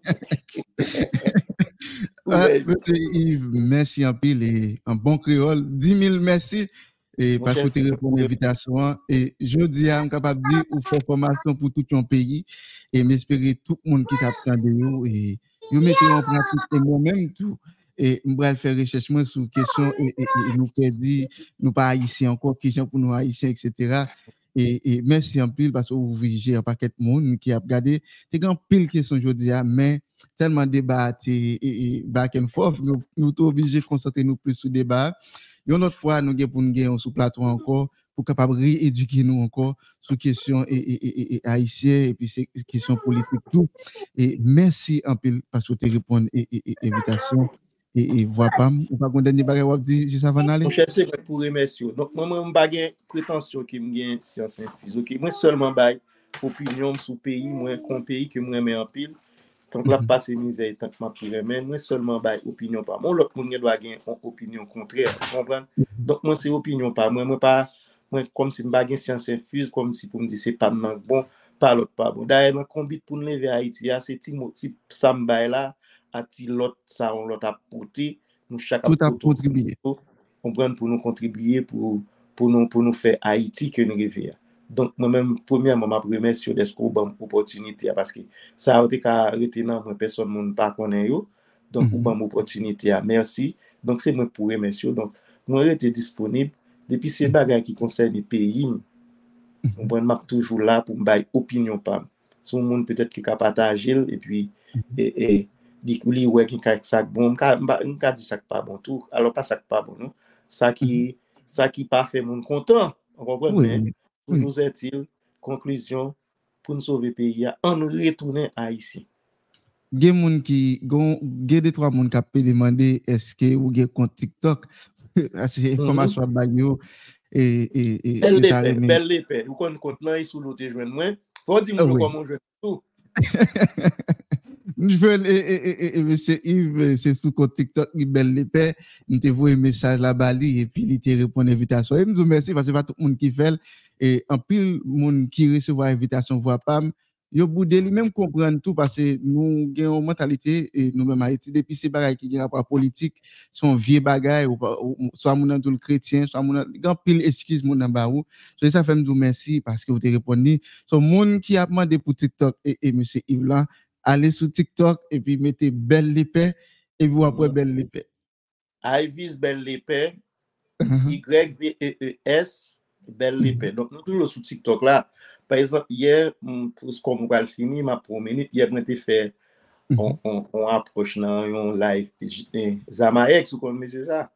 Monsieur Yves, merci en pile et en bon créole, dix mille merci et parce que tu réponds à l'invitation et je dis à capable de dire ou faire formation pour tout ton pays et m'espérer tout le monde qui t'attend de vous et vous mettez en pratique et moi-même tout et m'bral faire recherche moi sur question et, et, et nous perdit nous pas haïtiens encore question pour nous haïtiens etc. et, et merci en pile parce que vous vigez un paquet de monde qui a regardé des grand pile question aujourd'hui mais tellement débat et, et, et back and forth nous nous obligés de concentrer nous plus sur débat et une autre fois nous pour nous gagner sur plateau encore pour capable rééduquer nous encore sur question et, et, et, et haïtien et puis c'est question politique tout et merci en pile parce que tu réponds et, et, et invitation et, et voix pas ou pas qu'on dernier bagage ou dit juste avant d'aller mon cher c'est pour remercier donc moi moi pas gain prétention qui me gain science infuse OK moi seulement bail opinion sur pays moi qu'on pays que moi met en pile tant que la passe misère tant que m'a privé mais moi seulement bail opinion pas moi l'autre monde doit gain opinion contraire comprendre donc moi c'est opinion pas moi moi pas moi comme si me gain science infuse comme si pour me dire c'est pas bon pas l'autre pas bon d'ailleurs combien pour lever Haïti c'est Timothy Samba là à ti l'autre ça on l'autre a porté nous chaque tout a contribué comprendre pour nous contribuer pour pour nous pour nous faire Haïti que nous rêver donc moi même premièrement m'a remercier d'esco bonne opportunité parce que ça a été qu'à retenir moi personne monde pas connaît yo donc pour bonne opportunité merci donc c'est moi pour remercier donc moi était disponible depuis ces bagages qui concernent les pays on m'a toujours là pour me bailler opinion pas son monde peut-être qui capable partager et puis et, et dit que lui ouais qui quelque ça bon on dit ça pas bon tout alors pas ça pas bon non ça qui ça qui pas fait monde content on comprend bien toujours est-il conclusion pour nous sauver pays en retourner à ici gen moun qui gon gen deux trois moun qui peut demander est-ce que ou gen compte TikTok c'est information ba yo et et et belle yo ta épée remè. belle épée ou kon compte là sous l'autre joindre moi faut dire moi comment je tout Je veux et monsieur Yves c'est sous compte TikTok il belle l'épée nous te voyer message là bali et puis il te répond invitation et me dis merci parce que pas tout le monde qui fait et en pile monde qui recevoir invitation voit pas yo boudé lui même comprendre tout parce que nous gagnons mentalité et nous même Haïti depuis ces bagages qui gagne rapport politique sont vieux bagages ou soit mon tout le chrétien soit mon grand pile excuse mon en bas ou so ça fait me dire merci parce que vous te répondu so monde qui a demandé pour TikTok et, et monsieur Yves là allez sur TikTok et puis mettez belle l'épée et vous après belle l'épée Ivis belle l'épée Y V E E S belle l'épée donc nous toujours sur TikTok là. Par exemple, hier, pour ce qu'on va finir, ma promenade, hier, on a fait on, on, on approche dans un live. Zamaex, vous connaissez ça?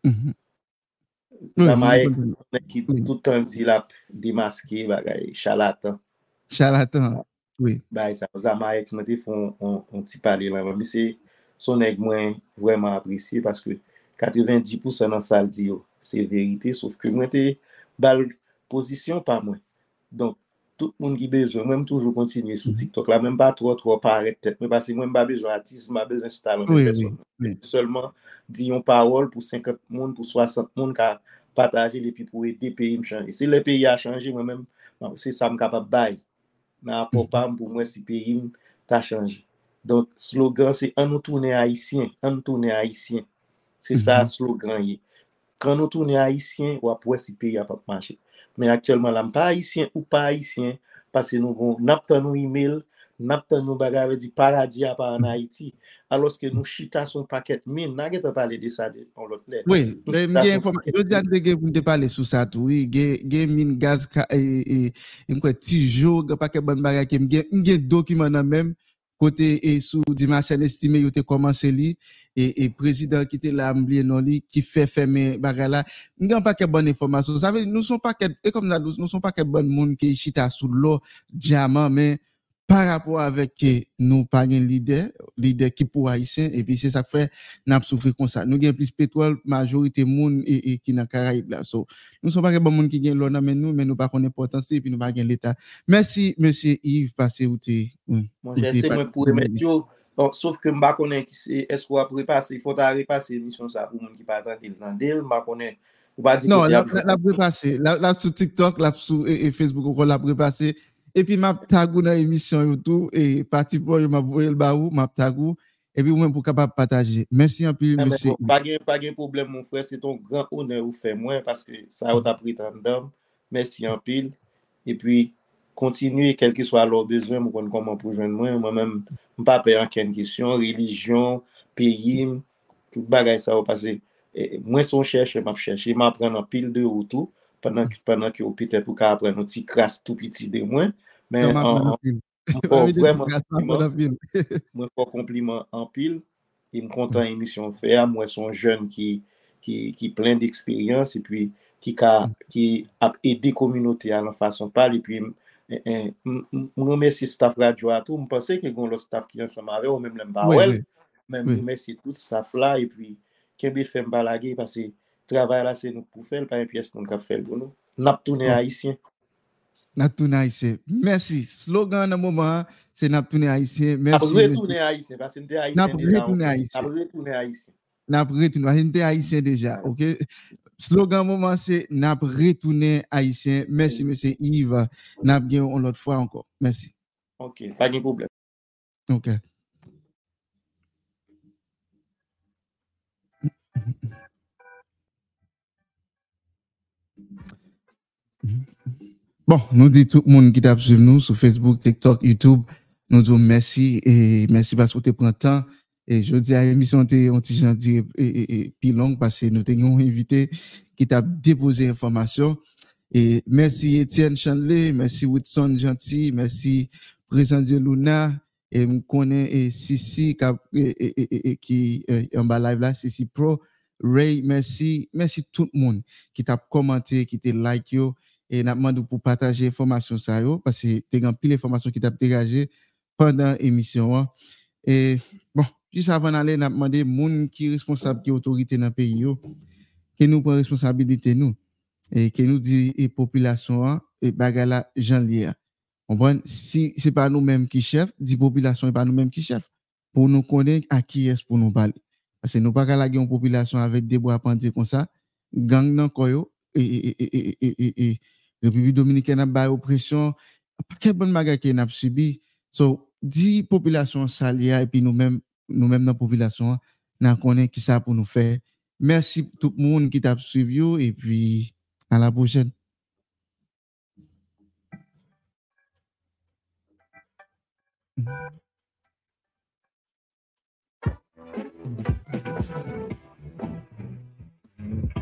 Zamaex, qui tout le temps dit la démasqué, charlatan. Charlatan, oui. Bah, ça, Zamaex, on a fait un petit parler là, mais c'est son aide moins vraiment apprécié parce que quatre-vingt-dix pour cent dans ça, dit, c'est vérité, sauf que moi, j'ai balle position pas moi. Donc, tout le monde qui a besoin, même toujours continuer sur TikTok, là, même pas trop, trop paraître tête, mais parce que moi, je n'ai pas besoin d'artiste, je n'ai pas besoin de star, oui, personne. Oui, oui. Seulement, dire une parole pour cinquante personnes, pour soixante personnes qui a partagé et puis pour aider le pays à changer. Si le pays a changé, moi-même, c'est ça que je suis capable de bailler. Mais pas pour moi, si le pays a changé. Donc, le slogan, c'est « On nous tourne haïtien, on nous tourne haïtien ». C'est ça le slogan. Quand nous tournons haïtien, ou après si le pays n'a pas marché. Mais actuellement, là, pas haïtien ou pas haïtien, parce que nous avons nos emails, nous avons nos bagages dit paradis à part en Haïti, alors que nous chita son paquet mine, n'a pas parlé de ça dans l'autre lettre. Oui, mais j'ai information, je dis à des pour te parler sur ça tout, oui, j'ai mine gaz et et quoi toujours paquet bonne bagages qui j'ai document même côté et sous dimanche estimé il était commencé li et et président qui était là oublié non li qui fait fermer bagarre là n'ont pas que bonne information ça veut nous sont pas que et comme ça nous sont pas que bonne monde qui chita sous l'eau diamant mais par rapport avec nous pas un leader leader qui pour haïtien et puis c'est ça fait n'a souffrir comme ça nous gain plus pétrole majorité monde et, et qui dans Caraïbes là so nous sommes pas que bon monde qui gain l'eau mais nous mais nous pas connaît importance et puis nous pas gain l'état merci monsieur Yves passé ou t'es moi j'essaie moi pour remettre donc sauf que m'pa connaît est-ce qu'on va repasser il faut repasser émission ça pour monde qui pas attendre le m'pa connaît ou pas dire non la la repasser là sur TikTok là sur et Facebook on la repasser et puis m'a tagou dans émission YouTube et parti pour m'a voyer le baou m'a tagou et puis moi pour capable partager merci un peu monsieur pas gain pas gain problème mon frère c'est ton grand honneur ou fait moi parce que ça ou t'a pris tant d'homme merci en pile et puis continuer quel que soit leur besoin moi comment pour joindre moi moi même pas peur en quelle question religion pays tout bagage ça va passer moi son chercher m'a chercher m'a prendre en pile de autour pendant que pendant que peut-être pour apprendre un petit crasse tout petit de moi mais en vraiment moi fort compliment en pile et me content émission faire moi son jeune qui qui qui plein d'expérience et puis qui a qui a aidé communauté à la façon parler et puis me remercie staff radio à tout me penser que gon le staff qui ensemble avec ou même l'aime pas ouais même remercie tout staff là et puis Kembe fait me balaguer parce que travail là c'est nous pour faire pas une pièce qu'on a fait pour nous n'a tourné haïtien n'a tourné haïtien merci slogan dans moment c'est n'a tourné haïtien merci après retourner haïtien parce que nous haïtien déjà retourner haïtien après retourner haïtien n'a retourner haïtien déjà OK slogan moment c'est n'a retourner haïtien merci monsieur Yves n'a bien une autre fois encore merci OK pas de problème OK bon nous dit tout le monde qui t'a suivi nous sur Facebook TikTok YouTube nous disons merci et merci parce que tu prends temps et je dis à l'émission t'es on t'y gentil et et puis long parce que nous t'avons invité qui t'a déposé information et merci Étienne Chanley merci Whitson Gentil merci Président de Luna et me connaît et Sissi qui en bas live là Sissi Pro Ray merci merci tout le monde qui t'a commenté qui t'a like yo et n'a demandé pour partager information ça yo parce que t'es grand pile information qui t'a dégagé pendant émission Et bon, juste avant d'aller, on a demandé moun qui responsable, qui autorité dans le pays, yo, que nous prend responsabilité nous et que nous dit et population et bagala Jean Lier. On voit si c'est pas nous-mêmes qui chef, dit population et pas nous-mêmes qui chef pour nous connaître à qui est pour nous parler. Parce que nous pas la une population avec des bois pendus comme ça, gang nan koyo et et et et et et République dominicaine a ba oppression, pas quel bon bagage qui n'a subi. So dit population salia et puis nous-mêmes nous-mêmes dans population n'a connaît qui ça pour nous faire. Merci tout le monde qui t'a suivi et puis à la prochaine. Mm-hmm.